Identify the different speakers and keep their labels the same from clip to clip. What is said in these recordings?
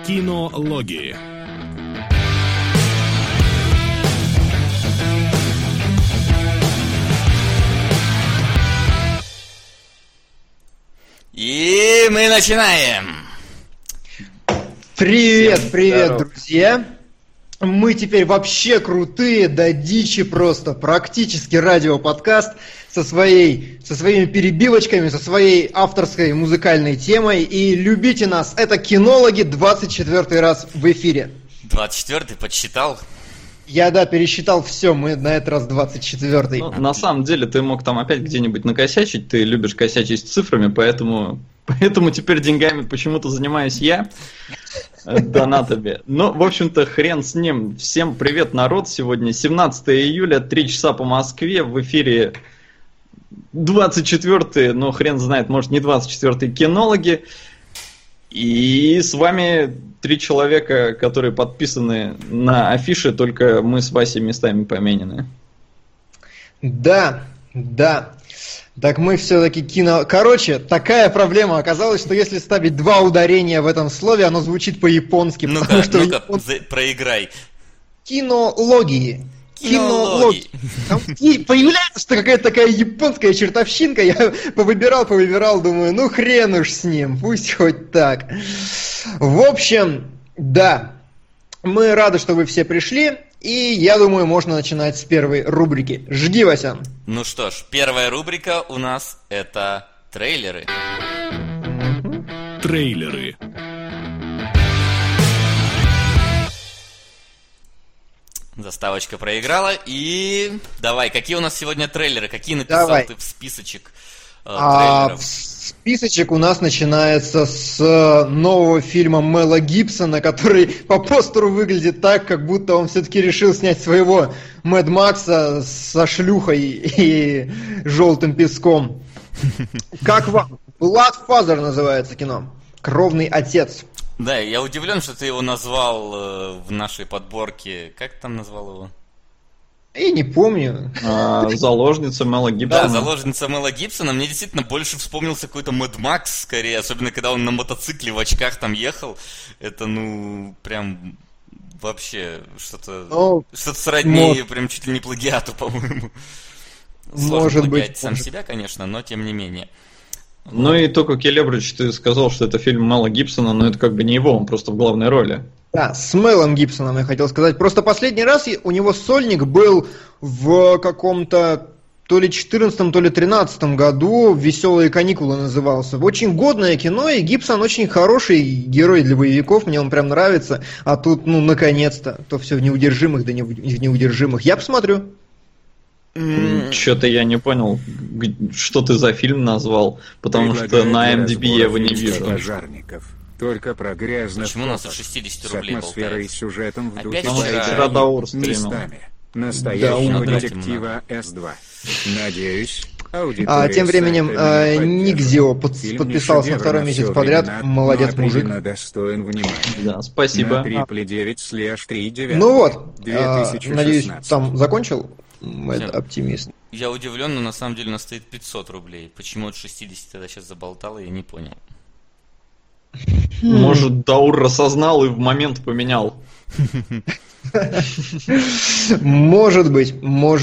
Speaker 1: Кинологии.
Speaker 2: И мы начинаем.
Speaker 3: Привет, друзья. Мы теперь вообще крутые, до дичи просто. Практически радиоподкаст со своими перебивочками, со своей авторской музыкальной темой. И любите нас. Это кинологи, 24-й раз в эфире.
Speaker 2: 24-й, подсчитал?
Speaker 3: Я, пересчитал все, мы на этот раз 24-й.
Speaker 4: Ну, на самом деле, ты мог там опять где-нибудь накосячить, ты любишь косячить с цифрами, поэтому теперь деньгами почему-то занимаюсь я, донатами. Ну, в общем-то, хрен с ним. Всем привет, народ. Сегодня 17 июля, 3 часа по Москве, в эфире 24-й, но хрен знает, может не 24-й кинологи. И с вами 3 человека, которые подписаны на афиши, только мы с Васей местами поменены.
Speaker 3: Да. Так мы все-таки Короче, такая проблема оказалась, что если ставить 2 ударения в этом слове, оно звучит по-японски.
Speaker 2: Ну-ка, проиграй.
Speaker 3: Кинологии. И появляется, что какая-то такая японская чертовщинка, я повыбирал, думаю, ну хрен уж с ним, пусть хоть так. В общем, да, мы рады, что вы все пришли, и я думаю, можно начинать с первой рубрики. Жги, Вася.
Speaker 2: Ну что ж, первая рубрика у нас это трейлеры.
Speaker 1: Трейлеры.
Speaker 2: Заставочка проиграла. И давай, какие у нас сегодня трейлеры? Какие написал ты в списочек трейлеров?
Speaker 3: Списочек у нас начинается с нового фильма Мела Гибсона, который по постеру выглядит так, как будто он все-таки решил снять своего Мэд Макса со шлюхой и желтым песком. Как вам? Bloodfather называется кино. Кровный отец.
Speaker 2: Да, я удивлен, что ты его назвал в нашей подборке. Как ты там назвал его?
Speaker 3: Я не помню.
Speaker 4: Заложница Мела Гибсона.
Speaker 2: Да, заложница Мела Гибсона. Мне действительно больше вспомнился какой-то Мэд Макс, скорее. Особенно, когда он на мотоцикле в очках там ехал. Это, прям вообще что-то сродни, прям чуть ли не плагиату, по-моему.
Speaker 3: Может быть.
Speaker 2: Сам себя, конечно, но тем не менее.
Speaker 4: Ну и только Келебрич, ты сказал, что это фильм Мела Гибсона, но это как бы не его, он просто в главной роли. Да,
Speaker 3: с Мелом Гибсоном я хотел сказать. Просто последний раз у него сольник был в каком-то то ли 14-м, то ли 13-м году. «Веселые каникулы» назывался. Очень годное кино, и Гибсон очень хороший герой для боевиков, мне он прям нравится. А тут, наконец-то, то все в неудержимых, да не в неудержимых. Я посмотрю.
Speaker 4: Что-то я не понял, что ты за фильм назвал, потому что на IMDb я его не вижу.
Speaker 5: Пожарников. Только про грязных.
Speaker 2: Почему у нас от 60 рублей
Speaker 5: с атмосферой и сюжетом в духе
Speaker 4: вчера Даур
Speaker 5: местами настоящего детектива С2. Надеюсь, аудитория.
Speaker 3: Тем временем Ник Зио подписался на 2-й месяц подряд. Молодец, мужик.
Speaker 5: Достоин внимания.
Speaker 4: Да, спасибо.
Speaker 5: 9/3/9.
Speaker 3: Ну вот, надеюсь, там закончил оптимист.
Speaker 2: Я удивлен, но на самом деле у нас стоит 500 рублей. Почему от 60 тогда сейчас заболтало, я не понял.
Speaker 4: Может, Даур рассознал и в момент поменял.
Speaker 3: Может быть.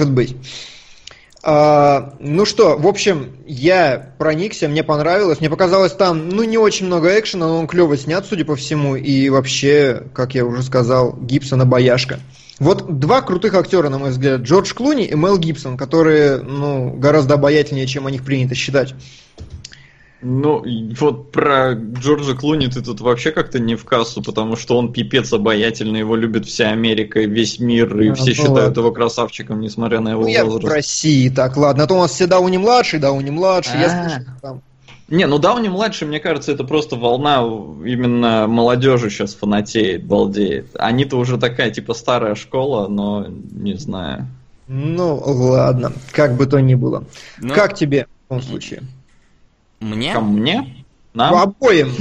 Speaker 3: Ну что, в общем, я проникся, мне понравилось. Мне показалось, там, не очень много экшена, но он клево снят, судя по всему. И вообще, как я уже сказал, Гибсон обаяшка. Вот 2 крутых актера, на мой взгляд, Джордж Клуни и Мел Гибсон, которые, гораздо обаятельнее, чем о них принято считать.
Speaker 4: Ну, вот про Джорджа Клуни ты тут вообще как-то не в кассу, потому что он пипец обаятельный, его любит вся Америка, весь мир, и все считают его красавчиком, несмотря на его возраст.
Speaker 3: Я в России, так, ладно, а то у нас все Дауни-младший, я слышал там.
Speaker 4: Не, Дауни-младший, мне кажется, это просто волна именно молодежи сейчас фанатеет, балдеет. Они-то уже такая, типа, старая школа, но не знаю.
Speaker 3: Ну, ладно, как бы то ни было. Как тебе в таком случае?
Speaker 2: Мне?
Speaker 4: Ко мне? Нам?
Speaker 3: Обоим.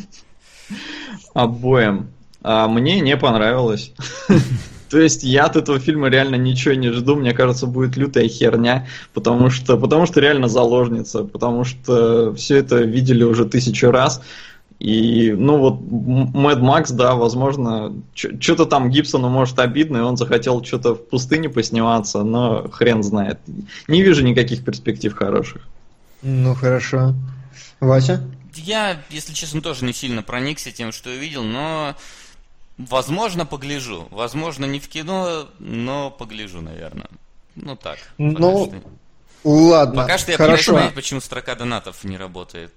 Speaker 4: Обоим. Мне не понравилось. То есть я от этого фильма реально ничего не жду, мне кажется, будет лютая херня, потому что реально заложница, потому что все это видели уже 1000 раз, И, ну вот, Мэд Макс, да, возможно, что-то там Гибсону может обидно, и он захотел что-то в пустыне посниматься, но хрен знает. Не вижу никаких перспектив хороших.
Speaker 3: Ну, хорошо. Вася?
Speaker 2: Я, если честно, тоже не сильно проникся тем, что я видел, но, возможно, погляжу. Возможно, не в кино, но погляжу, наверное. Ну, так.
Speaker 3: Ну, ладно,
Speaker 2: пока что я
Speaker 3: хорошо.
Speaker 2: пытаюсь понять, почему строка донатов не работает.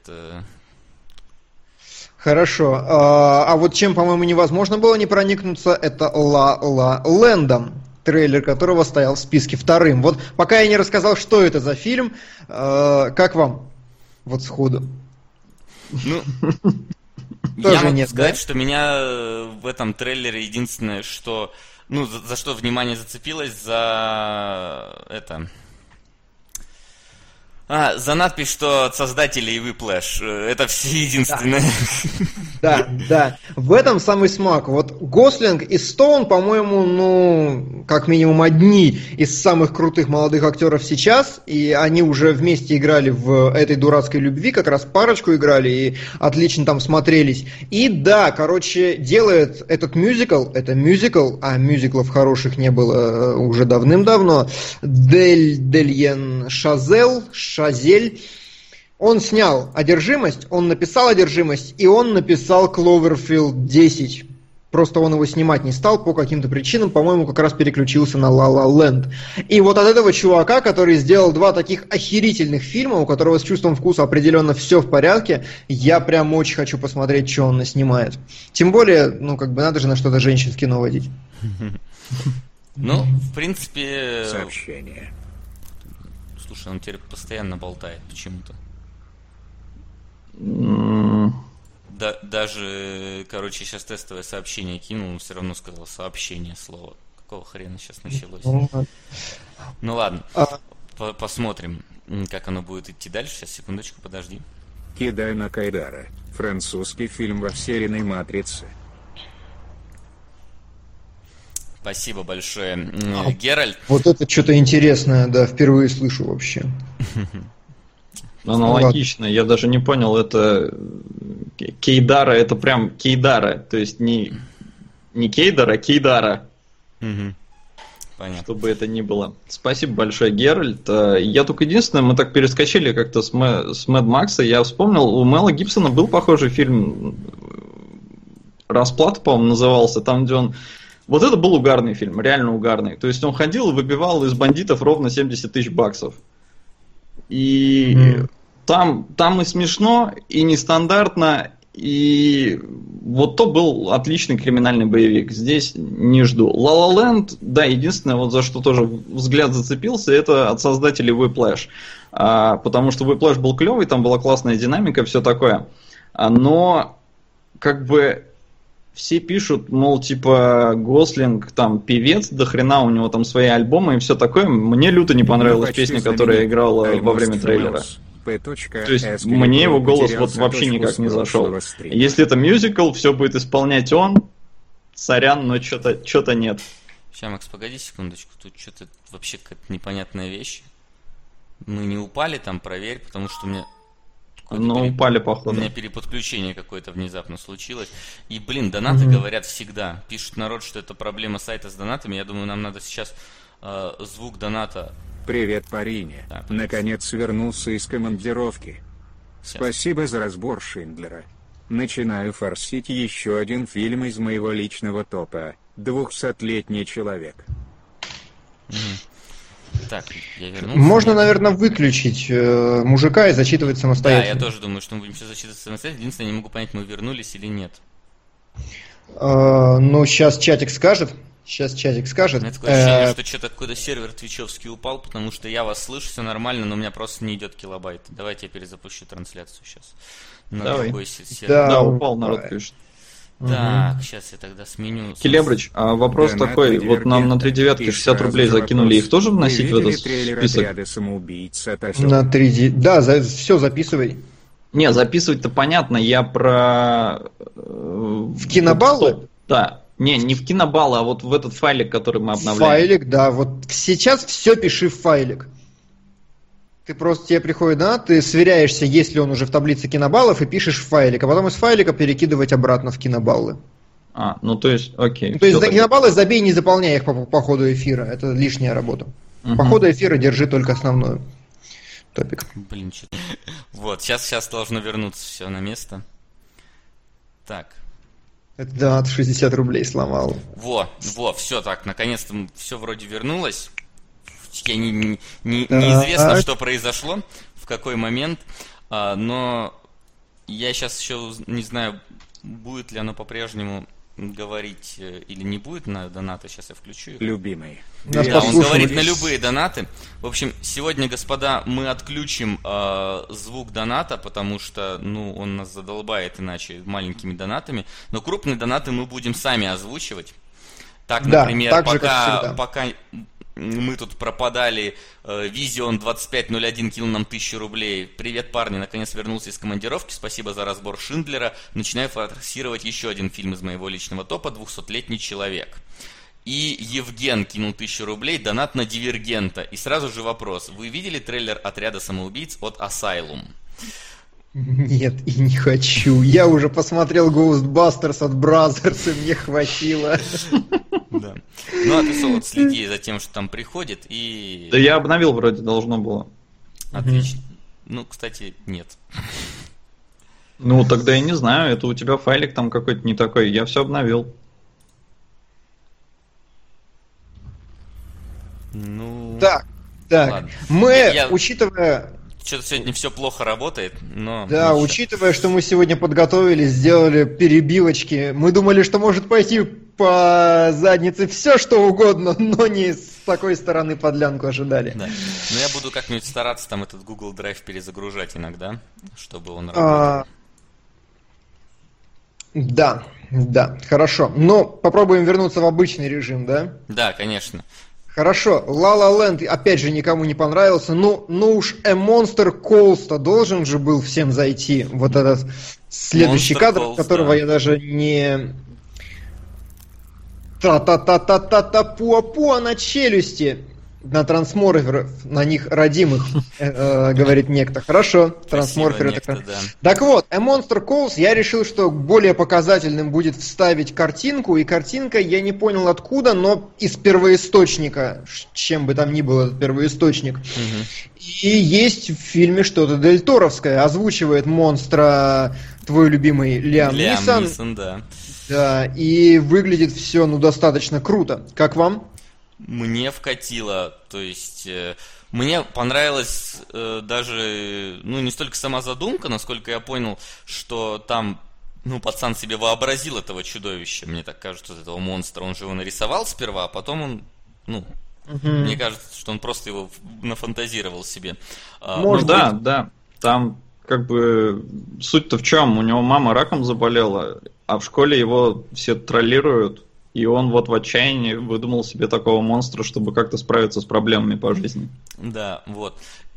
Speaker 3: Хорошо. А вот чем, по-моему, невозможно было не проникнуться, это «Ла Ла Лэндом», трейлер которого стоял в списке вторым. Вот пока я не рассказал, что это за фильм, как вам? Вот сходу.
Speaker 2: Ну, я могу сказать, что меня в этом трейлере единственное, что, ну, за что внимание зацепилось, за это... за надпись, что от создателей Whiplash. Это все единственное.
Speaker 3: Да. В этом самый смак. Вот Гослинг и Стоун, по-моему, ну, как минимум одни из самых крутых молодых актеров сейчас, и они уже вместе играли в этой дурацкой любви, как раз парочку играли, и отлично там смотрелись. И да, короче, делает этот мюзикл, это мюзикл, а мюзиклов хороших не было уже давным-давно, Дельен Шазель. Он снял «Одержимость», он написал «Одержимость», и он написал «Кловерфилд 10». Просто он его снимать не стал по каким-то причинам, по-моему, как раз переключился на «Ла Ла Ленд». И вот от этого чувака, который сделал два таких охерительных фильма, у которого с чувством вкуса определенно все в порядке, я прям очень хочу посмотреть, что он снимает. Тем более, ну, как бы надо же на что-то женщин в кино водить.
Speaker 2: Ну, в принципе...
Speaker 5: Сообщение.
Speaker 2: Слушай, он теперь постоянно болтает почему-то. Даже, короче, сейчас тестовое сообщение кинул, он все равно сказал сообщение слово. Какого хрена сейчас началось? Ну ладно, посмотрим, как оно будет идти дальше. Сейчас, секундочку, подожди.
Speaker 5: Кидай на Кайдара. Французский фильм во вселенной Матрицы.
Speaker 2: Спасибо большое, Геральт.
Speaker 3: Вот это что-то интересное, да, впервые слышу вообще.
Speaker 4: Аналогично, я даже не понял, это Кейдара, это прям Кейдара, то есть не Кейдара, а Кейдара.
Speaker 2: Понятно.
Speaker 4: Чтобы это ни было. Спасибо большое, Геральт. Я только единственное, мы так перескочили как-то с Мэд Макса, я вспомнил, у Мэла Гибсона был похожий фильм «Расплата», по-моему, назывался, там, где он... Вот это был угарный фильм, реально угарный. То есть он ходил и выбивал из бандитов ровно 70 тысяч баксов. И там и смешно, и нестандартно, и вот то был отличный криминальный боевик. Здесь не жду. La La Land, да, единственное, вот за что тоже взгляд зацепился, это от создателей Whiplash. Потому что Whiplash был клевый, там была классная динамика, все такое. Но как бы... Все пишут, мол, типа, Гослинг там певец, до хрена у него там свои альбомы и все такое. Мне люто не понравилась песня, которая играла во время трейлера. То есть мне его голос вот вообще никак не зашел. Если это мюзикл, все будет исполнять он. Сорян, но что-то нет.
Speaker 2: Сейчас, Макс, погоди секундочку. Тут что-то вообще какая-то непонятная вещь. Мы не упали там, проверь, потому что у меня...
Speaker 4: Ну, упали, походу.
Speaker 2: У меня переподключение какое-то внезапно случилось. И, блин, донаты говорят всегда. Пишут народ, что это проблема сайта с донатами. Я думаю, нам надо сейчас звук доната...
Speaker 5: Привет, Парине. Да, наконец вернулся из командировки. Сейчас. Спасибо за разбор Шиндлера. Начинаю форсить еще один фильм из моего личного топа. 200-летний человек.
Speaker 2: Так, я вернулся.
Speaker 3: Можно, наверное, выключить мужика и зачитывать самостоятельно.
Speaker 2: Да, я тоже думаю, что мы будем сейчас зачитывать самостоятельно. Единственное, я не могу понять, мы вернулись или нет.
Speaker 3: Ну, сейчас чатик скажет. У меня
Speaker 2: такое ощущение, что что-то какой-то сервер твичевский упал, потому что я вас слышу, все нормально, но у меня просто не идет килобайт. Давайте я перезапущу трансляцию сейчас. На другой сервер.
Speaker 4: Да, упал, народ пишет.
Speaker 2: Так, сейчас я тогда сменю.
Speaker 4: Келебрыч, а вопрос такой, вот нам на 3 девятки 60 рублей закинули, их тоже вносить в этот список?
Speaker 3: На 3 да, все записывай.
Speaker 4: Не, записывать-то понятно, я про...
Speaker 3: В кинобаллы?
Speaker 4: Да. Не в кинобаллы, а вот в этот файлик, который мы обновляем.
Speaker 3: Файлик, да, вот сейчас все пиши в файлик. Ты просто, тебе приходит донат, ты сверяешься, есть ли он уже в таблице кинобаллов, и пишешь в файлик, а потом из файлика перекидывать обратно в кинобаллы.
Speaker 4: Ну то есть, окей.
Speaker 3: То есть кинобаллы забей, не заполняй их по ходу эфира, это лишняя работа. По ходу эфира держи только основную топик.
Speaker 2: Блин, что-то... Вот, сейчас должно вернуться все на место. Так.
Speaker 3: Это донат 60 рублей сломал.
Speaker 2: Во, все так, наконец-то все вроде вернулось. Неизвестно, что произошло, в какой момент, но я сейчас еще не знаю, будет ли оно по-прежнему говорить или не будет на донаты. Сейчас я включу их.
Speaker 5: Любимый.
Speaker 2: Да, он говорит на любые донаты. В общем, сегодня, господа, мы отключим звук доната, потому что, он нас задолбает иначе маленькими донатами. Но крупные донаты мы будем сами озвучивать. Так, например,
Speaker 3: так же,
Speaker 2: пока мы тут пропадали, Vision 2501 кинул нам 1000 рублей. Привет, парни, наконец вернулся из командировки. Спасибо за разбор Шиндлера. Начинаю форсировать еще один фильм из моего личного топа «200-летний человек». И Евген кинул 1000 рублей, донат на Дивергента. И сразу же вопрос. Вы видели трейлер «Отряда самоубийц» от Asylum?
Speaker 3: Нет, и не хочу. Я уже посмотрел Ghostbusters от Brothers, и мне хватило.
Speaker 2: Да. А ты, Солод, следи за тем, что там приходит, и...
Speaker 4: Да я обновил, вроде должно было.
Speaker 2: Отлично. Кстати, нет.
Speaker 4: Тогда я не знаю, это у тебя файлик там какой-то не такой. Я все обновил.
Speaker 3: Так.
Speaker 2: Ладно.
Speaker 3: Мы, учитывая...
Speaker 2: Что-то сегодня все плохо работает, но...
Speaker 3: Да, учитывая, что мы сегодня подготовились, сделали перебивочки, мы думали, что может пойти по заднице все, что угодно, но не с такой стороны подлянку ожидали. Да.
Speaker 2: Но я буду как-нибудь стараться там этот Google Drive перезагружать иногда, чтобы он работал.
Speaker 3: Да, хорошо. Но попробуем вернуться в обычный режим, да?
Speaker 2: Да, конечно.
Speaker 3: Хорошо, La La Land, опять же, никому не понравился, но уж A Monster Calls-то должен же был всем зайти. Вот этот следующий кадр, которого я даже не... Та-та-та-та-та-та-пуа-пуа на челюсти. На трансморферов, на них родимых, говорит некто. Хорошо, трансморферы. Да. Так вот, A Monster Calls, я решил, что более показательным будет вставить картинку, и картинка, я не понял откуда, но из первоисточника, чем бы там ни был этот первоисточник. И есть в фильме что-то Дель Торовское, озвучивает монстра твой любимый Лиам Нисон. Да, и выглядит все, достаточно круто. Как вам?
Speaker 2: Мне вкатило, то есть мне понравилась даже, не столько сама задумка, насколько я понял, что там, пацан себе вообразил этого чудовища, мне так кажется, этого монстра, он же его нарисовал сперва, а потом он, мне кажется, что он просто его нафантазировал себе.
Speaker 4: Да, там как бы суть-то в чем, у него мама раком заболела, а в школе его все троллируют. И он вот в отчаянии выдумал себе такого монстра, чтобы как-то справиться с проблемами по жизни.
Speaker 2: Да, вот.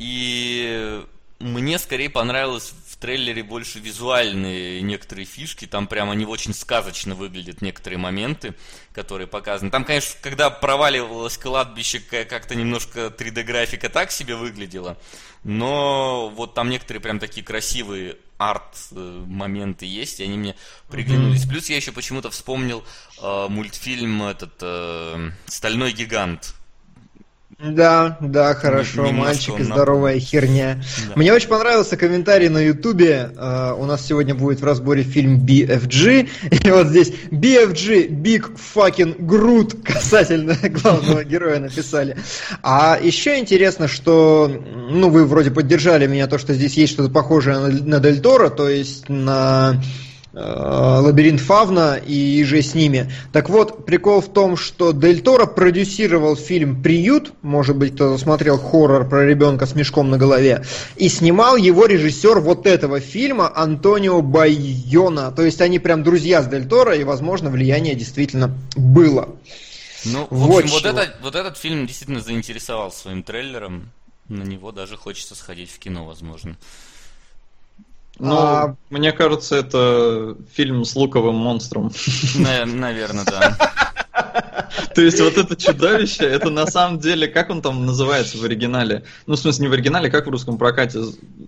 Speaker 2: И мне скорее понравилось в трейлере больше визуальные некоторые фишки. Там прям они очень сказочно выглядят, некоторые моменты, которые показаны. Там, конечно, когда проваливалось кладбище, как-то немножко 3D-графика так себе выглядела. Но вот там некоторые прям такие красивые арт-моменты есть, и они мне приглянулись. Плюс я еще почему-то вспомнил мультфильм «Стальной гигант».
Speaker 3: Да, хорошо, мальчик и здоровая херня. Да. Мне очень понравился комментарий на Ютубе. У нас сегодня будет в разборе фильм BFG. И вот здесь BFG, Big Fucking Groot, касательно главного героя написали. А еще интересно, что, вы вроде поддержали меня, то, что здесь есть что-то похожее на Дель Торо, то есть на... Лабиринт Фавна и же с ними. Так вот, прикол в том, что Дель Торо продюсировал фильм «Приют», может быть, кто-то смотрел хоррор про ребенка с мешком на голове, и снимал его режиссер вот этого фильма Антонио Байона. То есть они прям друзья с Дель Торо, и, возможно, влияние действительно было.
Speaker 2: В общем, вот этот фильм действительно заинтересовал своим трейлером. На него даже хочется сходить в кино, возможно.
Speaker 4: Мне кажется, это фильм с луковым монстром.
Speaker 2: Наверное, да.
Speaker 4: То есть вот это чудовище, это на самом деле, как он там называется в оригинале? Ну, в смысле, не в оригинале, как в русском прокате?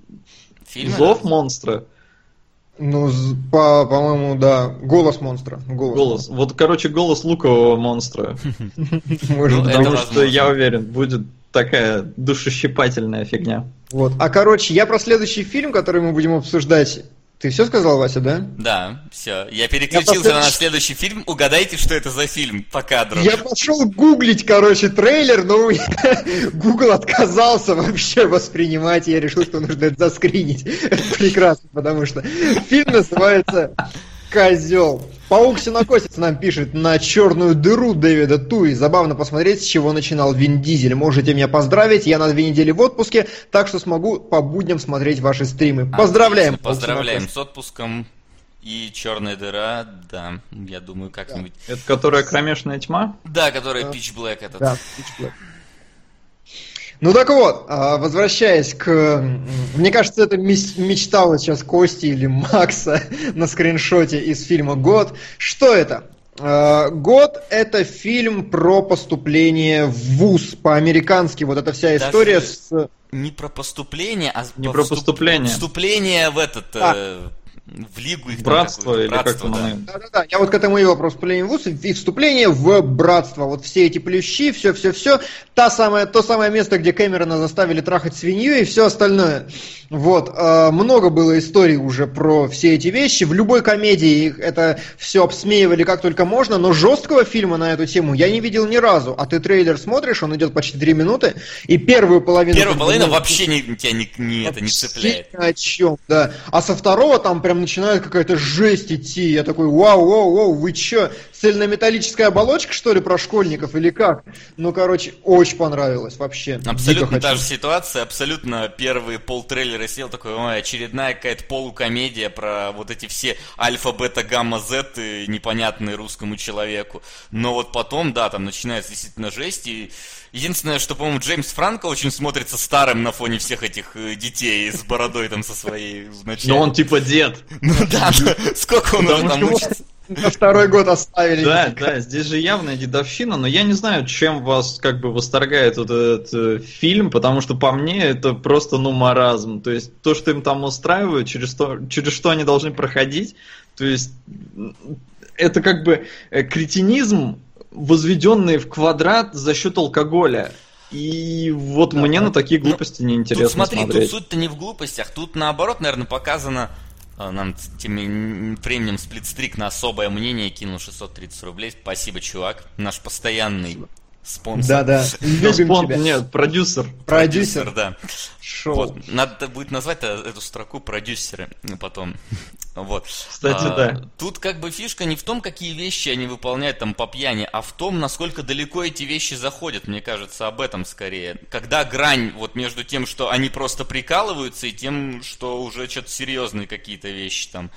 Speaker 4: Зов монстра?
Speaker 3: Ну, по-моему, да. Голос монстра.
Speaker 4: Голос. Вот, короче, голос лукового монстра. Потому что, я уверен, будет такая душещипательная фигня.
Speaker 3: Вот. А, короче, я про следующий фильм, который мы будем обсуждать. Ты все сказал, Вася, да?
Speaker 2: Да, все. Я переключился на наш следующий фильм. Угадайте, что это за фильм по кадру.
Speaker 3: Я пошел гуглить, короче, трейлер, но Google отказался вообще воспринимать. Я решил, что нужно это заскринить. Это прекрасно, потому что фильм называется «Козел». Паук-синокосец нам пишет: на черную дыру Дэвида Туи. Забавно посмотреть, с чего начинал Вин Дизель. Можете меня поздравить, я на 2 недели в отпуске, так что смогу по будням смотреть ваши стримы. Поздравляем!
Speaker 2: Отлично, поздравляем с отпуском. И черная дыра, да, я думаю, как-нибудь.
Speaker 4: Да. Это которая кромешная тьма?
Speaker 2: Да, которая Pitch Black этот.
Speaker 3: Да, Pitch Black. Ну так вот, возвращаясь к... Мне кажется, это мечта вот сейчас Кости или Макса на скриншоте из фильма «Год». Что это? «Год» — это фильм про поступление в вуз по-американски. Вот эта вся история с...
Speaker 2: Не про поступление, а
Speaker 4: не про поступление.
Speaker 2: Вступление в этот... В лигу и в
Speaker 4: братство, или
Speaker 2: братство,
Speaker 4: как
Speaker 2: да.
Speaker 3: Да. Я вот к этому и вопрос. Вступление в ВУЗ и вступление в братство. Вот все эти плющи, все. То самое место, где Кэмерона заставили трахать свинью и все остальное. Вот. Много было историй уже про все эти вещи. В любой комедии это все обсмеивали как только можно, но жесткого фильма на эту тему я не видел ни разу. А ты трейлер смотришь, он идет почти 3 минуты, и первую половину
Speaker 2: вообще тебя не цепляет.
Speaker 3: Ни о чем, да. А со второго там прям начинает какая-то жесть идти. Я такой: вау, вы чё? Цельнометаллическая оболочка, что ли, про школьников или как? Ну, короче, очень понравилось вообще.
Speaker 2: Абсолютно та же ситуация, абсолютно первые полтрейлера сел такой: ой, очередная какая-то полукомедия про вот эти все альфа, бета, гамма, зет, непонятные русскому человеку. Но вот потом, да, там начинается действительно жесть, и единственное, что, по-моему, Джеймс Франко очень смотрится старым на фоне всех этих детей с бородой там со своей вначале.
Speaker 4: Но он типа дед.
Speaker 2: Ну да, сколько он уже там учится.
Speaker 3: На 2-й год оставили.
Speaker 4: Да, здесь же явная дедовщина, но я не знаю, чем вас как бы восторгает вот этот фильм, потому что по мне это просто, маразм. То есть то, что им там устраивают, через что они должны проходить, то есть это как бы кретинизм, возведенный в квадрат за счет алкоголя. И вот мне на такие глупости неинтересно смотреть.
Speaker 2: Тут суть-то не в глупостях, тут наоборот, наверное, показано. Нам тем временем Сплитстрик на особое мнение кинул 630 рублей. Спасибо, чувак. Наш постоянный спонсор.
Speaker 3: Да. Любим тебя.
Speaker 4: Нет, продюсер.
Speaker 2: Продюсер, да.
Speaker 3: Шоу.
Speaker 2: Вот. Надо будет назвать эту строку продюсеры потом. Вот.
Speaker 4: Кстати, да.
Speaker 2: Тут как бы фишка не в том, какие вещи они выполняют там по пьяни, а в том, насколько далеко эти вещи заходят. Мне кажется, об этом скорее. Когда грань вот между тем, что они просто прикалываются, и тем, что уже что-то серьезные какие-то вещи там,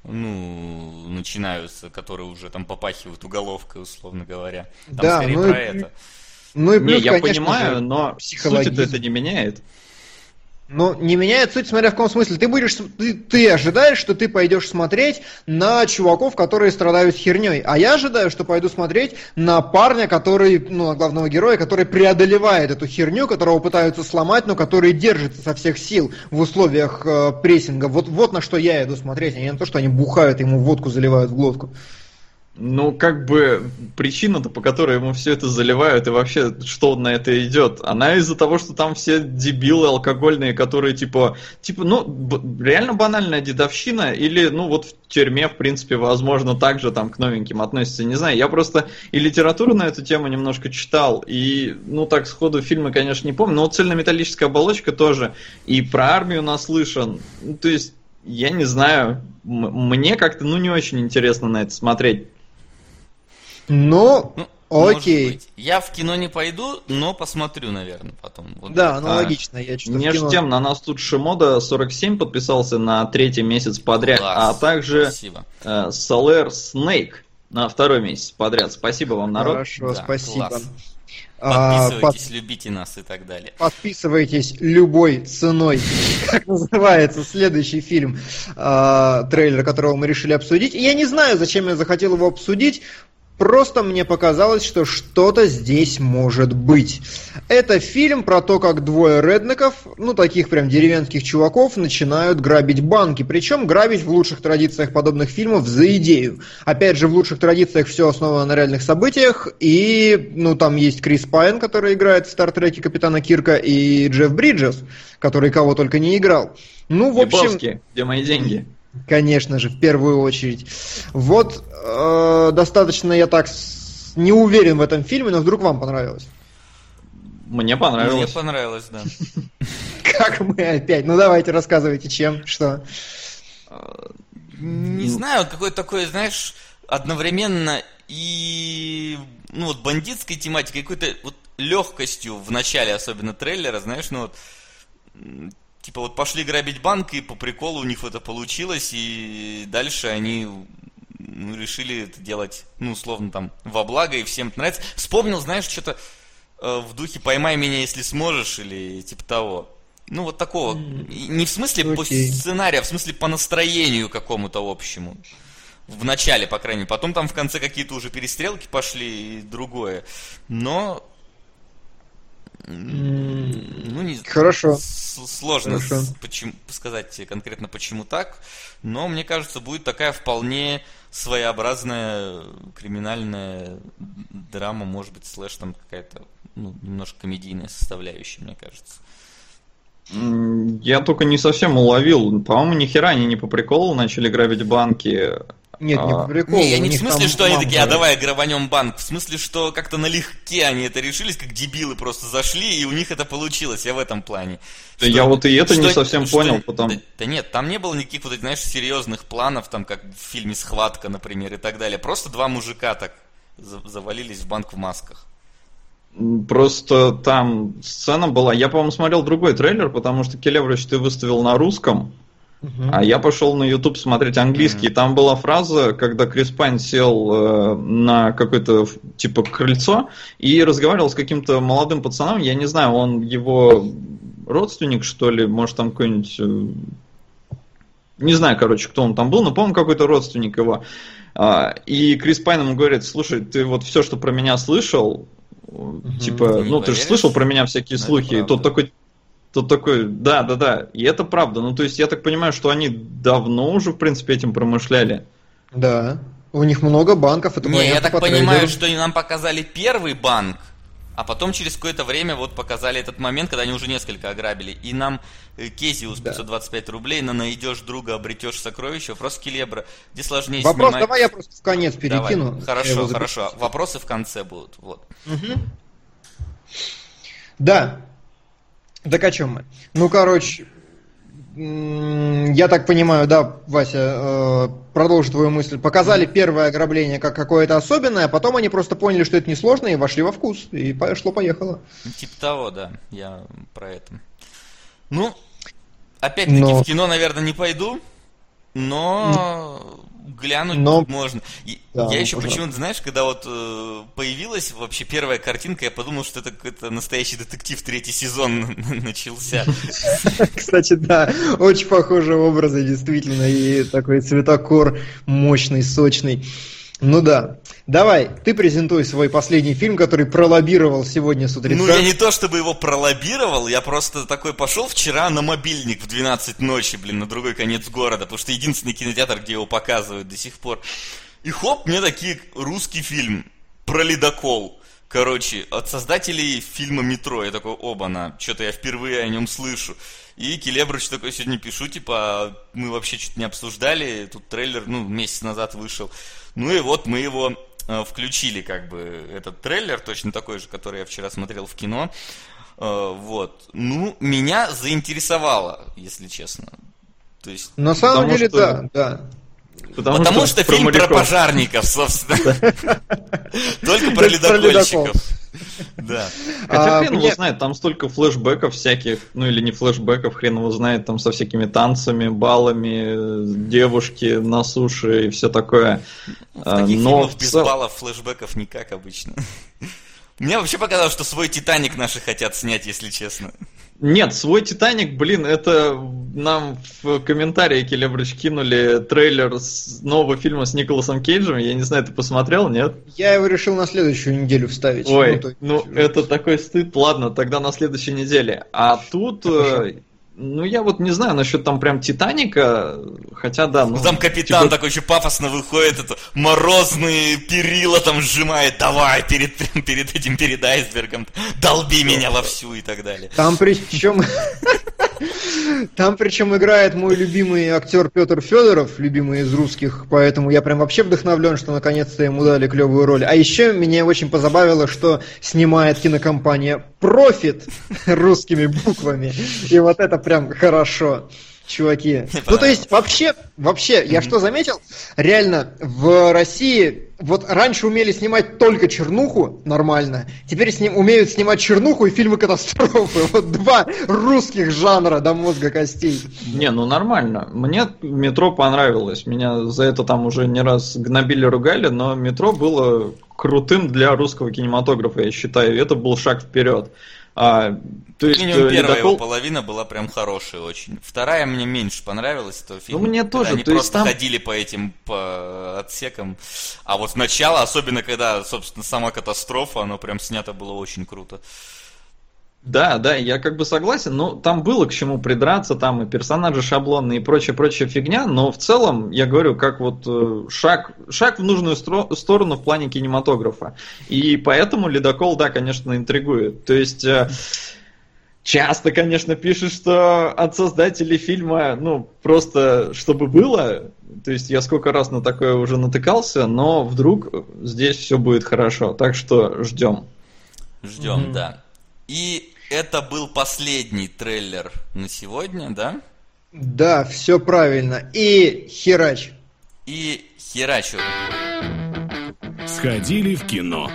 Speaker 2: начинаются, которые уже там попахивают уголовкой, условно говоря. Там
Speaker 3: да,
Speaker 2: скорее про это.
Speaker 3: Ну и плюс,
Speaker 4: я
Speaker 3: конечно,
Speaker 4: понимаю, но суть-то это не меняет.
Speaker 3: Ну, не меняет суть, смотря в каком смысле. Ты ожидаешь, что ты пойдешь смотреть на чуваков, которые страдают херней. А я ожидаю, что пойду смотреть на парня, который, на главного героя, который преодолевает эту херню, которого пытаются сломать, но который держится со всех сил в условиях прессинга. Вот на что я иду смотреть, а не на то, что они бухают, ему водку заливают в глотку.
Speaker 4: Ну, как бы причина-то, по которой ему все это заливают, и вообще, что на это идет, она из-за того, что там все дебилы алкогольные, которые реально банальная дедовщина, или, вот в тюрьме, в принципе, возможно, также там к новеньким относятся, не знаю. Я просто и литературу на эту тему немножко читал, и, так сходу фильмы, конечно, не помню, но вот «Цельнометаллическая оболочка» тоже, и про армию наслышан, то есть, я не знаю, мне как-то, не очень интересно на это смотреть.
Speaker 3: Окей.
Speaker 2: Я в кино не пойду, но посмотрю, наверное, потом. Вот
Speaker 3: да, логично. Я
Speaker 4: между тем, на нас тут Шимода 47 подписался на 3-й месяц подряд,
Speaker 2: класс,
Speaker 4: а также Солер Снейк на 2-й месяц подряд. Спасибо вам, народ.
Speaker 3: Хорошо,
Speaker 2: да,
Speaker 3: спасибо.
Speaker 2: Класс. Подписывайтесь, любите нас и так далее.
Speaker 3: Подписывайтесь любой ценой. Как называется следующий фильм, трейлер которого мы решили обсудить. И я не знаю, зачем я захотел его обсудить. Просто мне показалось, что что-то здесь может быть. Это фильм про то, как двое реднеков, ну таких прям деревенских чуваков, начинают грабить банки. Причем грабить в лучших традициях подобных фильмов за идею. Опять же, в лучших традициях все основано на реальных событиях. И, ну, там есть Крис Пайн, который играет в Стартреке Капитана Кирка, и Джефф Бриджес, который кого только не играл. Ну, в общем...
Speaker 4: Лебовски, где мои деньги?
Speaker 3: Конечно же, в первую очередь. Вот, достаточно я так не уверен в этом фильме, но вдруг вам понравилось?
Speaker 4: Мне понравилось.
Speaker 2: Мне понравилось, да.
Speaker 3: Как мы опять? Ну давайте, рассказывайте, чем, что.
Speaker 2: Не знаю, какой-то такой, знаешь, одновременно и, ну, вот бандитской тематикой, какой-то вот легкостью в начале, особенно трейлера, знаешь, ну вот, типа вот пошли грабить банк, и по приколу у них это получилось, и дальше они решили это делать, ну, условно, там, во благо, и всем это нравится. Вспомнил, знаешь, что-то в духе «Поймай меня, если сможешь», или типа того. Ну, вот такого. Не в смысле по сценарию, а в смысле по настроению какому-то общему. В начале, по крайней мере. Потом там в конце какие-то уже перестрелки пошли и другое. Но... Ну, не...
Speaker 3: Хорошо.
Speaker 2: Сложно сказать конкретно, почему так. Но, мне кажется, будет такая вполне своеобразная криминальная драма, может быть, слэш там какая-то, ну, немножко комедийная составляющая, мне кажется.
Speaker 4: Я только не совсем уловил. По-моему, ни хера они не по приколу начали грабить банки.
Speaker 3: Нет, не по приколу.
Speaker 2: Не, я не в смысле, что они такие, давай грабанем банк. В смысле, что как-то налегке они это решились, как дебилы просто зашли, и у них это получилось. Я в этом плане.
Speaker 4: Да я вот и это не совсем понял потом.
Speaker 2: Да нет, там не было никаких вот, знаешь, серьезных планов, там, как в фильме «Схватка», например, и так далее. Просто два мужика так завалились в банк в масках.
Speaker 4: Просто там сцена была... Я, по-моему, смотрел другой трейлер, потому что, Келебрович, ты выставил на русском, а я пошел на YouTube смотреть английский. И там была фраза, когда Крис Пайн сел на какое-то, типа, крыльцо и разговаривал с каким-то молодым пацаном. Я не знаю, он его родственник, что ли, может, там какой-нибудь... Не знаю, короче, кто он там был, но, по-моему, какой-то родственник его. И Крис Пайн ему говорит: слушай, ты вот все, что про меня слышал... Типа, ну ты же слышал про меня всякие слухи, и тот такой, да, и это правда. Ну, то есть, я так понимаю, что они давно уже, в принципе, этим промышляли.
Speaker 3: Да, у них много банков. Это
Speaker 2: не, я так понимаю, что они нам показали первый банк, а потом через какое-то время вот показали этот момент, когда они уже несколько ограбили. И нам Кезиус 525 рублей на «Найдешь друга, обретешь сокровища». Вопрос Келебра. Где сложнее
Speaker 3: вопрос
Speaker 2: снимать...
Speaker 3: давай я просто в конец перекину.
Speaker 2: Давай. Хорошо. Вопросы в конце будут. Вот.
Speaker 3: Угу. Да. Так о чем мы? Ну, короче, я так понимаю, да, Вася, продолжу твою мысль. Показали первое ограбление как какое-то особенное, а потом они просто поняли, что это несложно, и вошли во вкус. И пошло-поехало.
Speaker 2: Типа того, да. Я про это. Ну, опять-таки, в кино, наверное, не пойду, но глянуть можно. Да, я еще почему-то, знаешь, когда вот появилась вообще первая картинка, я подумал, что это какой-то настоящий детектив, 3-й сезон начался.
Speaker 3: Кстати, да, очень похожие образы, действительно, и такой цветокор мощный, сочный. Ну да. Давай, ты презентуй свой последний фильм, который пролоббировал сегодня с утреца.
Speaker 2: Ну, я не то чтобы его пролоббировал, я просто такой пошел вчера на мобильник в 12 ночи, на другой конец города, потому что единственный кинотеатр, где его показывают до сих пор. И хоп, мне такие русский фильм про ледокол. Короче, от создателей фильма «Метро». Я такой, оба-на, что-то я впервые о нем слышу. И Келебрыч такой сегодня пишу, типа, мы вообще что-то не обсуждали, тут трейлер, месяц назад вышел. Ну и вот мы его включили, как бы, этот трейлер, точно такой же, который я вчера смотрел в кино. Вот. Ну, меня заинтересовало, если честно. То есть,
Speaker 3: на самом деле, да.
Speaker 2: Потому что фильм про пожарников, собственно. Только про ледокольщиков. Да.
Speaker 4: Хотя хрен его знает, там столько флешбеков всяких, ну или не флешбеков, хрен его знает, там со всякими танцами, баллами, девушки на суше и все такое.
Speaker 2: В таких фильмах без баллов, флешбеков никак обычно. Мне вообще показалось, что свой «Титаник» наши хотят снять, если честно.
Speaker 4: Нет, свой «Титаник», блин, это нам в комментарии Келебрыч кинули трейлер нового фильма с Николасом Кейджем. Я не знаю, ты посмотрел, нет?
Speaker 3: Я его решил на следующую неделю вставить.
Speaker 4: Ой, это такой стыд. Ладно, тогда на следующей неделе. А тут... Ну, я вот не знаю насчет там прям «Титаника», хотя да.
Speaker 2: Ну, там капитан типа... такой очень пафосно выходит, это морозные перила там сжимает, давай перед этим, перед айсбергом, долби меня вовсю и так далее.
Speaker 3: Там причем играет мой любимый актер Петр Федоров, любимый из русских, поэтому я прям вообще вдохновлен, что наконец-то ему дали клевую роль. А еще меня очень позабавило, что снимает кинокомпания «Профит» русскими буквами, и вот это прям хорошо, чуваки. Ну, то есть, вообще, я что заметил? Реально, в России, вот раньше умели снимать только чернуху нормально, теперь умеют снимать чернуху и фильмы-катастрофы. Вот два русских жанра до мозга костей.
Speaker 4: Не, ну нормально. Мне «Метро» понравилось. Меня за это там уже не раз гнобили, ругали, но «Метро» было крутым для русского кинематографа, я считаю. Это был шаг вперед.
Speaker 2: То есть, минимум первая его половина была прям хорошая очень. Вторая мне меньше понравилась этого фильма.
Speaker 4: Ну, мне тоже.
Speaker 2: Они просто ходили по отсекам. А вот начало, особенно когда, собственно, сама катастрофа, оно прям снято было очень круто.
Speaker 4: Да, я как бы согласен, но там было к чему придраться, там и персонажи шаблонные и прочая фигня, но в целом, я говорю, как вот шаг в нужную сторону в плане кинематографа. И поэтому «Ледокол», да, конечно, интригует. То есть, часто, конечно, пишут, что от создателей фильма, ну, просто чтобы было, то есть я сколько раз на такое уже натыкался, но вдруг здесь все будет хорошо, так что ждем.
Speaker 2: Ждем, да. И это был последний трейлер на сегодня, да?
Speaker 3: Да, все правильно. И херач.
Speaker 2: Херачу.
Speaker 1: Сходили в кино.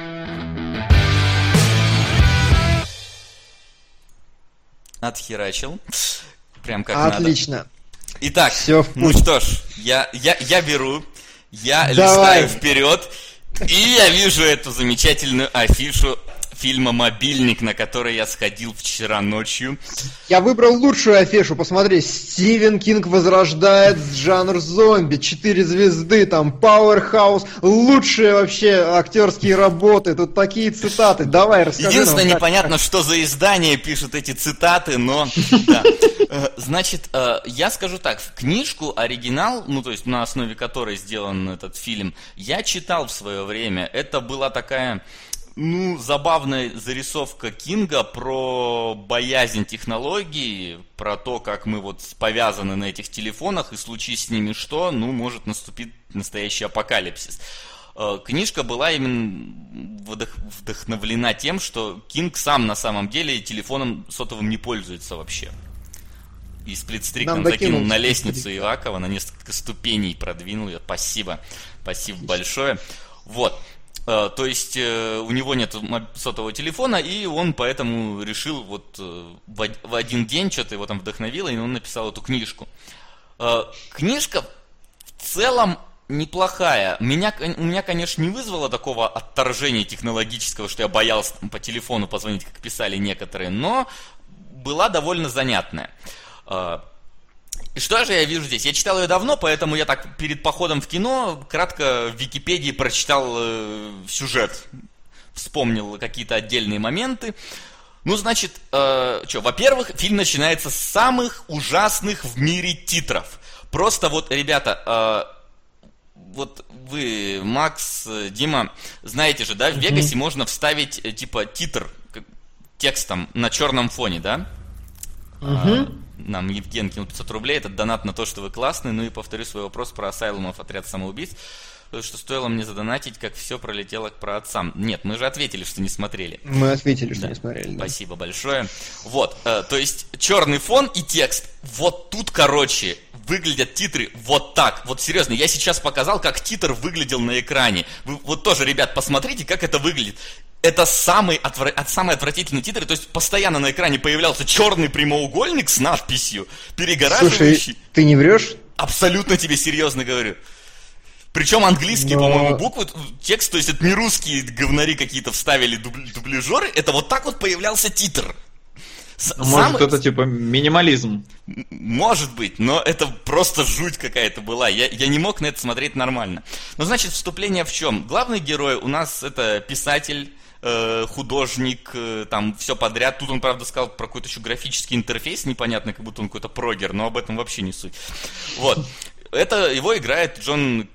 Speaker 2: Отхерачил. Прям как надо.
Speaker 3: Отлично.
Speaker 2: Итак, ну что ж, я беру, листаю вперед, и я вижу эту замечательную афишу фильма «Мобильник», на который я сходил вчера ночью.
Speaker 3: Я выбрал лучшую афишу, посмотри. Стивен Кинг возрождает жанр зомби. 4 звезды, там, Powerhouse. Лучшие вообще актерские работы. Тут такие цитаты. Давай, расскажи.
Speaker 2: Единственное, непонятно, что за издание пишут эти цитаты, но... Значит, я скажу так. Книжку, оригинал, ну, то есть на основе которой сделан этот фильм, я читал в свое время. Это была такая... Ну, забавная зарисовка Кинга про боязнь технологий, про то, как мы вот повязаны на этих телефонах, и случись с ними что, ну, может наступить настоящий апокалипсис. Книжка была именно вдохновлена тем, что Кинг сам на самом деле телефоном сотовым не пользуется вообще. И сплитстрик нам закинул на лестницу Ивакова, на несколько ступеней продвинул ее. Спасибо большое. Вот. То есть у него нет сотового телефона, и он поэтому решил вот в один день, что-то его там вдохновило, и он написал эту книжку. Книжка в целом неплохая. У меня, конечно, не вызвало такого отторжения технологического, что я боялся по телефону позвонить, как писали некоторые, но была довольно занятная. И что же я вижу здесь? Я читал ее давно, поэтому я так перед походом в кино кратко в Википедии прочитал сюжет. Вспомнил какие-то отдельные моменты. Ну, значит, во-первых, фильм начинается с самых ужасных в мире титров. Просто вот, ребята, вот вы, Макс, Дима, знаете же, да, в Вегасе можно вставить, типа, титр текстом на черном фоне, да? Нам Евген кинул 500 рублей, это донат на то, что вы классный. Ну и повторю свой вопрос про Асайлумов, отряд самоубийц. Что стоило мне задонатить, как все пролетело к праотцам. Нет, мы же ответили, что не смотрели.
Speaker 3: Мы ответили, что не смотрели. Да.
Speaker 2: Спасибо большое. Вот, то есть черный фон и текст. Вот тут, короче, выглядят титры вот так. Вот серьезно, я сейчас показал, как титр выглядел на экране. Вы вот тоже, ребят, посмотрите, как это выглядит. Это самые отвратительные титры, то есть постоянно на экране появлялся черный прямоугольник с надписью перегораживающий.
Speaker 3: Слушай, ты не врешь?
Speaker 2: Абсолютно тебе серьезно говорю. Причем английские, по-моему, буквы, текст, то есть это не русские говнари какие-то вставили дубляжеры, это вот так вот появлялся титр.
Speaker 4: Может, это типа минимализм.
Speaker 2: Может быть, но это просто жуть какая-то была. Я не мог на это смотреть нормально. Ну, значит, вступление в чем? Главный герой у нас это писатель, художник, там все подряд. Тут он, правда, сказал про какой-то еще графический интерфейс непонятный, как будто он какой-то прогер, но об этом вообще не суть. Вот. Это его играет Джон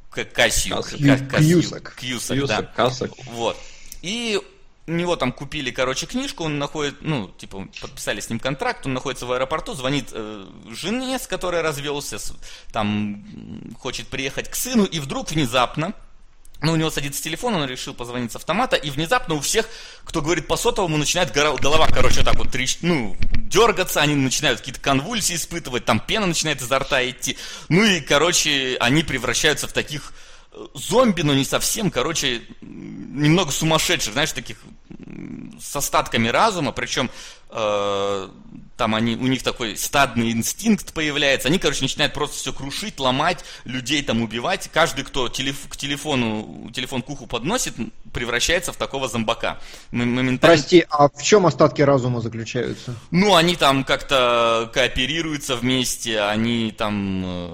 Speaker 3: Кьюсак.
Speaker 2: Кьюсак. Вот. И у него там купили, короче, книжку, он находит, подписали с ним контракт, он находится в аэропорту, звонит жене, с которой развелся, там хочет приехать к сыну, и вдруг внезапно, у него садится телефон, он решил позвонить с автомата, и внезапно у всех, кто говорит по сотовому, начинает голова, короче, вот так вот дергаться, они начинают какие-то конвульсии испытывать, там пена начинает изо рта идти, и, короче, они превращаются в таких зомби, но не совсем, короче, немного сумасшедших, знаешь, таких с остатками разума, причем там у них такой стадный инстинкт появляется, они, короче, начинают просто все крушить, ломать, людей там убивать, каждый, кто телефон к уху подносит, превращается в такого зомбака. Моментально...
Speaker 3: Прости, а в чем остатки разума заключаются?
Speaker 2: Они там как-то кооперируются вместе, они там...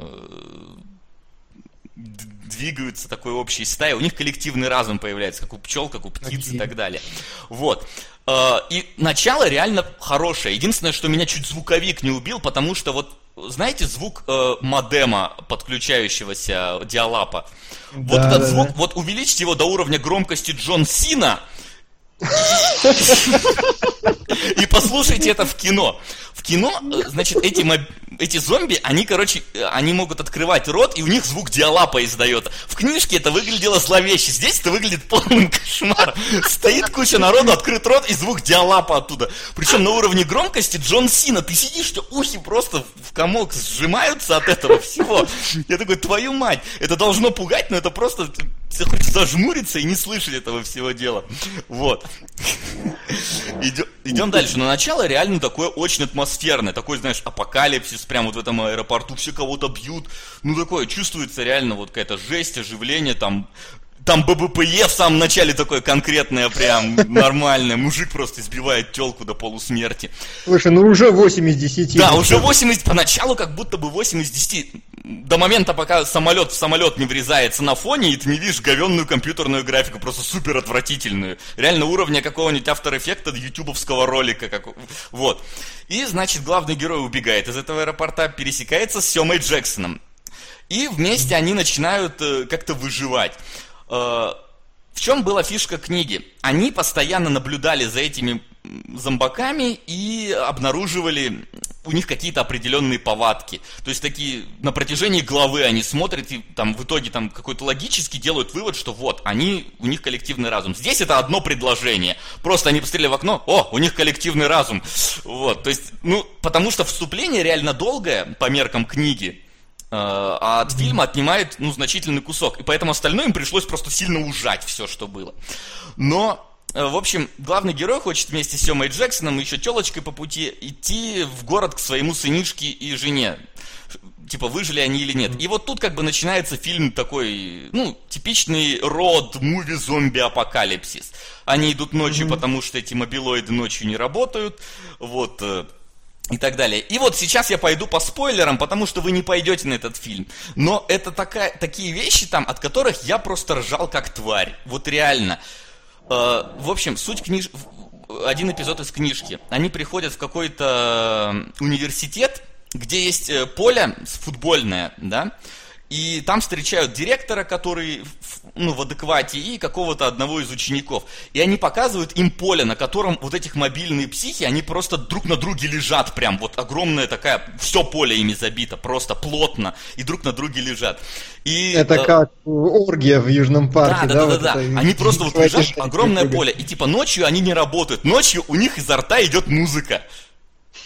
Speaker 2: двигаются такой общей стаей, у них коллективный разум появляется, как у пчел, как у птиц и так далее. Вот. И начало реально хорошее. Единственное, что меня чуть звуковик не убил, потому что вот, знаете, звук модема, подключающегося диалапа? Вот этот звук, вот увеличьте его до уровня громкости Джон Сина и послушайте это в кино. В кино, значит, эти зомби, они могут открывать рот, и у них звук диалапа издается. В книжке это выглядело зловеще, здесь это выглядит полным кошмаром. Стоит куча народу, открыт рот, и звук диалапа оттуда. Причем на уровне громкости Джон Сина. Ты сидишь, что ухи просто в комок сжимаются от этого всего. Я такой, твою мать, это должно пугать, но это просто... Ты хочешь зажмуриться и не слышать этого всего дела. Вот. Идем дальше. Но начало реально такое очень атмосферное. Такой, знаешь, апокалипсис прямо вот в этом аэропорту. Все кого-то бьют. Такое чувствуется реально вот какая-то жесть, оживление. Там ББПЕ в самом начале такое конкретное, прям нормальное. Мужик просто избивает телку до полусмерти.
Speaker 3: Слушай, уже 8 из 10.
Speaker 2: Да, уже 8 из... Поначалу как будто бы 8 из 10. До момента, пока самолет в самолет не врезается на фоне, и ты не видишь говенную компьютерную графику, просто супер отвратительную. Реально уровня какого-нибудь After Effects ютубовского ролика. Вот. И, значит, главный герой убегает из этого аэропорта, пересекается с Сёмой Джексоном. И вместе они начинают как-то выживать. В чем была фишка книги? Они постоянно наблюдали за этими зомбаками и обнаруживали у них какие-то определенные повадки. То есть такие на протяжении главы они смотрят и там в итоге там какой-то логически делают вывод, что вот, у них коллективный разум. Здесь это одно предложение. Просто они посмотрели в окно, у них коллективный разум. Вот, то есть, потому что вступление реально долгое по меркам книги. А от фильма отнимает, значительный кусок. И поэтому остальное им пришлось просто сильно ужать все, что было. Но, в общем, главный герой хочет вместе с Сёмой Джексоном и еще телочкой по пути идти в город к своему сынишке и жене. Типа, выжили они или нет. И вот тут как бы начинается фильм такой, типичный род-муви зомби-апокалипсис. Они идут ночью, потому что эти мобилоиды ночью не работают. Вот... И так далее. И вот сейчас я пойду по спойлерам, потому что вы не пойдете на этот фильм. Но это такие вещи там, от которых я просто ржал как тварь. Вот реально. В общем, суть один эпизод из книжки. Они приходят в какой-то университет, где есть поле футбольное, да, и там встречают директора, который в адеквате, и какого-то одного из учеников. И они показывают им поле, на котором вот этих мобильные психи, они просто друг на друге лежат прям. Вот огромная такая, все поле ими забито, просто плотно, и друг на друге лежат. И,
Speaker 3: это как оргия в Южном парке, да?
Speaker 2: Да. Они просто вот лежат, огромное поле, и типа ночью они не работают. Ночью у них изо рта идет музыка.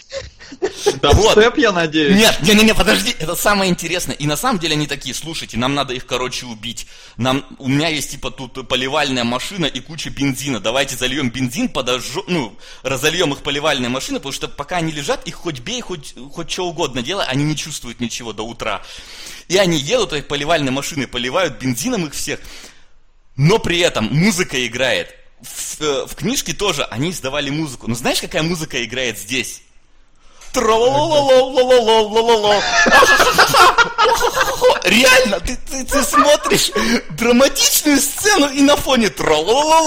Speaker 4: Дабстеп, я надеюсь.
Speaker 2: Нет, не, подожди, это самое интересное. И на самом деле они такие, слушайте, нам надо их, короче, убить. У меня есть, типа, тут поливальная машина и куча бензина. Давайте зальем бензин, разольем их поливальные машины, потому что пока они лежат, их хоть бей, хоть что угодно делай, они не чувствуют ничего до утра. И они едут, их поливальные машины поливают бензином их всех. Но при этом музыка играет. В книжке тоже они издавали музыку. Но знаешь, какая музыка играет здесь? Реально, ты смотришь драматичную сцену и на фоне
Speaker 4: Слушай,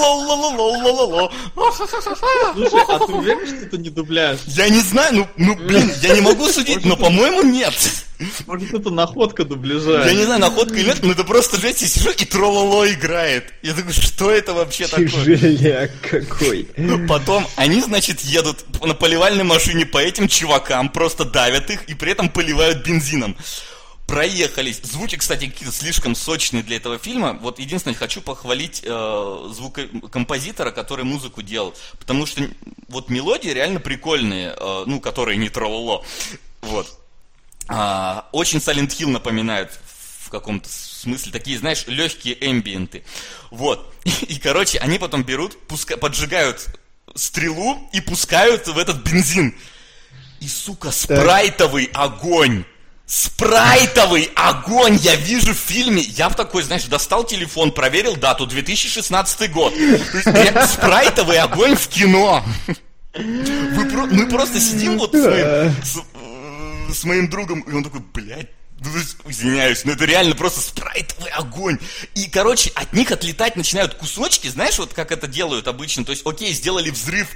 Speaker 4: а ты уверен, что это не дубляж?
Speaker 2: Я не знаю, блин, я не могу судить, но, по-моему, нет.
Speaker 4: Может, это находка дубляжа?
Speaker 2: Я не знаю, находка или нет, но это просто жесть, я сижу, и трололо играет. Я такой, что это вообще такое?
Speaker 3: Тяжеляк какой.
Speaker 2: Потом они, значит, едут на поливальной машине по этим чувакам, просто давят их и при этом поливают бензином. Проехались. Звуки, кстати, какие-то слишком сочные для этого фильма. Вот единственное, хочу похвалить звукокомпозитора, который музыку делал. Потому что вот мелодии реально прикольные, которые не трололо. Вот. Очень Silent Hill напоминают в каком-то смысле. Такие, знаешь, легкие эмбиенты. Вот. И, короче, они потом берут, поджигают стрелу и пускают в этот бензин. И, сука, спрайтовый огонь. Спрайтовый огонь я вижу в фильме. Я в такой, знаешь, достал телефон, проверил дату, 2016 год. То есть, спрайтовый огонь в кино. Мы просто сидим вот с моим другом, и он такой, блядь, извиняюсь, но это реально просто спрайтовый огонь. И, короче, от них отлетать начинают кусочки, знаешь, вот как это делают обычно. То есть, окей, сделали взрыв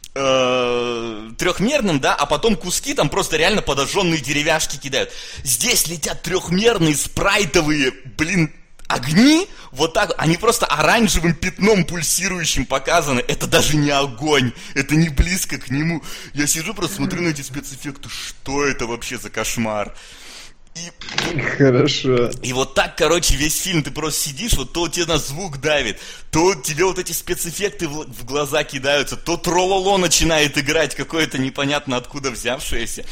Speaker 2: трехмерным, да, а потом куски там просто реально подожженные деревяшки кидают. Здесь летят трехмерные спрайтовые, огни, вот так, они просто оранжевым пятном пульсирующим показаны. Это даже не огонь, это не близко к нему. Я сижу, просто смотрю на эти спецэффекты, что это вообще за кошмар?
Speaker 3: Хорошо.
Speaker 2: И вот так, короче, весь фильм ты просто сидишь, вот то тебе на звук давит, то тебе вот эти спецэффекты в глаза кидаются, то трололо начинает играть, какое-то непонятно откуда взявшееся.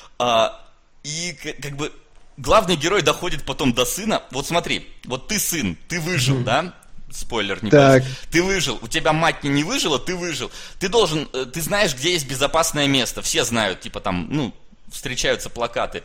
Speaker 2: И как бы главный герой доходит потом до сына. Вот смотри, вот ты сын, ты выжил, да? Спойлер, не
Speaker 3: так.
Speaker 2: Ты выжил, у тебя мать не выжила, ты выжил. Ты знаешь, где есть безопасное место. Все знают, типа там, встречаются плакаты.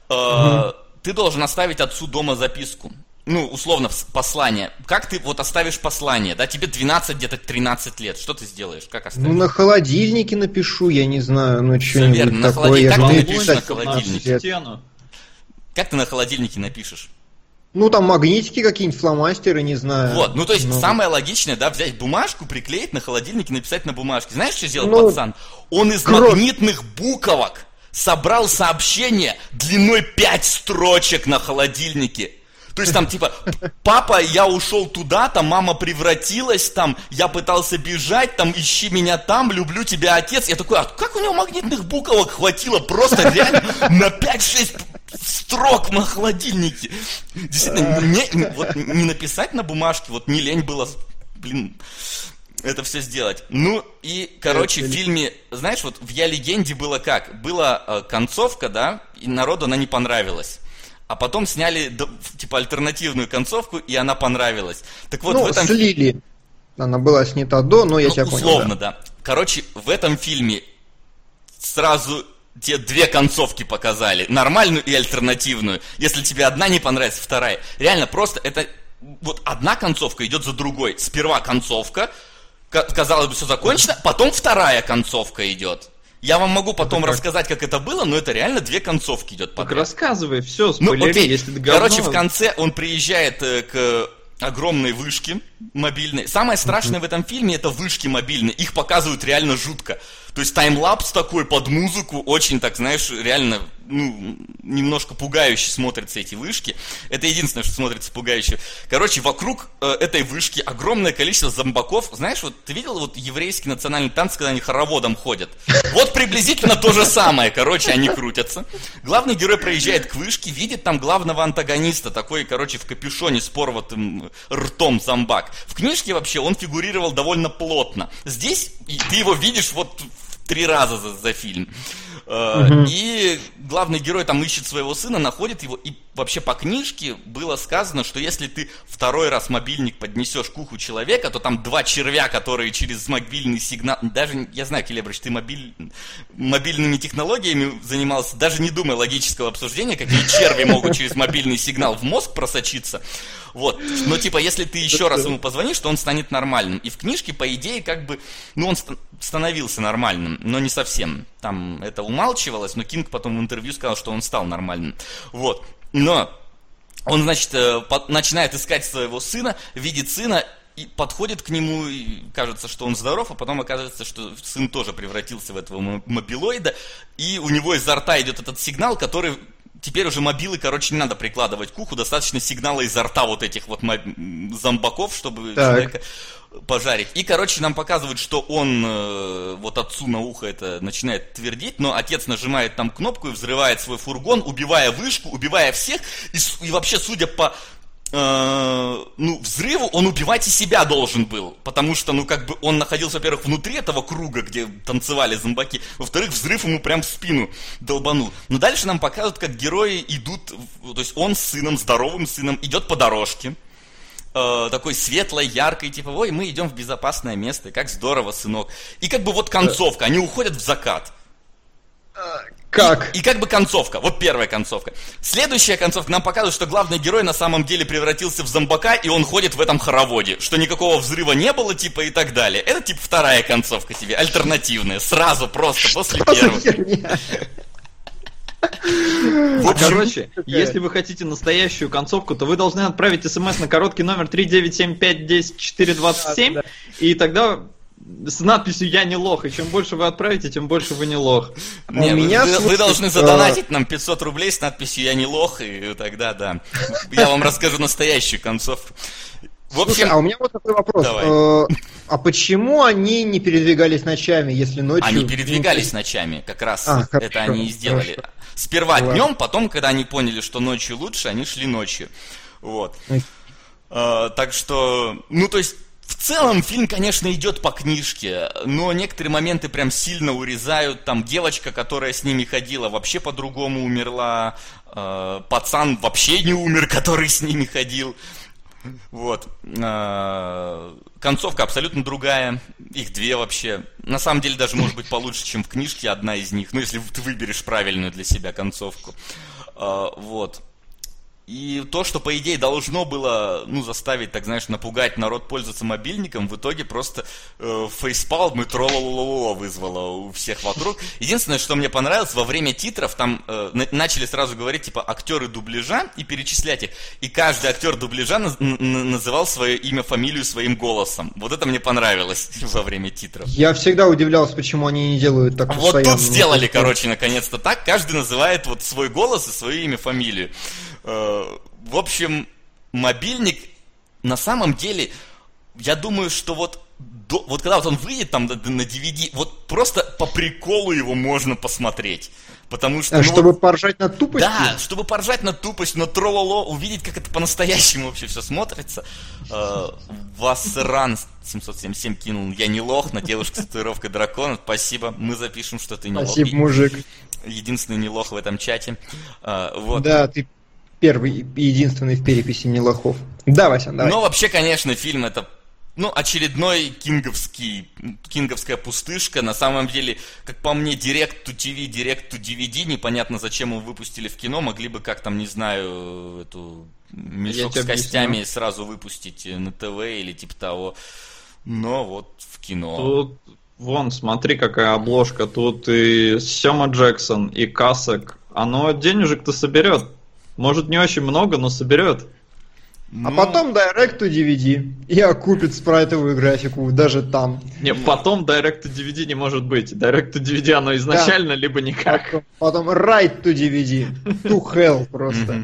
Speaker 2: Ты должен оставить отцу дома записку. Условно, послание. Как ты вот оставишь послание, да? Тебе 12, где-то 13 лет. Что ты сделаешь? Как оставишь?
Speaker 3: На холодильнике напишу, я не знаю, что-нибудь
Speaker 2: верно, на
Speaker 3: такое.
Speaker 2: Как ты напишешь
Speaker 3: написать
Speaker 2: на холодильнике? Как ты на холодильнике напишешь?
Speaker 3: Там магнитики какие-нибудь, фломастеры, не знаю.
Speaker 2: Вот, то есть самое логичное, да, взять бумажку, приклеить на холодильнике, написать на бумажке. Знаешь, что сделал пацан? Он из магнитных буквок собрал сообщение длиной 5 строчек на холодильнике. То есть там типа, папа, я ушел туда, там мама превратилась, там я пытался бежать, там ищи меня там, люблю тебя, отец. Я такой, а как у него магнитных буквок хватило просто реально на 5-6 строк на холодильнике? Действительно, не написать на бумажке, вот не лень было, это все сделать. И, короче, в фильме, знаешь, вот в «Я легенде» было как? Была концовка, да, и народу она не понравилась. А потом сняли, типа, альтернативную концовку, и она понравилась. Так вот, в этом...
Speaker 3: слили. Она была снята до, но я тебя понял.
Speaker 2: Условно, да. Короче, в этом фильме сразу те 2 концовки показали. Нормальную и альтернативную. Если тебе одна не понравится, вторая. Реально, просто это... Вот одна концовка идет за другой. Сперва концовка, казалось бы, все закончено, потом вторая концовка идет. Я вам могу потом рассказать, как это было, но это реально 2 концовки идет подряд.
Speaker 4: Так рассказывай, все, спойлери, если ты говно.
Speaker 2: Короче, в конце он приезжает к огромной вышке мобильной. Самое страшное в этом фильме — это вышки мобильные. Их показывают реально жутко. То есть таймлапс такой под музыку, очень так, знаешь, реально, немножко пугающе смотрятся эти вышки. Это единственное, что смотрится пугающе. Короче, вокруг этой вышки огромное количество зомбаков. Знаешь, вот ты видел вот еврейский национальный танц, когда они хороводом ходят? Вот приблизительно то же самое, короче, они крутятся. Главный герой проезжает к вышке, видит там главного антагониста, такой, короче, в капюшоне с порватым ртом зомбак. В книжке вообще он фигурировал довольно плотно. Здесь ты его видишь вот 3 раза за фильм. И главный герой там ищет своего сына, находит его, и вообще по книжке было сказано, что если ты второй раз мобильник поднесешь к уху человека, то там 2 червя, которые через мобильный сигнал... Даже, я знаю, Келебрыч, ты мобильными технологиями занимался, даже не думая логического обсуждения, какие черви могут через мобильный сигнал в мозг просочиться. Вот. Но типа, если ты еще раз ему позвонишь, то он станет нормальным. И в книжке, по идее, как бы, он становился нормальным, но не совсем. Там это умалчивалось, но Кинг потом в интервью сказал, что он стал нормальным. Вот. Но он, значит, начинает искать своего сына, видит сына, и подходит к нему, и кажется, что он здоров, а потом оказывается, что сын тоже превратился в этого мобилоида, и у него изо рта идет этот сигнал, который... Теперь уже мобилы, короче, не надо прикладывать к уху, достаточно сигнала изо рта вот этих вот зомбаков, чтобы человека пожарить. И, короче, нам показывают, что он вот отцу на ухо это начинает твердить, но отец нажимает там кнопку и взрывает свой фургон, убивая вышку, убивая всех, и вообще, судя по... взрыву он убивать и себя должен был, потому что, он находился, во-первых, внутри этого круга, где танцевали зомбаки, во-вторых, взрыв ему прям в спину долбанул. Но дальше нам показывают, как герои идут, то есть он с сыном, здоровым сыном, идет по дорожке, такой светлой, яркой, типа, ой, мы идем в безопасное место, как здорово, сынок. И как бы вот концовка, они уходят в закат.
Speaker 3: Как?
Speaker 2: И как бы концовка, вот первая концовка. Следующая концовка нам показывает, что главный герой на самом деле превратился в зомбака, и он ходит в этом хороводе, что никакого взрыва не было, типа, и так далее. Это, типа, вторая концовка тебе, альтернативная, сразу просто после первой.
Speaker 4: Короче, если вы хотите настоящую концовку, то вы должны отправить смс на короткий номер 397510427, и тогда... с надписью «Я не лох», и чем больше вы отправите, тем больше вы не лох.
Speaker 2: Не, вы должны задонатить нам 500 рублей с надписью «Я не лох», и тогда, да, я вам расскажу настоящую концовку.
Speaker 3: В общем... Слушай, а у меня вот такой вопрос. А почему они не передвигались ночами, если ночью...
Speaker 2: Они передвигались ночами, как раз это они и сделали. Хорошо. Сперва днем, потом, когда они поняли, что ночью лучше, они шли ночью. Вот. Так что, то есть... В целом фильм, конечно, идет по книжке, но некоторые моменты прям сильно урезают. Там девочка, которая с ними ходила, вообще по-другому умерла. Пацан вообще не умер, который с ними ходил. Вот. Концовка абсолютно другая. Их 2 вообще. На самом деле даже может быть получше, чем в книжке одна из них. Если ты выберешь правильную для себя концовку. Вот. И то, что, по идее, должно было, заставить, так знаешь, напугать народ пользоваться мобильником, в итоге просто фейспалм и троллолололо вызвало у всех вокруг. Единственное, что мне понравилось, во время титров там начали сразу говорить, типа, актеры дубляжа и перечислять их. И каждый актер дубляжа называл свое имя, фамилию своим голосом. Вот это мне понравилось во время титров.
Speaker 3: Я всегда удивлялся, почему они не делают так
Speaker 2: постоянно. Вот тут сделали, короче, наконец-то так. Каждый называет вот свой голос и свое имя, фамилию. В общем, мобильник, на самом деле, я думаю, что вот когда вот он выйдет там на DVD, вот просто по приколу его можно посмотреть. Потому что...
Speaker 3: чтобы поржать над тупостью?
Speaker 2: Да, чтобы поржать над тупостью, над трололо, увидеть, как это по-настоящему вообще все смотрится. Васран 777 кинул «Я не лох» на девушку с татуировкой дракона. Спасибо, мы запишем, что ты не лох.
Speaker 3: Спасибо, мужик.
Speaker 2: Единственный не лох в этом чате. Вот.
Speaker 3: Да, ты... первый и единственный в переписи не лохов. Да, Вася, давай.
Speaker 2: Ну, вообще, конечно, фильм это, очередной кинговская пустышка. На самом деле, как по мне, Direct to TV, Direct to DVD. Непонятно, зачем его выпустили в кино. Могли бы, как там, не знаю, эту мешок с костями сразу выпустить на ТВ или типа того. Но вот в кино.
Speaker 4: Тут, вон, смотри, какая обложка. Тут и Сёма Джексон, и Касек. Оно денежек-то соберет. Может, не очень много, но соберет.
Speaker 3: А потом Direct to DVD и окупит спрайтовую графику даже там.
Speaker 4: Не, потом Direct to DVD не может быть. Direct to DVD оно изначально, либо никак.
Speaker 3: Потом Right to DVD. To hell просто.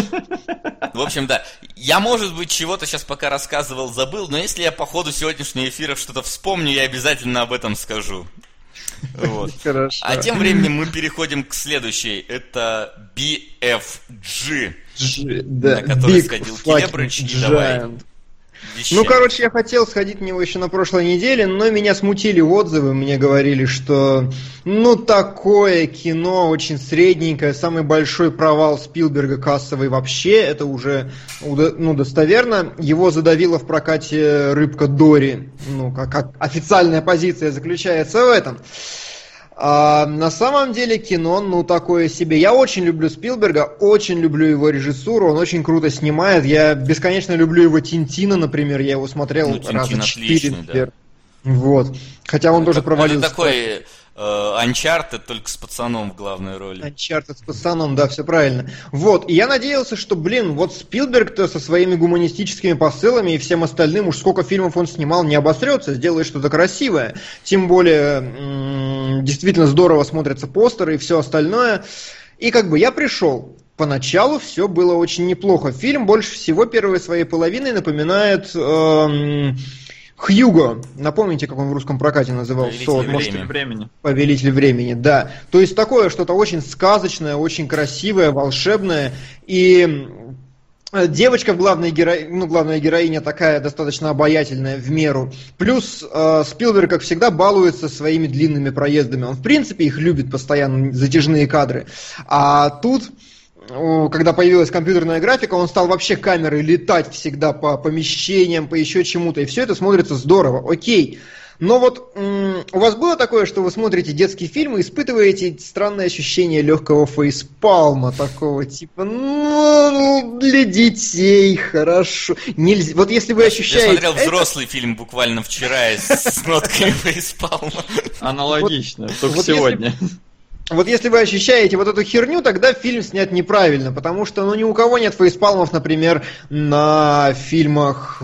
Speaker 2: В общем, да. Я, может быть, чего-то сейчас пока рассказывал, забыл, но если я по ходу сегодняшнего эфира что-то вспомню, я обязательно об этом скажу. Вот.
Speaker 3: Хорошо.
Speaker 2: А тем временем мы переходим к следующей. Это BFG,
Speaker 3: на
Speaker 2: который сходил Келебрыч. И давай. вещами.
Speaker 3: Ну, короче, я хотел сходить в него еще на прошлой неделе, но меня смутили отзывы. Мне говорили, что, ну, такое кино очень средненькое, самый большой провал Спилберга кассовый вообще, это уже, ну, достоверно. Его задавила в прокате рыбка Дори. Ну, как официальная позиция заключается в этом. А на самом деле кино, ну, такое себе. Я очень люблю Спилберга, очень люблю его режиссуру, он очень круто снимает. Я бесконечно люблю его Тинтина, например, я его смотрел раза 4, например. Да. Вот. Хотя он тоже провалился.
Speaker 2: Это такой Uncharted, только с пацаном в главной роли.
Speaker 3: Uncharted с пацаном, да, все правильно. Вот, и я надеялся, что, вот Спилберг-то со своими гуманистическими посылами и всем остальным, уж сколько фильмов он снимал, не обосрется, сделает что-то красивое. Тем более, действительно здорово смотрятся постеры и все остальное. И я пришел. Поначалу все было очень неплохо. Фильм больше всего первой своей половиной напоминает... Хьюго, напомните, как он в русском прокате назывался?
Speaker 4: Повелитель времени.
Speaker 3: Повелитель времени, да. То есть такое что-то очень сказочное, очень красивое, волшебное. И девочка главная героиня такая достаточно обаятельная в меру. Плюс Спилберг, как всегда, балуется своими длинными проездами. Он, в принципе, их любит постоянно, затяжные кадры. А тут... Когда появилась компьютерная графика, он стал вообще камерой летать всегда по помещениям, по еще чему-то, и все это смотрится здорово, окей. Но вот у вас было такое, что вы смотрите детский фильм и испытываете странное ощущение легкого фейспалма, такого типа, ну, для детей, хорошо. Нельзя. Вот если вы ощущаете...
Speaker 2: Я смотрел взрослый фильм буквально вчера с нотками фейспалма.
Speaker 4: Аналогично, только сегодня.
Speaker 3: Вот если вы ощущаете вот эту херню, тогда фильм снят неправильно, потому что, ни у кого нет фейспалмов, например, на фильмах,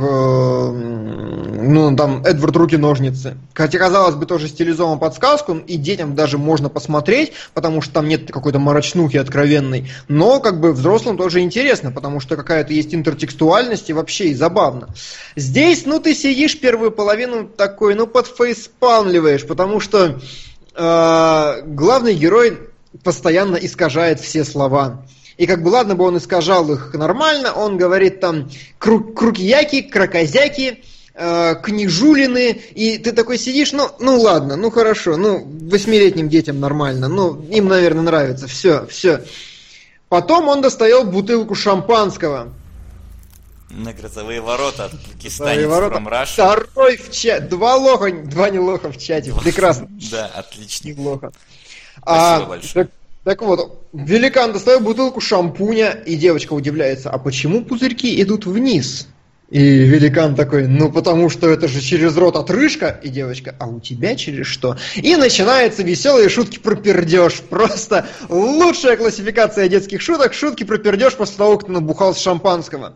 Speaker 3: Эдвард Руки-ножницы. Хотя, казалось бы, тоже стилизован под сказку, и детям даже можно посмотреть, потому что там нет какой-то мрачнухи откровенной, но, взрослым тоже интересно, потому что какая-то есть интертекстуальность и вообще и забавно. Здесь, ты сидишь первую половину такой, подфейспалмливаешь, потому что главный герой постоянно искажает все слова. И ладно бы он искажал их нормально, он говорит там крукияки, кракозяки, книжулины, и ты такой сидишь, ладно, хорошо, 8-летним детям нормально, им, наверное, нравится, все. Потом он достает бутылку шампанского.
Speaker 2: На грозовые ворота от Пакистанец from Russia.
Speaker 3: Второй в чате. Два нелоха в чате. Прекрасно.
Speaker 2: Да, отлично.
Speaker 3: Неплохо.
Speaker 2: Спасибо большое.
Speaker 3: Так вот, великан достает бутылку шампуня, и девочка удивляется, а почему пузырьки идут вниз? И великан такой, потому что это же через рот отрыжка, и девочка, а у тебя через что? И начинаются веселые шутки про пердеж. Просто лучшая классификация детских шуток, шутки про пердеж после того, как ты набухал с шампанского.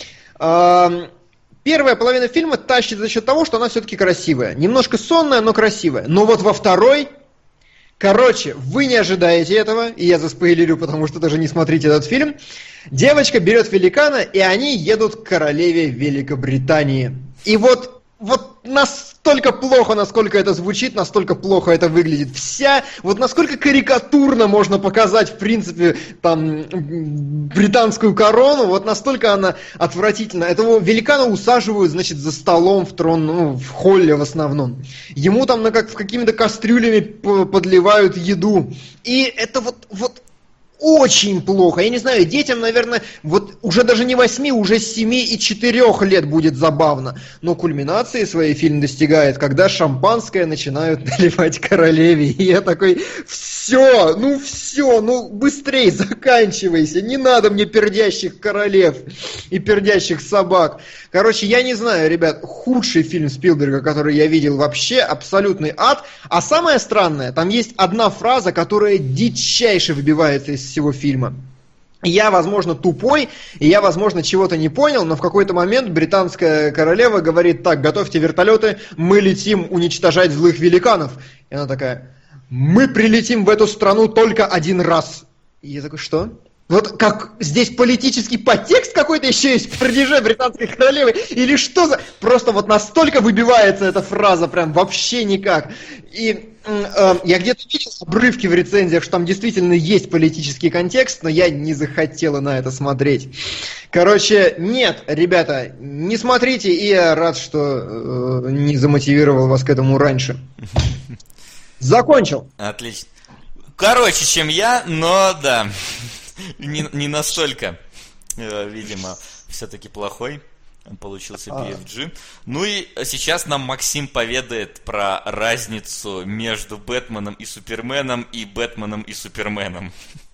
Speaker 3: Первая половина фильма тащит за счет того, что она все-таки красивая. Немножко сонная, но красивая. Но вот во второй... вы не ожидаете этого, и я заспойлерю, потому что даже не смотрите этот фильм. Девочка берет великана, и они едут к королеве Великобритании. И вот настолько плохо, насколько это звучит, настолько плохо это выглядит. Насколько карикатурно можно показать, в принципе, там, британскую корону, настолько она отвратительна. Этого великана усаживают, за столом в в холле в основном. Ему там какими-то кастрюлями подливают еду. И это очень плохо. Я не знаю, детям, наверное, уже даже не 8, уже 7 и 4 лет будет забавно. Но кульминации своей фильм достигает, когда шампанское начинают наливать королеве. И я такой, все, быстрей заканчивайся. Не надо мне пердящих королев и пердящих собак. Я не знаю, ребят, худший фильм Спилберга, который я видел вообще, абсолютный ад. А самое странное, там есть одна фраза, которая дичайше выбивается из всего фильма. Я, возможно, тупой, и я, возможно, чего-то не понял, но в какой-то момент британская королева говорит: так, готовьте вертолеты, мы летим уничтожать злых великанов. И она такая: мы прилетим в эту страну только один раз. И я такой, что? Вот как здесь политический подтекст какой-то еще есть в «Падеже британской королевы» или что за... Просто вот настолько выбивается эта фраза, прям вообще никак. И я где-то видел обрывки в рецензиях, что там действительно есть политический контекст, но я не захотела на это смотреть. Короче, нет, ребята, не смотрите, и я рад, что не замотивировал вас к этому раньше. Закончил.
Speaker 2: Отлично. Короче, чем я, но да, не настолько, видимо, все-таки плохой получился BFG. Ну и сейчас нам Максим поведает про разницу между Бэтменом и Суперменом и Бэтменом и Суперменом.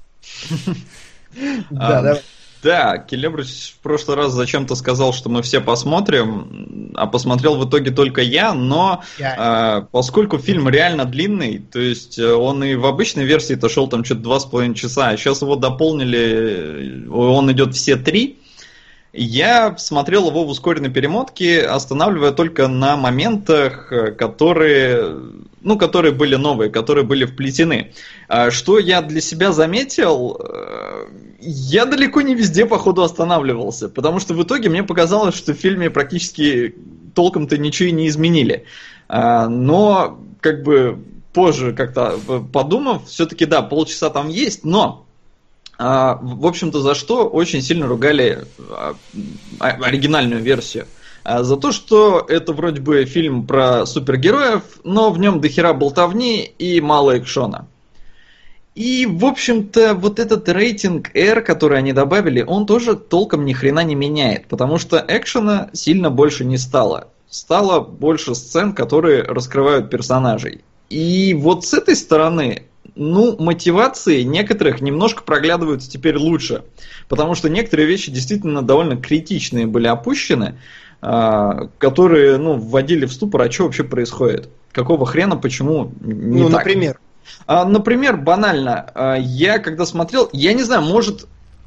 Speaker 4: Да, Келебрус в прошлый раз зачем-то сказал, что мы все посмотрим, а посмотрел в итоге только я, но поскольку фильм реально длинный, то есть он и в обычной версии-то шел там что-то 2,5 часа, а сейчас его дополнили, он идет все 3, я смотрел его в ускоренной перемотке, останавливая только на моментах, которые были новые, которые были вплетены. Что я для себя заметил, я далеко не везде, походу, останавливался, потому что в итоге мне показалось, что в фильме практически толком-то ничего и не изменили. Но, как бы, позже как-то подумав, все-таки, да, полчаса там есть, но... В общем-то, за что очень сильно ругали оригинальную версию. За то, что это вроде бы фильм про супергероев, но в нем дохера болтовни и мало экшона. И, в общем-то, вот этот рейтинг R, который они добавили, он тоже толком ни хрена не меняет, потому что экшена сильно больше не стало. Стало больше сцен, которые раскрывают персонажей. И вот с этой стороны... мотивации некоторых немножко проглядываются теперь лучше, потому что некоторые вещи действительно довольно критичные были опущены, которые, вводили в ступор, а что вообще происходит? Какого хрена, почему не так?
Speaker 3: Например?
Speaker 4: Например, банально, я когда смотрел, я не знаю, может...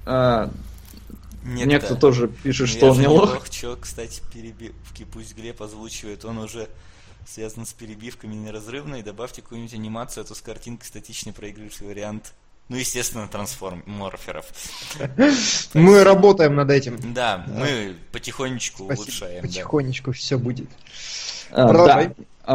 Speaker 4: Некто тоже пишет, что он не лох.
Speaker 2: Кстати, перебивки пусть Глеб озвучивает, он уже... связан с перебивками неразрывно, и добавьте какую-нибудь анимацию, а то с картинкой статичный проигрывающий вариант. Ну, естественно, трансформеров.
Speaker 3: Мы работаем над этим.
Speaker 2: Да, мы потихонечку улучшаем.
Speaker 3: Потихонечку все будет.
Speaker 4: Продолжай.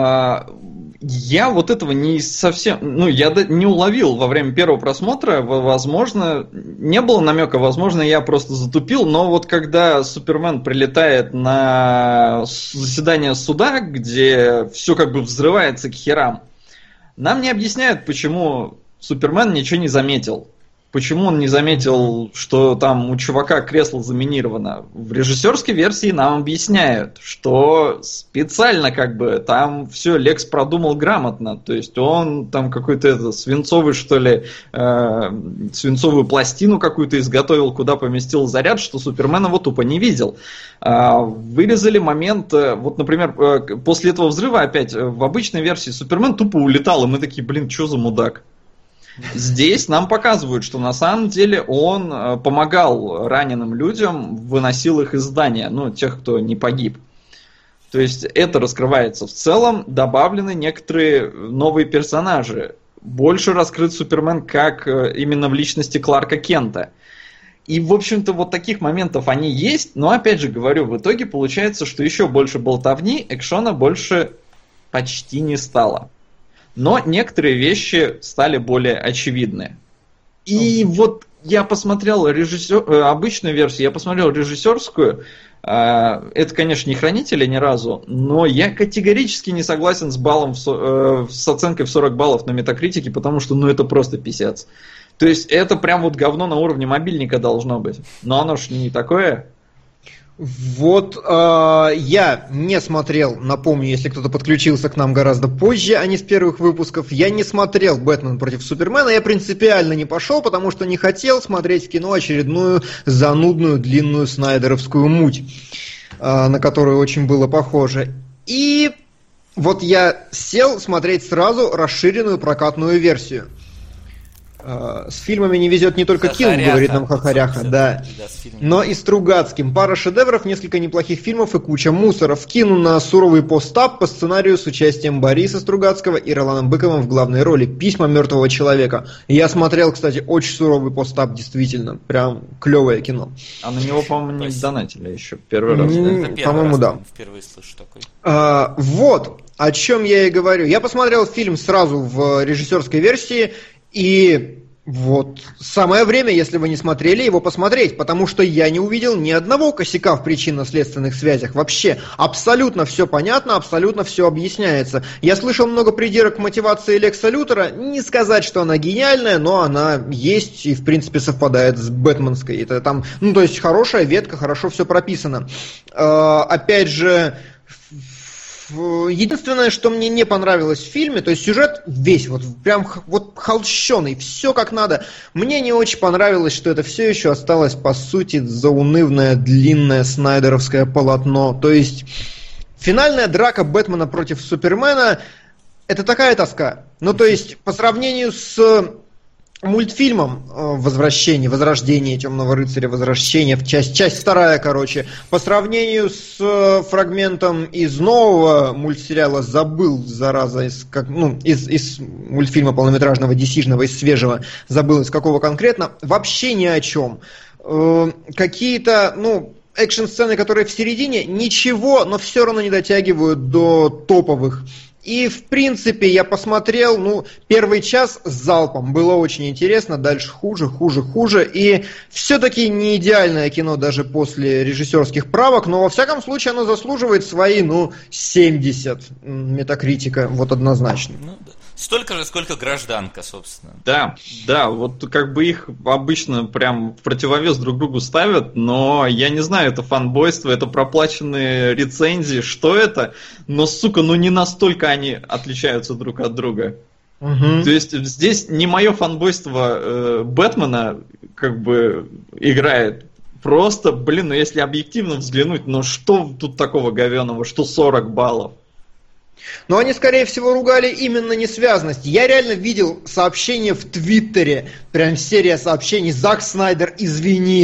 Speaker 4: Я вот этого не совсем... я не уловил во время первого просмотра. Возможно, не было намека, возможно, я просто затупил. Но вот когда Супермен прилетает на заседание суда, где все как бы взрывается к херам, нам не объясняют, почему Супермен ничего не заметил. Почему он не заметил, что там у чувака кресло заминировано? В режиссерской версии нам объясняют, что специально как бы там все Лекс продумал грамотно. То есть он там какой-то свинцовый, что ли, свинцовую пластину какую-то изготовил, куда поместил заряд, что Супермен его тупо не видел. Вырезали момент, вот, например, после этого взрыва опять в обычной версии Супермен тупо улетал, и мы такие, что за мудак? Здесь нам показывают, что на самом деле он помогал раненым людям, выносил их из здания, тех, кто не погиб. То есть это раскрывается. В целом добавлены некоторые новые персонажи. Больше раскрыт Супермен как именно в личности Кларка Кента. И, в общем-то, вот таких моментов они есть, но, опять же говорю, в итоге получается, что еще больше болтовни, экшона больше почти не стало. Но некоторые вещи стали более очевидны. И вот я посмотрел обычную версию, я посмотрел режиссерскую. Это, конечно, не «Хранители» ни разу, но я категорически не согласен с оценкой в 40 баллов на Метакритике, потому что это просто писец. То есть это прям вот говно на уровне мобильника должно быть. Но оно ж не такое.
Speaker 3: Вот я не смотрел, напомню, если кто-то подключился к нам гораздо позже, а не с первых выпусков, я не смотрел «Бэтмен против Супермена», я принципиально не пошел, потому что не хотел смотреть в кино очередную занудную длинную снайдеровскую муть, на которую очень было похоже. И вот я сел смотреть сразу расширенную прокатную версию. С фильмами не везет не только Кингу, говорит нам Хахаряха, да, но и Стругацким. Пара шедевров, несколько неплохих фильмов и куча мусора. Вкину на суровый постап по сценарию с участием Бориса Стругацкого и Роланом Быковым в главной роли. «Письма мертвого человека». Я смотрел, кстати, очень суровый постап, действительно. Прям клевое кино.
Speaker 4: А на него, по-моему, не донатили еще первый раз.
Speaker 3: По-моему, да.
Speaker 2: Впервые слышу такой.
Speaker 3: Вот о чем я и говорю. Я посмотрел фильм сразу в режиссерской версии. И вот самое время, если вы не смотрели, его посмотреть, потому что я не увидел ни одного косяка в причинно-следственных связях. Вообще, абсолютно все понятно, абсолютно все объясняется. Я слышал много придирок к мотивации Лекса Лютера. Не сказать, что она гениальная, но она есть и, в принципе, совпадает с бэтменской. Это там, ну, то есть, хорошая ветка, хорошо все прописано. Опять же... Единственное, что мне не понравилось в фильме, то есть сюжет весь, вот прям вот холщеный, все как надо. Мне не очень понравилось, что это все еще осталось, по сути, заунывное, длинное снайдеровское полотно. То есть финальная драка Бэтмена против Супермена — это такая тоска. Ну, то есть по сравнению с мультфильмом «Возрождение Темного рыцаря», «Возвращение», часть вторая, короче, по сравнению с фрагментом из нового мультсериала, забыл, зараза, из мультфильма полнометражного DC-шного, из свежего, забыл из какого конкретно, вообще ни о чем. Какие-то, экшн-сцены, которые в середине, ничего, но все равно не дотягивают до топовых. И, в принципе, я посмотрел, первый час с залпом, было очень интересно, дальше хуже, и все-таки не идеальное кино даже после режиссерских правок, но, во всяком случае, оно заслуживает свои, 70 метакритика, вот однозначно.
Speaker 2: Столько же, сколько «Гражданка», собственно.
Speaker 4: Да, вот как бы их обычно прям в противовес друг другу ставят, но я не знаю, это фанбойство, это проплаченные рецензии, что это, но, сука, не настолько они отличаются друг от друга. Угу. То есть здесь не мое фанбойство Бэтмена как бы играет. Просто, если объективно взглянуть, что тут такого говёного, что 40 баллов?
Speaker 3: Но они, скорее всего, ругали именно несвязность. Я реально видел сообщение в Твиттере, прям серия сообщений: «Зак Снайдер, извини».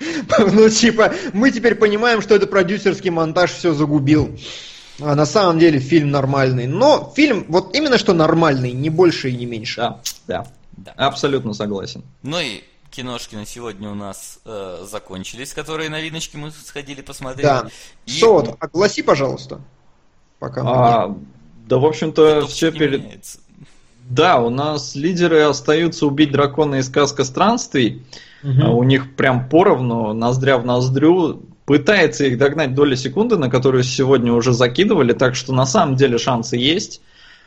Speaker 3: Мы теперь понимаем, что это продюсерский монтаж все загубил. А на самом деле фильм нормальный. Но фильм вот именно что нормальный, не больше и не меньше.
Speaker 4: Да. Абсолютно согласен.
Speaker 2: И киношки на сегодня у нас закончились, которые новиночки мы сходили посмотреть.
Speaker 3: Да. Что, огласи, пожалуйста. Пока.
Speaker 4: Да, в общем-то, все меняется. Да, у нас лидеры остаются «Убить дракона» и «Сказка странствий». У них прям поровну, ноздря в ноздрю. Пытается их догнать доля секунды, на которую сегодня уже закидывали, так что на самом деле шансы есть.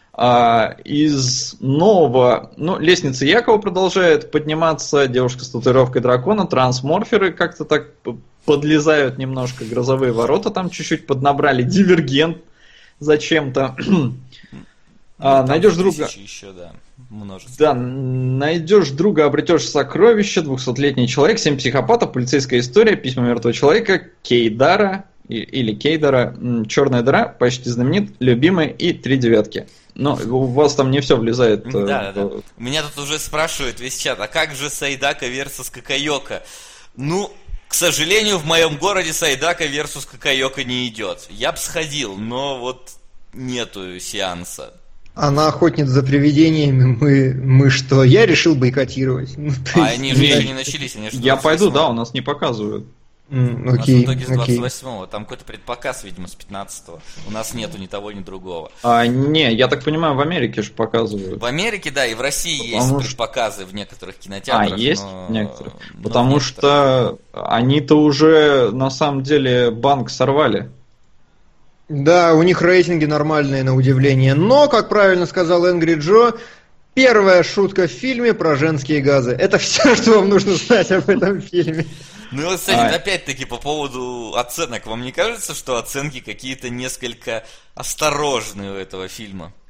Speaker 4: Из нового, «Лестница Якова» продолжает подниматься, «Девушка с татуировкой дракона», «Трансморферы» как-то так подлезают немножко, «Грозовые ворота» там чуть-чуть поднабрали, «Дивергент» зачем-то. Найдешь друга.
Speaker 2: Еще, да, множество.
Speaker 4: Да, найдешь друга, обретешь сокровище, 200-летний человек, 7 психопатов, полицейская история, письма мертвого человека, Кейдара или Кейдара, черная дыра, почти знаменит, любимый и 3 девятки. Но у вас там не все влезает.
Speaker 2: Да. Меня тут уже спрашивают весь чат: а как же Сайдака versus Какайока? К сожалению, в моем городе Сайдака versus Какайока не идет. Я бы сходил, но вот нету сеанса.
Speaker 3: Она охотница за привидениями, мы что? Я решил бойкотировать.
Speaker 2: Они же еще не начались, они же.
Speaker 4: Я пойду, да, у нас не показывают.
Speaker 3: Окей,
Speaker 2: у нас в итоге с 28-го, там какой-то предпоказ, видимо, с 15-го. У нас нету ни того, ни другого.
Speaker 4: Не, я так понимаю, в Америке же показывают.
Speaker 2: В Америке, да, и в России есть предпоказы в некоторых кинотеатрах.
Speaker 4: Есть в некоторых? Потому что они-то уже, на самом деле, банк сорвали.
Speaker 3: Да, у них рейтинги нормальные, на удивление. Но, как правильно сказал Энгри Джо, первая шутка в фильме про женские газы. Это все, что вам нужно знать об этом фильме.
Speaker 2: Кстати, опять-таки, по поводу оценок. Вам не кажется, что оценки какие-то несколько осторожные у этого фильма?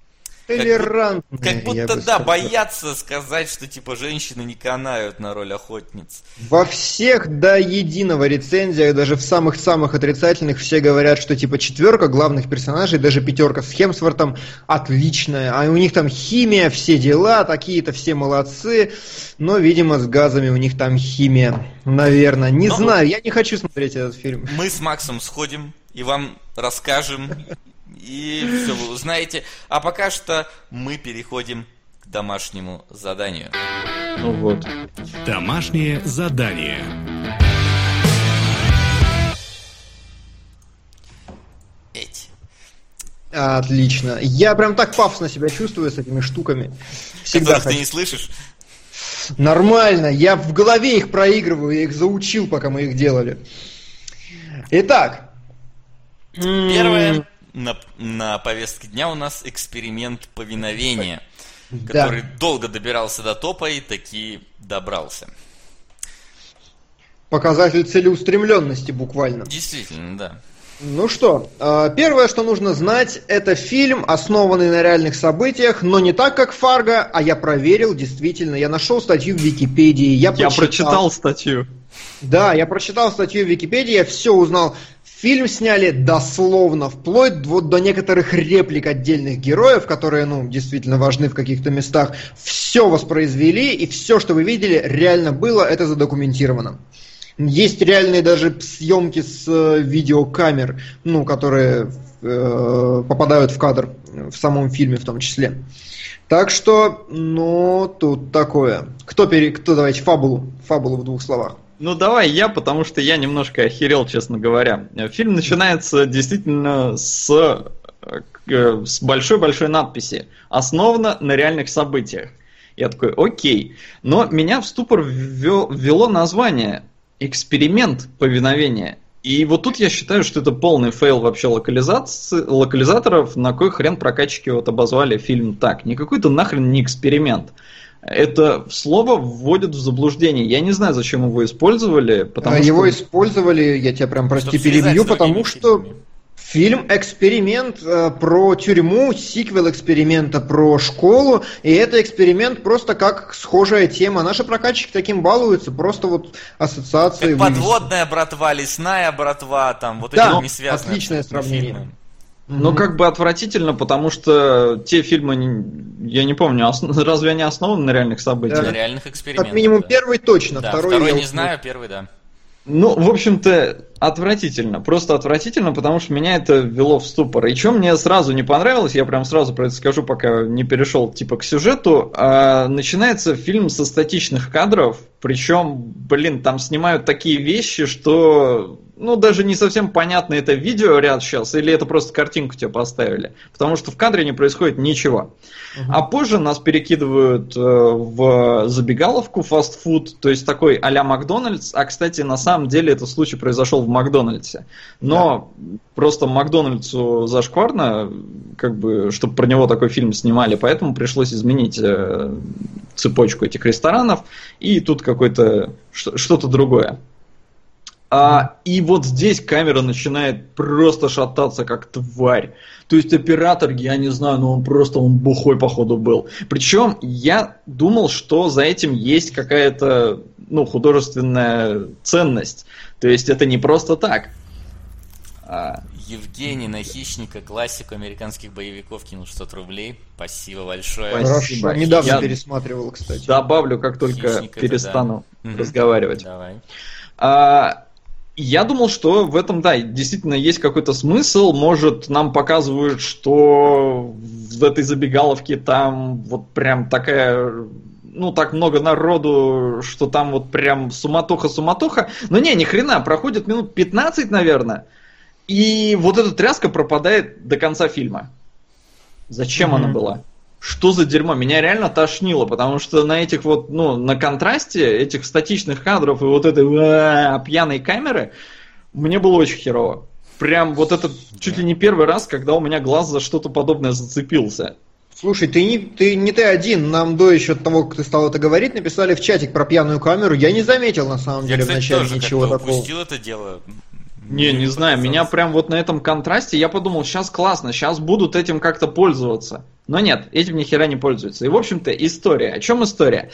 Speaker 3: толерантные.
Speaker 2: Как будто, да, боятся сказать, что типа женщины не канают на роль охотниц.
Speaker 3: Во всех до единого рецензиях, даже в самых-самых отрицательных, все говорят, что типа 4 главных персонажей, даже 5 с Хемсвортом отличная. А у них там химия, все дела, такие-то все молодцы. Но, видимо, с газами у них там химия. Наверное. Не знаю, я не хочу смотреть этот фильм.
Speaker 2: Мы с Максом сходим и вам расскажем. И все вы узнаете. А пока что мы переходим к домашнему заданию.
Speaker 4: Ну вот.
Speaker 1: Домашнее задание.
Speaker 3: Отлично. Я прям так пафосно себя чувствую с этими штуками.
Speaker 2: Всегда которых ты не слышишь?
Speaker 3: Нормально. Я в голове их проигрываю, я их заучил, пока мы их делали. Итак.
Speaker 2: Первое на повестке дня у нас эксперимент повиновения, который долго добирался до топа и таки добрался.
Speaker 3: Показатель целеустремленности буквально.
Speaker 2: Действительно, да.
Speaker 3: Ну что, первое, что нужно знать, это фильм, основанный на реальных событиях, но не так, как «Фарго», а я проверил, действительно, я нашел статью в Википедии. Я
Speaker 4: прочитал статью.
Speaker 3: Да, я прочитал статью в Википедии, я все узнал. Фильм сняли дословно, вплоть вот до некоторых реплик отдельных героев, которые, действительно важны в каких-то местах. Все воспроизвели, и все, что вы видели, реально было, это задокументировано. Есть реальные даже съемки с видеокамер, которые попадают в кадр в самом фильме в том числе. Так что, тут такое. Кто давайте, фабулу в 2 словах.
Speaker 4: Давай я, потому что я немножко охерел, честно говоря. Фильм начинается действительно с большой-большой надписи «Основано на реальных событиях». Я такой, окей. Но меня в ступор ввело название «Эксперимент повиновения». И вот тут я считаю, что это полный фейл вообще локализаторов, на кой хрен прокатчики обозвали фильм так. Никакой-то нахрен не эксперимент. Это слово вводит в заблуждение. Я не знаю, зачем его использовали.
Speaker 3: Его использовали, я тебя прям, прости, перебью, потому что фильм «Эксперимент» про тюрьму, сиквел эксперимента про школу, и это эксперимент просто как схожая тема. Наши прокатчики таким балуются, просто вот ассоциации.
Speaker 2: Как подводная братва, лесная братва, там вот эти не связаны.
Speaker 3: Отличное сравнение.
Speaker 4: Но отвратительно, потому что те фильмы, я не помню, разве они основаны на реальных событиях?
Speaker 2: На реальных экспериментах.
Speaker 3: Как минимум первый точно,
Speaker 2: второй не знаю, первый да.
Speaker 4: В общем-то, отвратительно. Просто отвратительно, потому что меня это ввело в ступор. И что мне сразу не понравилось, я прям сразу про это скажу, пока не перешел к сюжету. Начинается фильм со статичных кадров, причем, там снимают такие вещи, что... даже не совсем понятно, это видеоряд сейчас, или это просто картинку тебе поставили. Потому что в кадре не происходит ничего. А позже нас перекидывают в забегаловку, фастфуд, то есть такой а-ля Макдональдс. А, кстати, на самом деле этот случай произошел в Макдональдсе. Но просто Макдональдсу зашкварно, чтобы про него такой фильм снимали, поэтому пришлось изменить цепочку этих ресторанов, и тут какое-то что-то другое. И вот здесь камера начинает просто шататься, как тварь. То есть оператор, я не знаю, он бухой, походу, был. Причем я думал, что за этим есть какая-то, художественная ценность. То есть это не просто так.
Speaker 2: Евгений на «Хищника», классику американских боевиков, кинул 600 рублей. Спасибо большое.
Speaker 3: Хорошо, недавно пересматривал, кстати.
Speaker 4: Добавлю, как только перестану разговаривать.
Speaker 2: Давай.
Speaker 4: Я думал, что в этом, действительно есть какой-то смысл. Может, нам показывают, что в этой забегаловке там вот прям такая... так много народу, что там вот прям суматоха. Но ни хрена, проходит минут 15, наверное, и вот эта тряска пропадает до конца фильма. Зачем она была? Что за дерьмо? Меня реально тошнило, потому что на этих на контрасте этих статичных кадров и вот этой пьяной камеры мне было очень херово. Прям вот это чуть ли не первый раз, когда у меня глаз за что-то подобное зацепился.
Speaker 3: Слушай, ты не ты один. Нам до еще того, как ты стал это говорить, написали в чатик про пьяную камеру. Я не заметил, на самом деле, вначале ничего такого.
Speaker 2: Я, кстати, тоже упустил это дело.
Speaker 4: Не знаю, меня прям вот на этом контрасте, я подумал, сейчас классно, сейчас будут этим как-то пользоваться. Но нет, этим ни хера не пользуются. И, в общем-то, история. О чем история?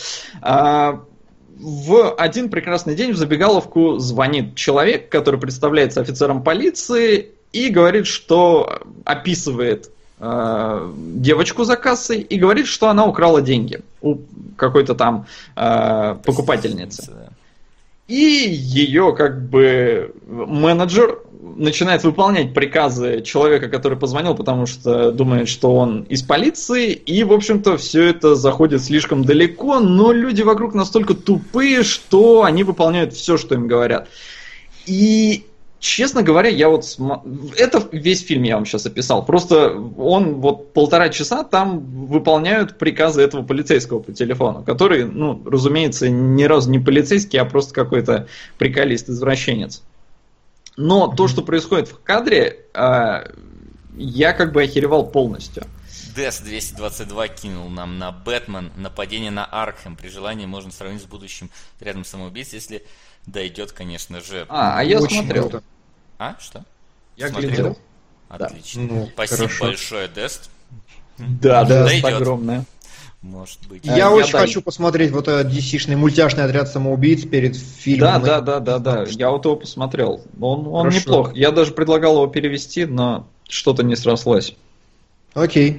Speaker 4: В один прекрасный день в забегаловку звонит человек, который представляется офицером полиции и говорит, что описывает девочку за кассой и говорит, что она украла деньги у какой-то там покупательницы. И ее как бы менеджер начинает выполнять приказы человека, который позвонил, потому что думает, что он из полиции, и, в общем-то, все это заходит слишком далеко, но люди вокруг настолько тупые, что они выполняют все, что им говорят. И, честно говоря, я вот... Это весь фильм я вам сейчас описал. Просто он вот 1,5 часа там выполняют приказы этого полицейского по телефону, который, ну, разумеется, ни разу не полицейский, а просто какой-то приколист-извращенец. Но то, что происходит в кадре, я как бы охеревал полностью.
Speaker 2: Дэс222 кинул нам на Бэтмен нападение на Аркхэм. При желании можно сравнить с будущим рядом самоубийц, если дойдет, конечно же.
Speaker 4: А я смотрел.
Speaker 3: Круто.
Speaker 2: А, что?
Speaker 4: Я
Speaker 2: Смотрел?
Speaker 4: глядел.
Speaker 2: Отлично.
Speaker 3: Ну,
Speaker 2: спасибо
Speaker 3: хорошо.
Speaker 2: большое, Дэст.
Speaker 4: Да,
Speaker 2: Дойдет.
Speaker 4: огромное.
Speaker 2: Может быть.
Speaker 3: Я очень хочу посмотреть вот этот DC-шный мультяшный отряд самоубийц перед фильмом.
Speaker 4: Да. Я вот его посмотрел. Он
Speaker 3: Хорошо.
Speaker 4: неплох. Я даже предлагал его перевести, но что-то не срослось.
Speaker 3: Окей.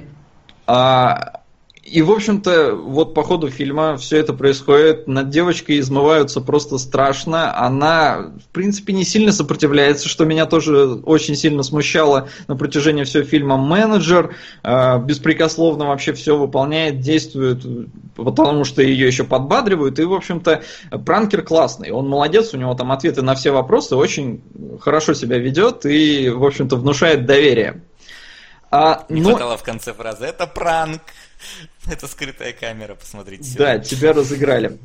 Speaker 4: И, в общем-то, вот по ходу фильма все это происходит. Над девочкой измываются просто страшно. Она, в принципе, не сильно сопротивляется, что меня тоже очень сильно смущало на протяжении всего фильма. Менеджер беспрекословно вообще все выполняет, действует, потому что ее еще подбадривают. И, в общем-то, пранкер классный. Он молодец, у него там ответы на все вопросы, очень хорошо себя ведет и, в общем-то, внушает доверие.
Speaker 2: Не хватало в конце фразы «это пранк». Это скрытая камера, посмотрите.
Speaker 4: Да, тебя разыграли.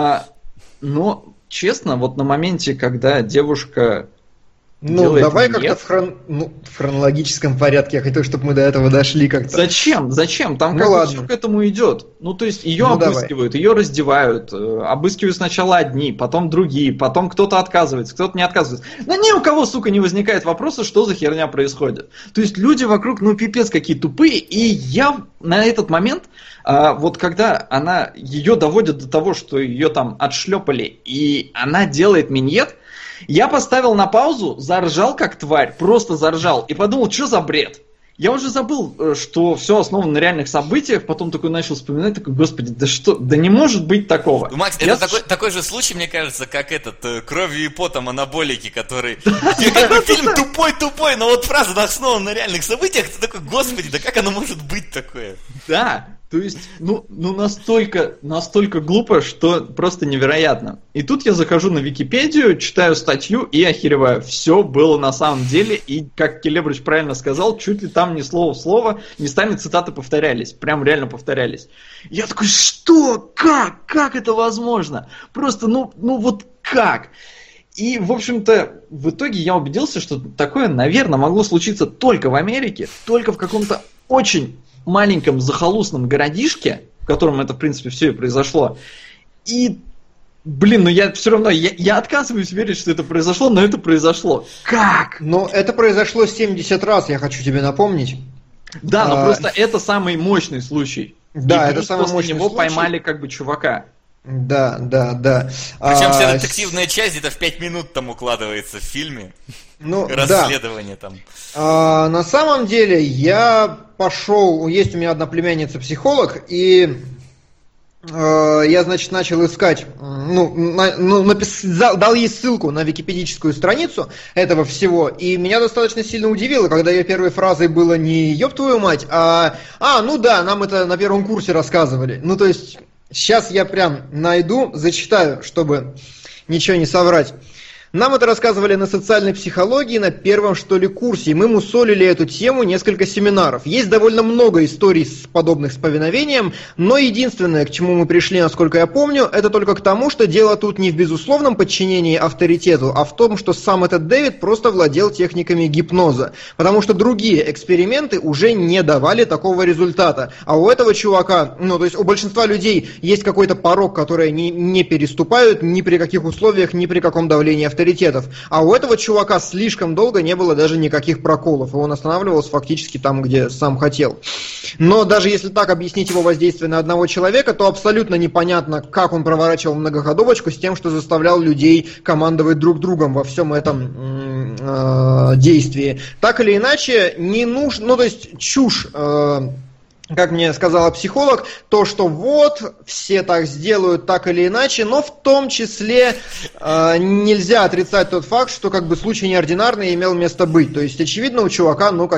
Speaker 4: Но, честно, вот на моменте, когда девушка...
Speaker 3: Ну, давай как-то в хронологическом порядке. Я хотел, чтобы мы до этого дошли как-то.
Speaker 4: Зачем? Там как-то все к этому идет. Ну, то есть, ее обыскивают, ее раздевают. Обыскивают сначала одни, потом другие, потом кто-то отказывается, кто-то не отказывается. Но ни у кого, сука, не возникает вопроса, что за херня происходит. То есть, люди вокруг, ну, пипец какие тупые. И я на этот момент, вот когда ее доводят до того, что ее там отшлепали, и она делает миньет, я поставил на паузу, заржал как тварь, просто заржал, и подумал, что за бред? Я уже забыл, что все основано на реальных событиях, потом такой начал вспоминать, такой, господи, да не может быть такого.
Speaker 2: Макс, это такой же случай, мне кажется, как этот «Кровью и потом» анаболики, который... Фильм тупой, но вот фраза основана на реальных событиях, ты такой, господи, да как оно может быть такое?
Speaker 4: Да, то есть, ну настолько глупо, что просто невероятно. И тут я захожу на Википедию, читаю статью и охереваю. Все было на самом деле, и, как Келебрыч правильно сказал, чуть ли там ни слова в слово, местами цитаты повторялись, прям реально повторялись. Я такой, что? Как это возможно? Просто, ну вот как? И, в общем-то, в итоге я убедился, что такое, наверное, могло случиться только в Америке, только в каком-то очень маленьком захолустном городишке, в котором это, в принципе, все и произошло. И, блин, я все равно, я отказываюсь верить, что это произошло, но это произошло. Как?
Speaker 3: Но это произошло 70 раз, я хочу тебе напомнить.
Speaker 4: Да, но просто это самый мощный случай.
Speaker 3: Да,
Speaker 4: и
Speaker 3: это самый мощный
Speaker 4: него
Speaker 3: случай.
Speaker 4: Поймали как бы чувака.
Speaker 3: Да.
Speaker 2: Причем вся детективная часть где-то в 5 минут там укладывается в фильме.
Speaker 3: Ну,
Speaker 2: расследование там.
Speaker 3: На самом деле я пошел, есть у меня одна племянница-психолог, и я, значит, начал искать, дал ей ссылку на википедическую страницу этого всего, и меня достаточно сильно удивило, когда ее первой фразой было не «ёб твою мать», ну да, нам это на первом курсе рассказывали. Ну, то есть, сейчас я прям найду, зачитаю, чтобы ничего не соврать. Нам это рассказывали на социальной психологии на первом, что ли, курсе, и мы мусолили эту тему несколько семинаров. Есть довольно много историй подобных с повиновением, но единственное, к чему мы пришли, насколько я помню, это только к тому, что дело тут не в безусловном подчинении авторитету, а в том, что сам этот Дэвид просто владел техниками гипноза, потому что другие эксперименты уже не давали такого результата. А у этого чувака, то есть у большинства людей есть какой-то порог, который не переступают ни при каких условиях, ни при каком давлении авторитета. приоритетов. А у этого чувака слишком долго не было даже никаких проколов, и он останавливался фактически там, где сам хотел. Но даже если так объяснить его воздействие на одного человека, то абсолютно непонятно, как он проворачивал многоходовочку с тем, что заставлял людей командовать друг другом во всем этом действии. Так или иначе, не нужно, ну то есть чушь, как мне сказала психолог, то, что вот, все так сделают так или иначе, но в том числе нельзя отрицать тот факт, что как бы случай неординарный имел место быть. То есть, очевидно, у чувака, ну,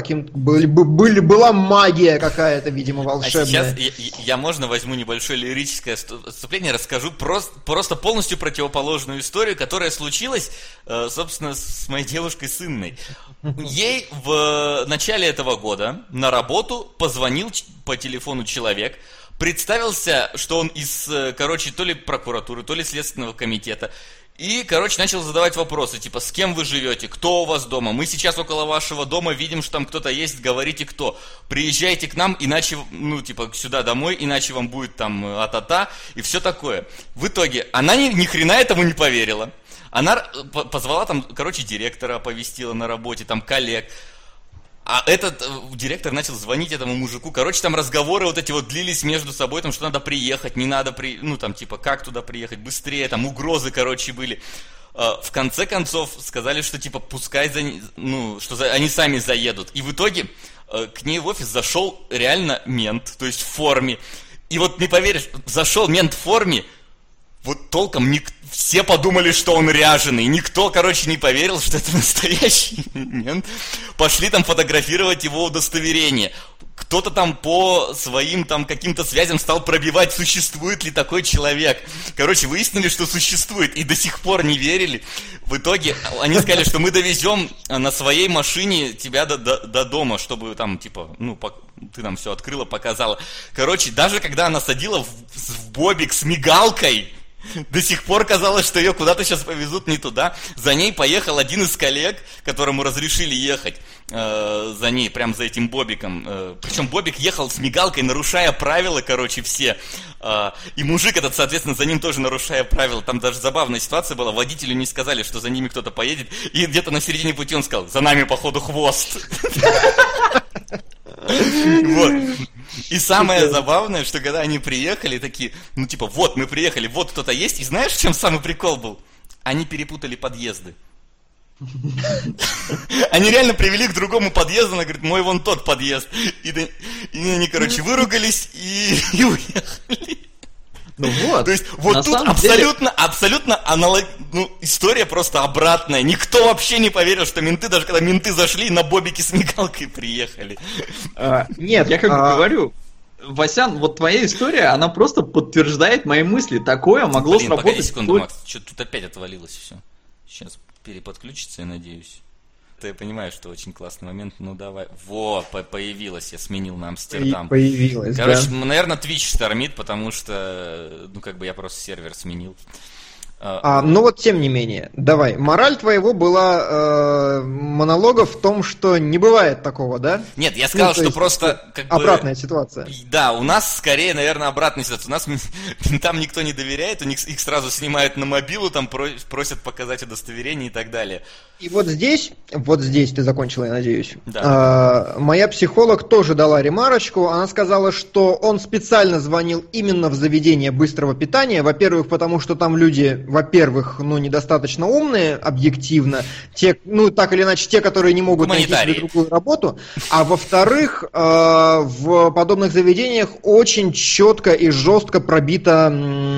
Speaker 3: была магия какая-то, видимо, волшебная.
Speaker 2: А сейчас я можно возьму небольшое лирическое отступление, расскажу просто полностью противоположную историю, которая случилась, собственно, с моей девушкой, с Инной. Ей в начале этого года на работу позвонил по телефону человек, представился, что он из, короче, то ли прокуратуры, то ли Следственного комитета, и, короче, начал задавать вопросы, типа, с кем вы живете, кто у вас дома, мы сейчас около вашего дома видим, что там кто-то есть, говорите кто, приезжайте к нам, иначе, ну, типа, сюда домой, иначе вам будет там а-та-та, и все такое. В итоге она ни хрена этому не поверила. Она позвала там, короче, директора, оповестила на работе, там, коллег. А этот директор начал звонить этому мужику. Короче, там разговоры вот эти вот длились между собой, там, что надо приехать, не надо, ну, там, типа, как туда приехать, быстрее, там, угрозы, короче, были. В конце концов, сказали, что, типа, пускай, они сами заедут. И в итоге к ней в офис зашел реально мент, то есть в форме. И вот, не поверишь, зашел мент в форме, вот толком все подумали, что он ряженый. Никто, короче, не поверил, что это настоящий мент. Пошли там фотографировать его удостоверение. Кто-то там по своим там каким-то связям стал пробивать, существует ли такой человек. Короче, выяснили, что существует, и до сих пор не верили. В итоге они сказали, что мы довезем на своей машине тебя до дома, чтобы там, типа, ну, ты там все открыла, показала. Короче, даже когда она садила в бобик с мигалкой, до сих пор казалось, что ее куда-то сейчас повезут не туда. За ней поехал один из коллег, которому разрешили ехать за ней, прям за этим бобиком. Причем бобик ехал с мигалкой, нарушая правила, короче, все. И мужик этот, соответственно, за ним тоже нарушая правила. Там даже забавная ситуация была. Водителю не сказали, что за ними кто-то поедет. И где-то на середине пути он сказал: за нами, походу, хвост. Вот. И самое забавное, что когда они приехали, такие, ну типа, вот мы приехали, вот кто-то есть. И знаешь, в чем самый прикол был? Они перепутали подъезды. Они реально привели к другому подъезду, она говорит, мой вон тот подъезд. И они, короче, выругались и уехали.
Speaker 4: Ну вот.
Speaker 2: То есть вот тут абсолютно история просто обратная. Никто вообще не поверил, что менты, даже когда менты зашли, на бобике с мигалкой приехали.
Speaker 4: Нет, я как бы говорю, Васян, вот твоя история, она просто подтверждает мои мысли. Такое могло сработать.
Speaker 2: Погоди секунду, Макс, что тут опять отвалилось все. Сейчас переподключится, я надеюсь. Я понимаю, что очень классный момент, ну давай. Во, появилась, я сменил на Амстердам.
Speaker 3: Появилась,
Speaker 2: короче,
Speaker 3: да.
Speaker 2: Наверное, Twitch штормит, потому что, ну как бы я просто сервер сменил.
Speaker 3: Ну вот, тем не менее, давай. Мораль твоего была монолога в том, что не бывает такого, да?
Speaker 2: Нет, я сказал, что просто как
Speaker 3: обратная ситуация.
Speaker 2: Да, у нас скорее, наверное, обратная ситуация. У нас там никто не доверяет, у них их сразу снимают на мобилу, там просят показать удостоверение и так далее.
Speaker 3: И вот здесь ты закончила, я надеюсь.
Speaker 2: Да.
Speaker 3: Моя психолог тоже дала ремарочку. Она сказала, что он специально звонил именно в заведение быстрого питания. Во-первых, потому что там люди, во-первых, недостаточно умные, объективно. Те, так или иначе, те, которые не могут найти себе другую работу. А во-вторых, в подобных заведениях очень четко и жестко пробита...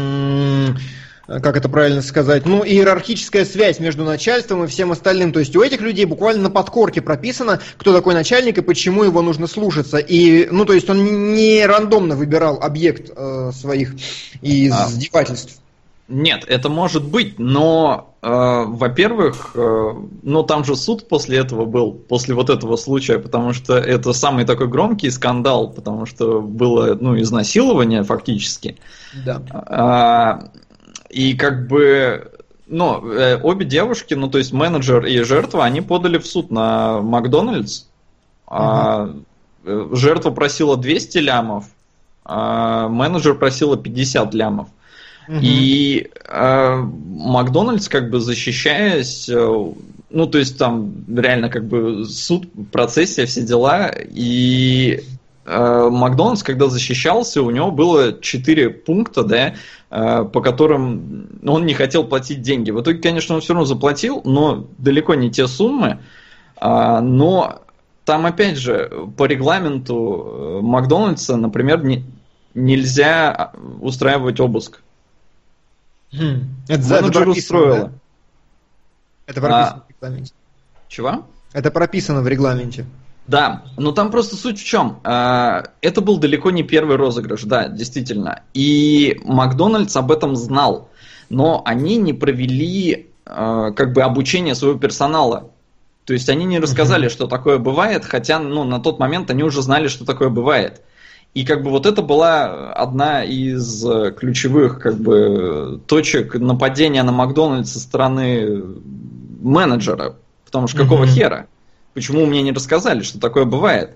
Speaker 3: как это правильно сказать, иерархическая связь между начальством и всем остальным. То есть у этих людей буквально на подкорке прописано, кто такой начальник и почему его нужно слушаться. И, то есть он не рандомно выбирал объект своих издевательств.
Speaker 4: Нет, это может быть, но, во-первых, там же суд после этого был, после вот этого случая, потому что это самый такой громкий скандал, потому что было, изнасилование фактически.
Speaker 3: Да.
Speaker 4: И как бы, обе девушки, то есть менеджер и жертва, они подали в суд на Макдональдс. Жертва просила 200 лямов, а менеджер просила 50 лямов. И Макдональдс, как бы защищаясь, ну, то есть там реально как бы суд, процессия, все дела, и Макдональдс, когда защищался, у него было 4 пункта, да, по которым он не хотел платить деньги. В итоге, конечно, он все равно заплатил, но далеко не те суммы, но там, опять же, по регламенту Макдональдса, например, нельзя устраивать обыск.
Speaker 3: Это
Speaker 4: Менеджер устроила.
Speaker 3: Да? Это прописано в регламенте.
Speaker 4: Чего?
Speaker 3: Это прописано в регламенте.
Speaker 4: Да, но там просто суть в чем. Это был далеко не первый розыгрыш, да, действительно. И Макдональдс об этом знал. Но они не провели как бы обучение своего персонала. То есть они не рассказали, что такое бывает, хотя на тот момент они уже знали, что такое бывает. И как бы вот это была одна из ключевых как бы точек нападения на Макдональдс со стороны менеджера. Потому что какого хера? Почему мне не рассказали, что такое бывает?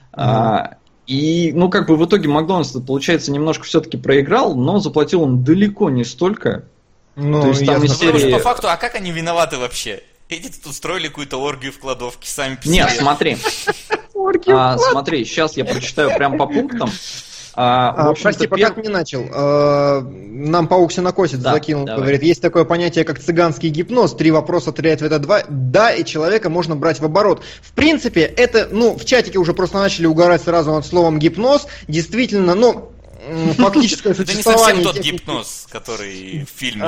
Speaker 4: И, как бы в итоге Макдональдс, получается, немножко все-таки проиграл, но заплатил он далеко не столько. То есть там из серии...
Speaker 2: По факту, а как они виноваты вообще? Эти тут устроили какую-то оргию в кладовке сами по себе.
Speaker 4: Нет, смотри. Смотри, сейчас я прочитаю прям по пунктам.
Speaker 3: Прости, пока ты не начал. Нам паук Синокосец закинул, говорит, есть такое понятие, как цыганский гипноз. 3 вопроса, 3 ответа, 2. Да, и человека можно брать в оборот. В принципе, это, в чатике уже просто начали угорать сразу над словом гипноз. Действительно, фактическое существование...
Speaker 2: Это не совсем тот гипноз, который в фильме...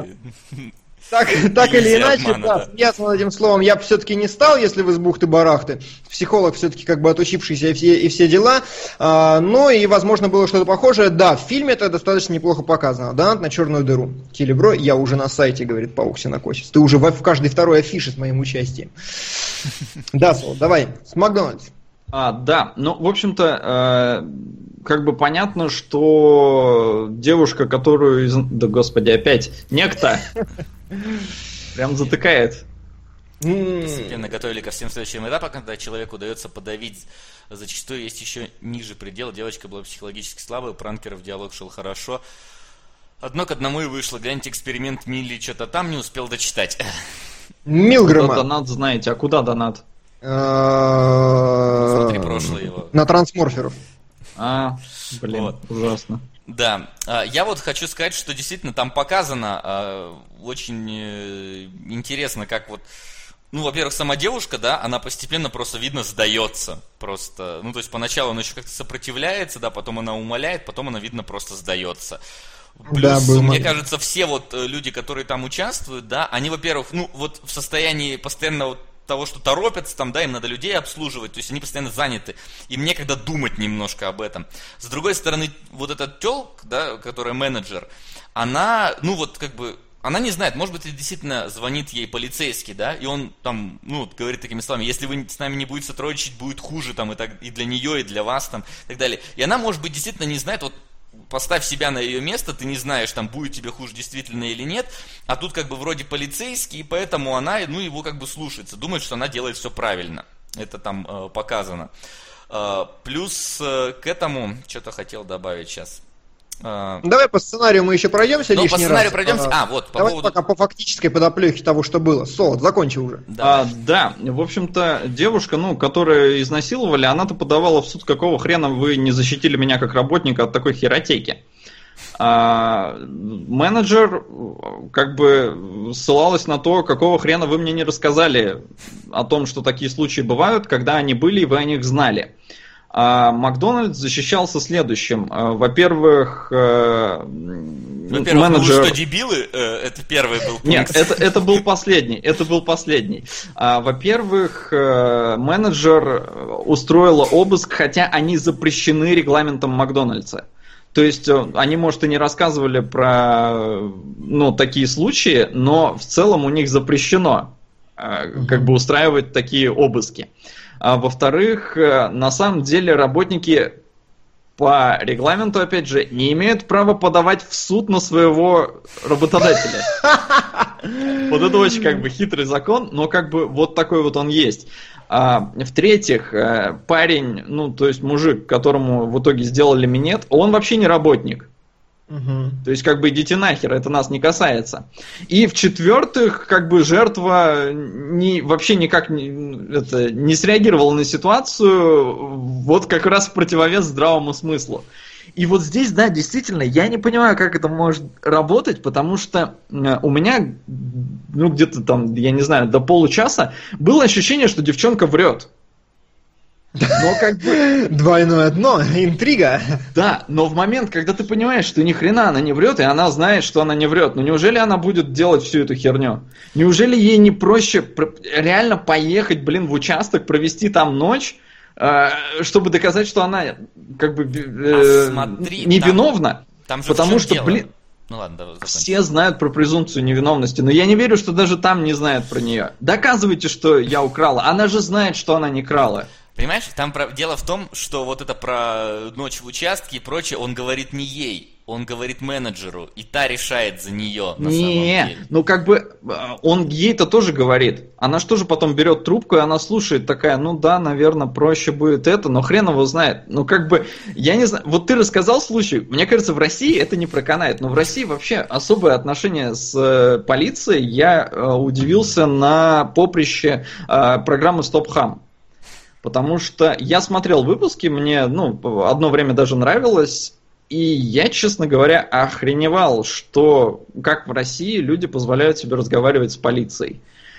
Speaker 3: Так или иначе, смеяться над этим словом я бы все-таки не стал, если вы с бухты-барахты. Психолог все-таки как бы отучившийся и все дела. Но и, возможно, было что-то похожее. Да, в фильме это достаточно неплохо показано. Донат на черную дыру. Телебро, я уже на сайте, говорит паук Синокосец. Ты уже в каждой второй афише с моим участием. Да, Сол, давай, с Макдональдс.
Speaker 4: Да, в общем-то, как бы понятно, что девушка, которую... Да, господи, опять некто прям затыкает.
Speaker 2: Постепенно готовили ко всем следующим этапам, когда человеку удается подавить. Зачастую есть еще ниже предела. Девочка была психологически слабой, у пранкеров диалог шел хорошо. Одно к одному и вышло. Гляньте, эксперимент Милли что-то там не успел дочитать.
Speaker 3: Милгрэма.
Speaker 4: Донат знаете, а куда донат?
Speaker 2: Смотри прошлое его.
Speaker 3: На трансморферов.
Speaker 4: Ужасно.
Speaker 2: Да, я вот хочу сказать, что действительно там показано очень интересно, как вот, во-первых, сама девушка, да, она постепенно просто, видно, сдается, просто, то есть поначалу она еще как-то сопротивляется, да, потом она умоляет, потом она, видно, просто сдается. Плюс, мне кажется, все вот люди, которые там участвуют, да, они, во-первых, в состоянии постоянно того, что торопятся, там, да, им надо людей обслуживать, то есть они постоянно заняты, им некогда думать немножко об этом. С другой стороны, вот эта тёлка, да, которая менеджер, она, она не знает, может быть, действительно звонит ей полицейский, да, и он там, говорит такими словами, если вы с нами не будете сотрудничать, будет хуже, там, и для нее, и для вас, там, и так далее. И она, может быть, действительно не знает, поставь себя на ее место, ты не знаешь, там, будет тебе хуже действительно или нет, а тут как бы вроде полицейский, и поэтому она, его как бы слушается, думает, что она делает все правильно. Это там показано. Плюс к этому, что-то хотел добавить сейчас.
Speaker 3: Давай по сценарию мы еще пройдемся лишний раз.
Speaker 2: По сценарию пройдемся.
Speaker 3: Давай пока по фактической подоплеке того, что было. Солод, закончи уже.
Speaker 4: Да, в общем-то, девушка, которую изнасиловали, она-то подавала в суд, какого хрена вы не защитили меня как работника от такой херотеки. Менеджер как бы ссылалась на то, какого хрена вы мне не рассказали о том, что такие случаи бывают, когда они были и вы о них знали. Макдональдс защищался следующим. Во-первых, менеджер...
Speaker 2: вы что, дебилы? Это первый был пункт.
Speaker 4: Нет, это был последний. Во-первых, менеджер устроила обыск, хотя они запрещены регламентом Макдональдса. То есть они, может, и не рассказывали про такие случаи, но в целом у них запрещено как бы устраивать такие обыски. А во-вторых, на самом деле работники по регламенту, опять же, не имеют права подавать в суд на своего работодателя. Вот это очень как бы хитрый закон, но как бы вот такой вот он есть. В-третьих, парень, то есть мужик, которому в итоге сделали минет, он вообще не работник. То есть, как бы, идите нахер, это нас не касается. И в-четвертых, как бы, жертва вообще никак не среагировала на ситуацию, вот как раз в противовес здравому смыслу. И вот здесь, да, действительно, я не понимаю, как это может работать, потому что у меня, где-то там, я не знаю, до получаса было ощущение, что девчонка врет. Но как бы...
Speaker 3: Двойное дно, интрига.
Speaker 4: Да, но в момент, когда ты понимаешь, что ни хрена она не врет, и она знает, что она не врет, ну неужели она будет делать всю эту херню? Неужели ей не проще реально поехать, в участок, провести там ночь, чтобы доказать, что она как бы невиновна?
Speaker 2: Там же
Speaker 4: потому что,
Speaker 2: дело? Ну ладно, давай закончим.
Speaker 4: Все знают про презумпцию невиновности, но я не верю, что даже там не знают про нее. Доказывайте, что я украла. Она же знает, что она не крала.
Speaker 2: Понимаешь, там дело в том, что вот это про ночь в участке и прочее, он говорит не ей, он говорит менеджеру, и та решает за нее на самом деле.
Speaker 4: Ну как бы он ей-то тоже говорит. Она же тоже потом берет трубку, и она слушает такая, ну да, наверное, проще будет это, но хрен его знает. Ну как бы, я не знаю, вот ты рассказал случай, мне кажется, в России это не проканает, но в России вообще особое отношение с полицией. Я удивился на поприще программы Stop Ham. Потому что я смотрел выпуски, мне одно время даже нравилось, и я, честно говоря, охреневал, что как в России люди позволяют себе разговаривать с полицией.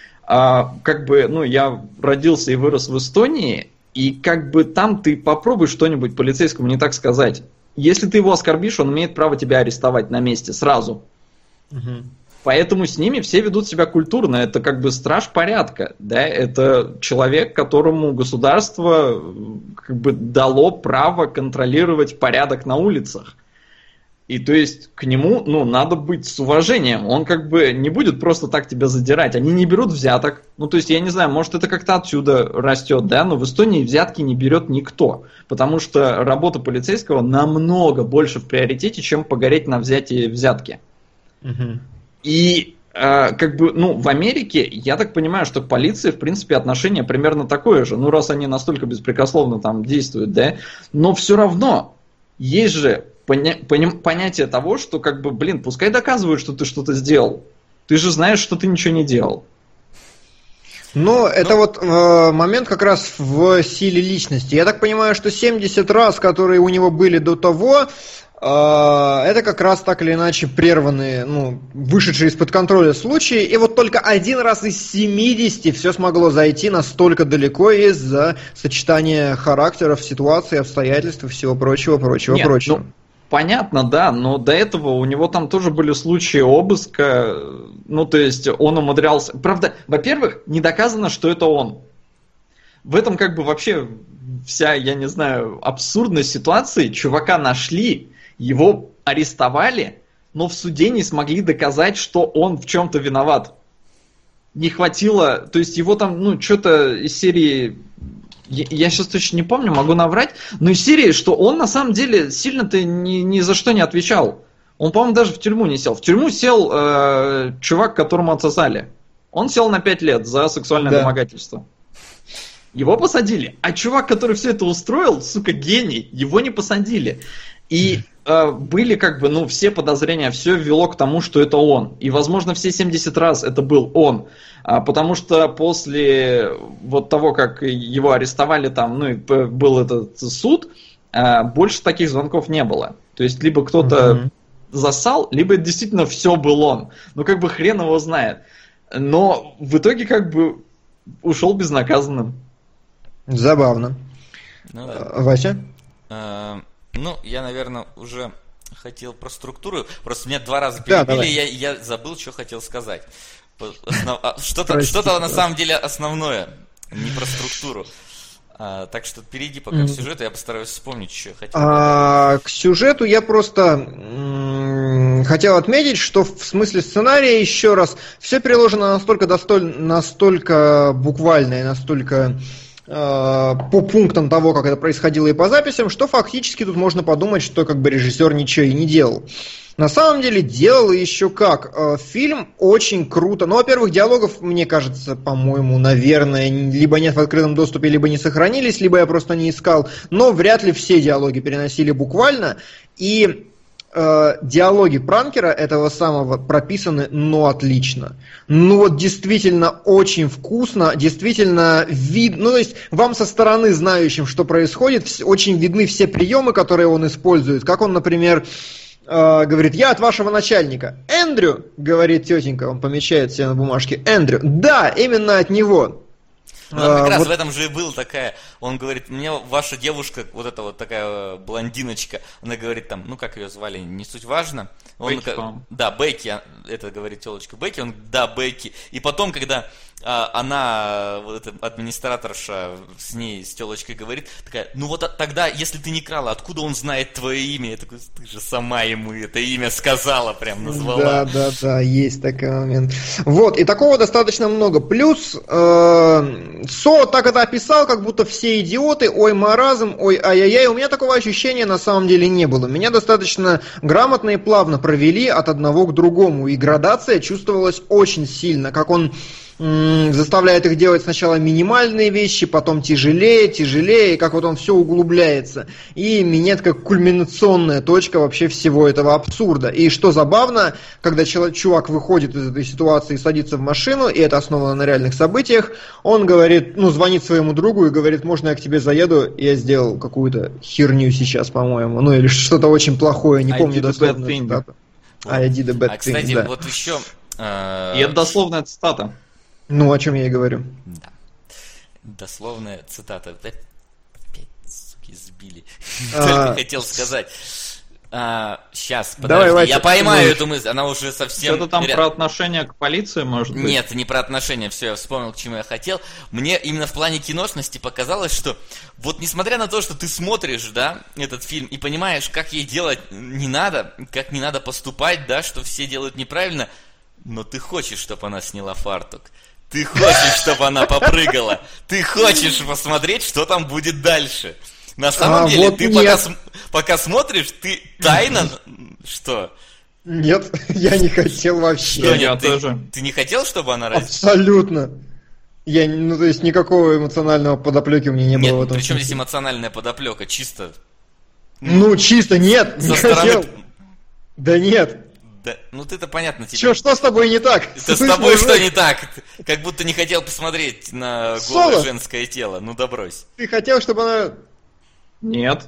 Speaker 4: Я родился и вырос в Эстонии, и как бы там ты попробуй что-нибудь полицейскому не так сказать. Если ты его оскорбишь, он имеет право тебя арестовать на месте сразу. Угу. Поэтому с ними все ведут себя культурно. Это как бы страж порядка. Да? Это человек, которому государство как бы дало право контролировать порядок на улицах. И то есть к нему надо быть с уважением. Он как бы не будет просто так тебя задирать. Они не берут взяток. То есть я не знаю, может это как-то отсюда растет, да? Но в Эстонии взятки не берет никто. Потому что работа полицейского намного больше в приоритете, чем погореть на взятие взятки. Угу. И в Америке, я так понимаю, что к полиции, в принципе, отношение примерно такое же. Раз они настолько беспрекословно там действуют, да. Но все равно есть же понятие того, что пускай доказывают, что ты что-то сделал. Ты же знаешь, что ты ничего не делал.
Speaker 3: Это момент как раз в силе личности. Я так понимаю, что 70 раз, которые у него были до того, это как раз так или иначе прерванные, вышедшие из-под контроля случаи, и вот только один раз из 70 все смогло зайти настолько далеко из-за сочетания характеров, ситуаций, обстоятельств и всего прочего.
Speaker 4: Понятно, да, но до этого у него там тоже были случаи обыска, то есть он умудрялся... Правда, во-первых, не доказано, что это он. В этом вообще вся, я не знаю, абсурдность ситуации. Чувака нашли, его арестовали, но в суде не смогли доказать, что он в чем-то виноват. Не хватило, то есть его там, что-то из серии, я сейчас точно не помню, могу наврать, но из серии, что он на самом деле сильно-то ни за что не отвечал. Он, по-моему, даже в тюрьму не сел. В тюрьму сел чувак, которому отсосали. Он сел на 5 лет за сексуальное домогательство. Его посадили. А чувак, который все это устроил, сука, гений, его не посадили. И были все подозрения, все вело к тому, что это он. И, возможно, все 70 раз это был он. Потому что после вот того, как его арестовали там, и был этот суд, больше таких звонков не было. То есть, либо кто-то зассал, либо это действительно все был он. Хрен его знает. Но в итоге ушел безнаказанным.
Speaker 3: Забавно. Вася?
Speaker 2: Я, наверное, уже хотел про структуру. Просто меня 2 раза перебили, я забыл, что хотел сказать. Что-то на самом деле основное, не про структуру. Так что перейди пока к сюжету, я постараюсь вспомнить, что я хотел.
Speaker 3: К сюжету я просто хотел отметить, что в смысле сценария, еще раз, все переложено настолько буквально и настолько по пунктам того, как это происходило и по записям, что фактически тут можно подумать, что режиссер ничего и не делал. На самом деле делал еще как. Фильм очень круто. Во-первых, диалогов, мне кажется, по-моему, наверное, либо нет в открытом доступе, либо не сохранились, либо я просто не искал. Но вряд ли все диалоги переносили буквально. И диалоги пранкера этого самого прописаны, отлично. Вот действительно очень вкусно, действительно видно. То есть вам со стороны, знающим, что происходит, очень видны все приемы, которые он использует. Как он, например, говорит: я от вашего начальника. Эндрю, говорит тетенька, он помечает себе на бумажке. Эндрю. Да, именно от него.
Speaker 2: Ну, как раз в этом же и было такая, он говорит: мне ваша девушка, вот эта вот такая блондиночка, она говорит там, как ее звали, не суть важно. Он,
Speaker 4: Бекки,
Speaker 2: да, Бекки, это говорит телочка Бекки, он, да, Бекки. И потом, когда она, вот эта администраторша с ней, с телочкой говорит, такая: тогда, если ты не крала, откуда он знает твое имя? Я такой: ты же сама ему это имя сказала, прям назвала.
Speaker 3: Да, есть такой момент. Вот, и такого достаточно много. Плюс Со так это описал, как будто все идиоты, ой, маразм, ой, ай-яй-яй. У меня такого ощущения на самом деле не было. Меня достаточно грамотно и плавно провели от одного к другому. И градация чувствовалась очень сильно, как он заставляет их делать сначала минимальные вещи, потом тяжелее, и как вот он все углубляется. И минет как кульминационная точка вообще всего этого абсурда. И что забавно, когда чувак выходит из этой ситуации и садится в машину, и это основано на реальных событиях, он говорит, звонит своему другу и говорит: можно я к тебе заеду, я сделал какую-то херню сейчас, по-моему, или что-то очень плохое, не помню дословно цитату. I did a bad thing,
Speaker 2: кстати,
Speaker 3: да.
Speaker 2: вот еще...
Speaker 4: И это дословная цитата.
Speaker 3: О чем я и говорю.
Speaker 2: Да. Дословная цитата. Опять, суки, сбили. Только хотел сказать. Сейчас, подожди.
Speaker 3: Давай,
Speaker 2: я поймаю эту мысль. Она уже совсем...
Speaker 4: Что-то там про отношение к полиции, может быть?
Speaker 2: Нет, не про отношения. Все, я вспомнил, к чему я хотел. Мне именно в плане киношности показалось, что вот несмотря на то, что ты смотришь, да, этот фильм и понимаешь, как ей делать не надо, как не надо поступать, да, что все делают неправильно, но ты хочешь, чтобы она сняла фартук. Ты хочешь, чтобы она попрыгала. Ты хочешь посмотреть, что там будет дальше. На самом деле,
Speaker 3: вот
Speaker 2: ты пока смотришь, ты тайно... Что?
Speaker 3: Нет, я не хотел вообще.
Speaker 2: Что,
Speaker 4: Я
Speaker 2: нет,
Speaker 4: тоже.
Speaker 2: Ты не хотел, чтобы она...
Speaker 3: Абсолютно. То есть никакого эмоционального подоплеки у меня не было в этом.
Speaker 2: Причем здесь эмоциональная подоплека? Чисто...
Speaker 3: Чисто нет, не хотел. Да нет.
Speaker 2: Да, ты-то понятно тебе.
Speaker 3: Что с тобой не так?
Speaker 2: Это с тобой что не так? Как будто не хотел посмотреть на голое женское тело. Да брось.
Speaker 3: Ты хотел, чтобы она...
Speaker 4: Нет,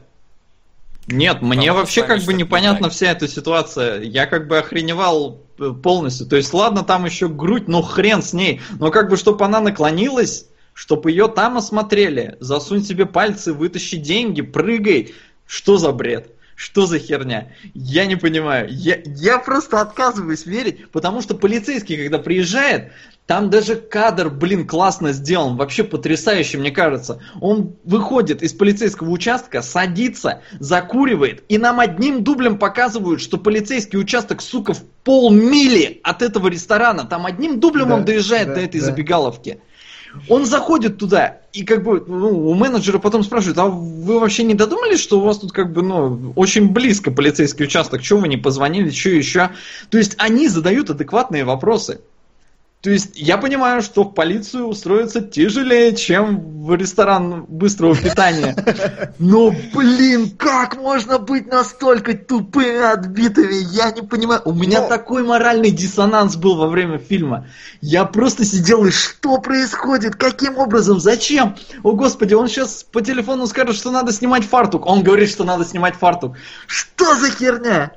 Speaker 4: мне вообще как бы непонятна вся эта ситуация. Я как бы охреневал полностью. То есть, ладно, там еще грудь, хрен с ней. Но как бы, чтобы она наклонилась, чтобы ее там осмотрели. Засунь себе пальцы, вытащи деньги, прыгай. Что за бред? Что за херня? Я не понимаю. Я просто отказываюсь верить, потому что полицейский, когда приезжает, там даже кадр, классно сделан, вообще потрясающе, мне кажется. Он выходит из полицейского участка, садится, закуривает, и нам одним дублем показывают, что полицейский участок, сука, в полмили от этого ресторана. Там одним дублем он доезжает до этой забегаловки. Он заходит туда, и как бы у менеджера потом спрашивают: а вы вообще не додумались, что у вас тут как бы, очень близко полицейский участок, чего вы не позвонили, что еще? То есть они задают адекватные вопросы. То есть я понимаю, что в полицию устроиться тяжелее, чем в ресторан быстрого питания. Но, как можно быть настолько тупыми, отбитыми? Я не понимаю. У меня такой моральный диссонанс был во время фильма. Я просто сидел и что происходит? Каким образом? Зачем? О, Господи, он сейчас по телефону скажет, что надо снимать фартук. Он говорит, что надо снимать фартук. Что за херня?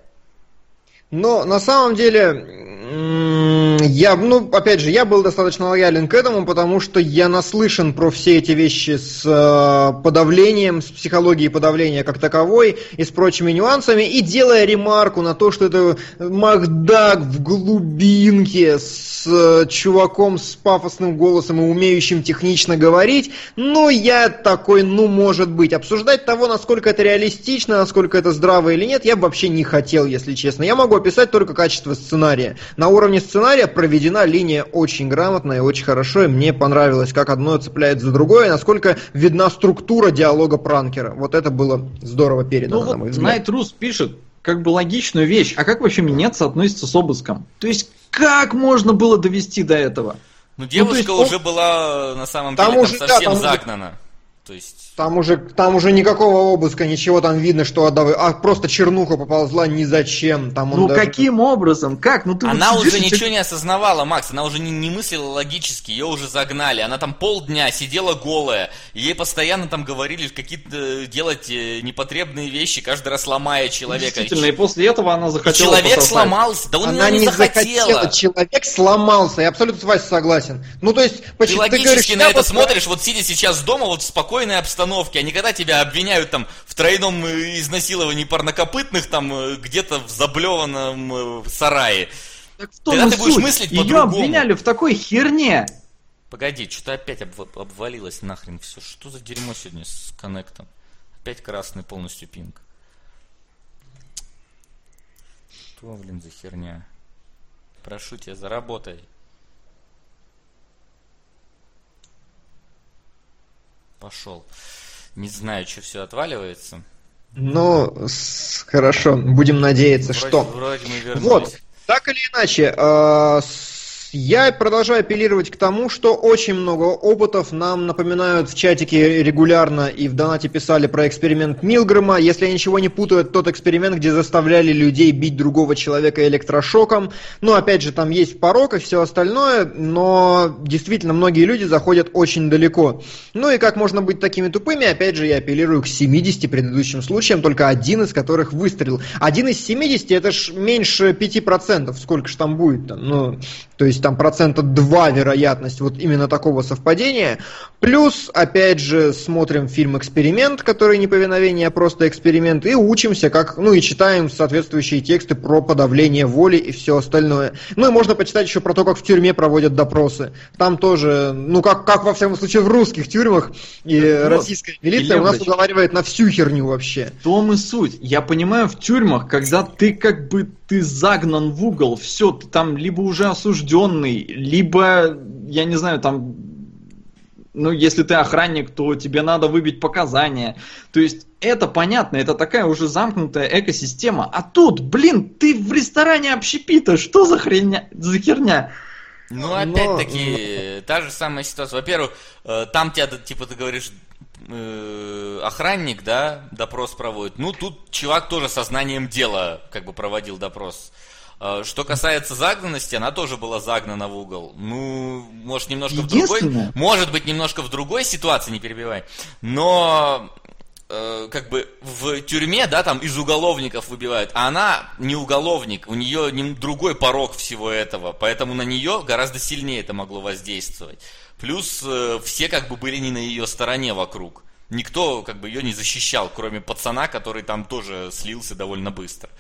Speaker 3: Но на самом деле, опять же, я был достаточно лоялен к этому, потому что я наслышан про все эти вещи с подавлением, с психологией подавления как таковой и с прочими нюансами, и делая ремарку на то, что это Макдак в глубинке с чуваком с пафосным голосом и умеющим технично говорить, я такой, может быть. Обсуждать того, насколько это реалистично, насколько это здраво или нет, я бы вообще не хотел, если честно. Я могу описать только качество сценария. На уровне сценария проведена линия очень грамотно и очень хорошо, и мне понравилось, как одно цепляет за другое, насколько видна структура диалога пранкера. Вот это было здорово передано, на мой взгляд.
Speaker 4: Найт Рус пишет как бы логичную вещь, а как вообще минет соотносится с обыском? То есть, как можно было довести до этого?
Speaker 2: Девушка уже была, на самом деле, совсем загнана. То есть...
Speaker 3: Там уже никакого обыска, ничего там видно, что просто чернуха поползла ни зачем. Там
Speaker 4: ну каким образом? Как? Ну, ты
Speaker 2: она
Speaker 4: вот
Speaker 2: уже ничего не осознавала, Макс, она уже не мыслила логически, ее уже загнали. Она там полдня сидела голая, и ей постоянно там говорили какие-то делать непотребные вещи, каждый раз ломая человека.
Speaker 4: Действительно, и после этого она захотела
Speaker 2: Человек
Speaker 4: пососать.
Speaker 2: сломался, да он
Speaker 3: она
Speaker 2: не захотела.
Speaker 3: Человек сломался, я абсолютно с Васей согласен. Ну, то есть,
Speaker 2: Ты логически на это
Speaker 3: вот
Speaker 2: смотришь, вот сидя сейчас дома, вот в спокойной обстановке, а не когда тебя обвиняют там в тройном изнасиловании парнокопытных там где-то в заблеванном сарае.
Speaker 4: Так в
Speaker 2: Тогда
Speaker 4: том
Speaker 2: ты будешь мыслить
Speaker 4: Ее
Speaker 2: по-другому.
Speaker 4: обвиняли в такой херне.
Speaker 2: Погоди, что-то опять обвалилось нахрен все. Что за дерьмо сегодня с коннектом? Опять красный полностью пинг. Что, блин, за херня? Прошу тебя, заработай. Пошел. Не знаю, что все отваливается.
Speaker 3: Ну, хорошо, будем надеяться,
Speaker 2: Вроде мы вернулись.
Speaker 3: Вот, так или иначе, я продолжаю апеллировать к тому, что очень много опытов нам напоминают в чатике регулярно, и в донате писали про эксперимент Милгрэма. Если я ничего не путаю, это тот эксперимент, где заставляли людей бить другого человека электрошоком. Ну, опять же, там есть порок и все остальное, но действительно многие люди заходят очень далеко. Ну и как можно быть такими тупыми, опять же, я апеллирую к 70 предыдущим случаям, только один из которых выстрелил. Один из 70 это ж меньше 5%, сколько ж там будет там, ну... То есть там 2% вероятность вот именно такого совпадения. Плюс, опять же, смотрим фильм «Эксперимент», который не повиновение, а просто эксперимент, и учимся, как, ну и читаем соответствующие тексты про подавление воли и все остальное. Ну и можно почитать еще про то, как в тюрьме проводят допросы. Там тоже, ну как во всяком случае в русских тюрьмах и российская милиция у нас уговаривает на всю херню вообще.
Speaker 4: В том и суть. Я понимаю, в тюрьмах, когда ты как бы ты загнан в угол, все, ты там либо уже осужденный, либо, я не знаю, там, ну, если ты охранник, то тебе надо выбить показания. То есть, это понятно, это такая уже замкнутая экосистема. А тут, блин, ты в ресторане общепита, что за херня?
Speaker 2: Ну, опять-таки, та же самая ситуация. Во-первых, там тебя, типа, ты говоришь... охранник, да, допрос проводит. Ну, тут чувак тоже сознанием дела как бы проводил допрос. Что касается загнанности, она тоже была загнана в угол. Ну, может, немножко немножко в другой ситуации, не перебивай. Но как бы в тюрьме, да, там из уголовников выбивают, а она не уголовник, у нее другой порог всего этого, поэтому на нее гораздо сильнее это могло воздействовать. Плюс все как бы были не на ее стороне вокруг. Никто как бы ее не защищал, кроме пацана, который там тоже слился довольно быстро.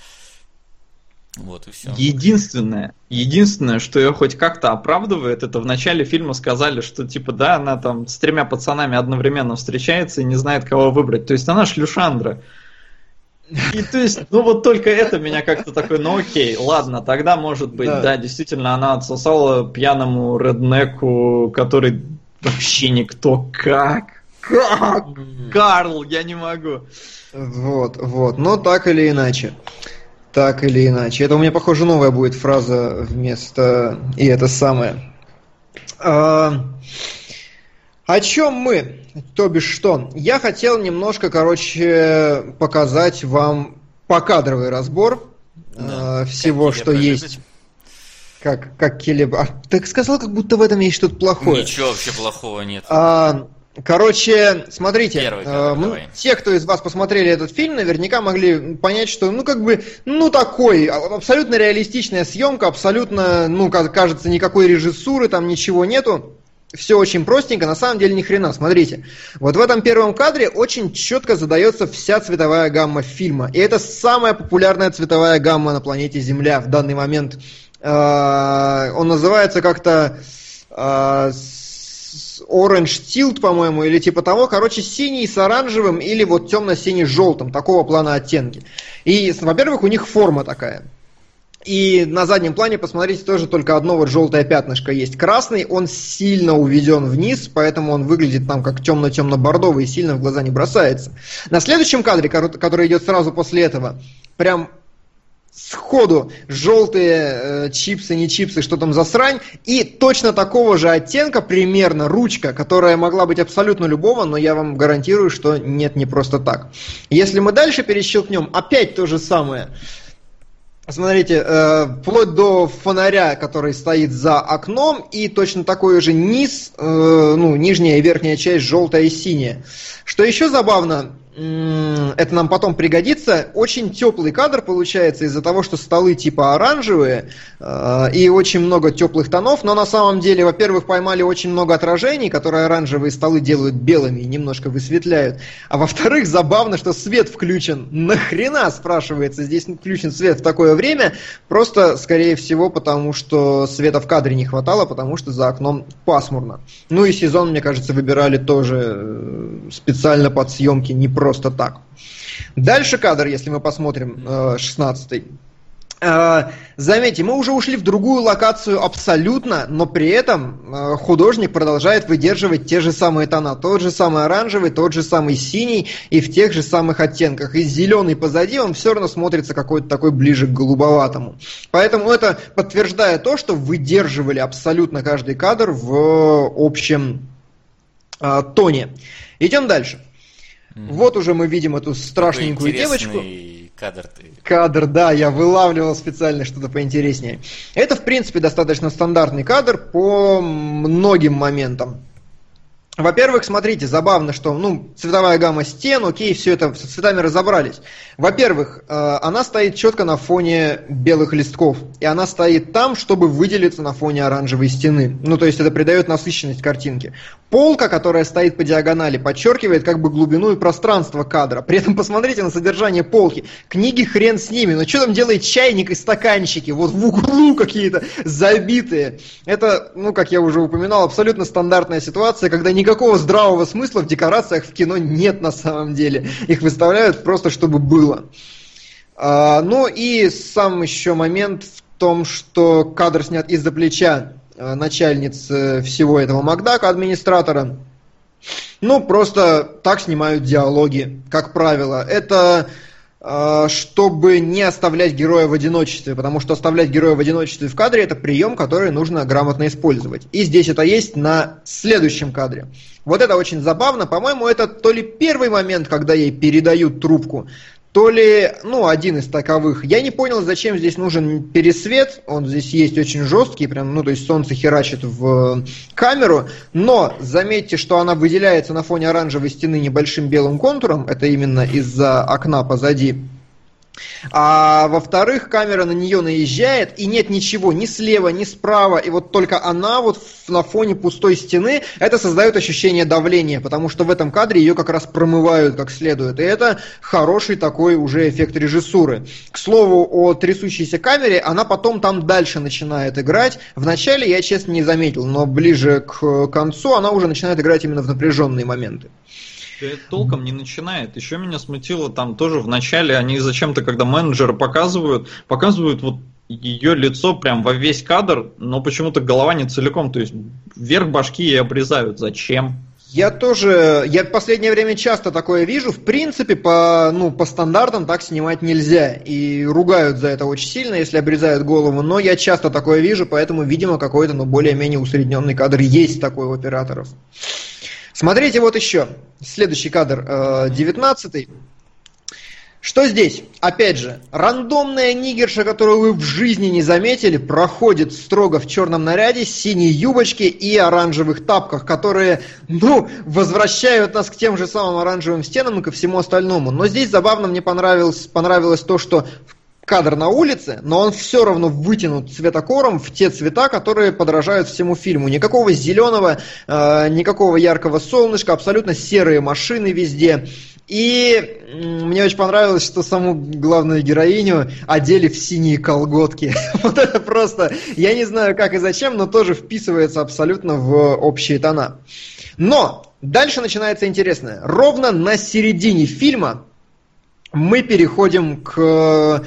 Speaker 2: Вот и все.
Speaker 4: Единственное, что ее хоть как-то оправдывает, это в начале фильма сказали, что типа да, она там с 3 пацанами одновременно встречается и не знает, кого выбрать. То есть она шлюшандра. И то есть, ну вот только это меня как-то такой, ну окей, ладно, тогда может быть, да действительно, она отсосала пьяному реднеку, который вообще никто, как? Карл, я не могу.
Speaker 3: Вот, но так или иначе. Это у меня, похоже, новая будет фраза вместо «и это самое». О чем мы? То бишь что? Я хотел немножко, показать вам покадровый разбор всего, что есть. Как Келеб. Ты сказал, как будто в этом есть что-то плохое.
Speaker 2: Ничего вообще плохого нет.
Speaker 3: Смотрите, те, кто из вас посмотрели этот фильм, наверняка могли понять, что, такой, абсолютно реалистичная съемка, абсолютно, кажется, никакой режиссуры, там ничего нету. Все очень простенько, на самом деле ни хрена. Смотрите, вот в этом первом кадре очень четко задается вся цветовая гамма фильма. И это самая популярная цветовая гамма на планете Земля в данный момент. Он называется как-то Orange Tilt, по-моему, или типа того. Синий с оранжевым или вот темно-синий-желтым. Такого плана оттенки. И, во-первых, у них форма такая. И на заднем плане, посмотрите, тоже только одно вот желтое пятнышко есть. Красный, он сильно уведен вниз, поэтому он выглядит там как темно-темно-бордовый и сильно в глаза не бросается. На следующем кадре, который идет сразу после этого, прям сходу желтые чипсы, не чипсы, что там за срань, и точно такого же оттенка примерно ручка, которая могла быть абсолютно любого, но я вам гарантирую, что нет, не просто так. Если мы дальше перещелкнем, опять то же самое. Смотрите, вплоть до фонаря, который стоит за окном, и точно такой же низ, нижняя и верхняя часть желтая и синяя. Что еще забавно, это нам потом пригодится, очень теплый кадр получается из-за того, что столы типа оранжевые и очень много теплых тонов, но на самом деле, во-первых, поймали очень много отражений, которые оранжевые столы делают белыми и немножко высветляют, а во-вторых, забавно, что свет включен. Нахрена, спрашивается, здесь включен свет в такое время? Просто, скорее всего, потому что света в кадре не хватало, потому что за окном пасмурно. Ну и сезон, мне кажется, выбирали тоже специально под съемки, не просто так. Дальше кадр, если мы посмотрим, 16-й. Заметьте, мы уже ушли в другую локацию абсолютно, но при этом художник продолжает выдерживать те же самые тона. Тот же самый оранжевый, тот же самый синий и в тех же самых оттенках. И зеленый позади, он все равно смотрится какой-то такой ближе к голубоватому. Поэтому это подтверждает то, что выдерживали абсолютно каждый кадр в общем тоне. Идем дальше. Вот уже мы видим эту страшненькую девочку. Кадр, да, я вылавливал специально что-то поинтереснее. Это, в принципе, достаточно стандартный кадр по многим моментам. Во-первых, смотрите, забавно, что, цветовая гамма стен, окей, все это, с цветами разобрались. Во-первых, она стоит четко на фоне белых листков, и она стоит там, чтобы выделиться на фоне оранжевой стены. То есть это придает насыщенность картинке. Полка, которая стоит по диагонали, подчеркивает как бы глубину и пространство кадра. При этом посмотрите на содержание полки. Книги хрен с ними, но что там делает чайник и стаканчики? Вот в углу какие-то забитые. Это, как я уже упоминал, абсолютно стандартная ситуация, когда никакого здравого смысла в декорациях в кино нет на самом деле. Их выставляют просто, чтобы было. И сам еще момент в том, что кадр снят из-за плеча начальницы всего этого Макдака, администратора. Просто так снимают диалоги, как правило. Это чтобы не оставлять героя в одиночестве, потому что оставлять героя в одиночестве в кадре — это прием, который нужно грамотно использовать. И здесь это есть на следующем кадре. Вот это очень забавно. По-моему, это то ли первый момент, когда ей передают трубку, то ли, один из таковых. Я не понял, зачем здесь нужен пересвет. Он здесь есть очень жесткий, прям, то есть солнце херачит в камеру. Но заметьте, что она выделяется на фоне оранжевой стены небольшим белым контуром. Это именно из-за окна позади. А во-вторых, камера на нее наезжает, и нет ничего ни слева, ни справа, и вот только она вот на фоне пустой стены. Это создает ощущение давления, потому что в этом кадре ее как раз промывают как следует, и это хороший такой уже эффект режиссуры. К слову о трясущейся камере, она потом там дальше начинает играть. Вначале я, честно, не заметил, но ближе к концу она уже начинает играть именно в напряженные моменты.
Speaker 4: Толком не начинает. Еще меня смутило там тоже в начале, они зачем-то, когда менеджера показывают вот ее лицо прям во весь кадр, но почему-то голова не целиком, то есть вверх башки ей обрезают. Зачем?
Speaker 3: Я в последнее время часто такое вижу. В принципе, по стандартам так снимать нельзя. И ругают за это очень сильно, если обрезают голову. Но я часто такое вижу, поэтому, видимо, какой-то более-менее усредненный кадр есть такой у операторов. Смотрите вот еще. Следующий кадр, 19-й. Что здесь? Опять же, рандомная нигерша, которую вы в жизни не заметили, проходит строго в черном наряде, синей юбочке и оранжевых тапках, которые, возвращают нас к тем же самым оранжевым стенам и ко всему остальному. Но здесь забавно мне понравилось то, что кадр на улице, но он все равно вытянут цветокором в те цвета, которые подражают всему фильму. Никакого зеленого, никакого яркого солнышка, абсолютно серые машины везде. И мне очень понравилось, что саму главную героиню одели в синие колготки. Вот это просто, я не знаю как и зачем, но тоже вписывается абсолютно в общие тона. Но дальше начинается интересное. Ровно на середине фильма мы переходим к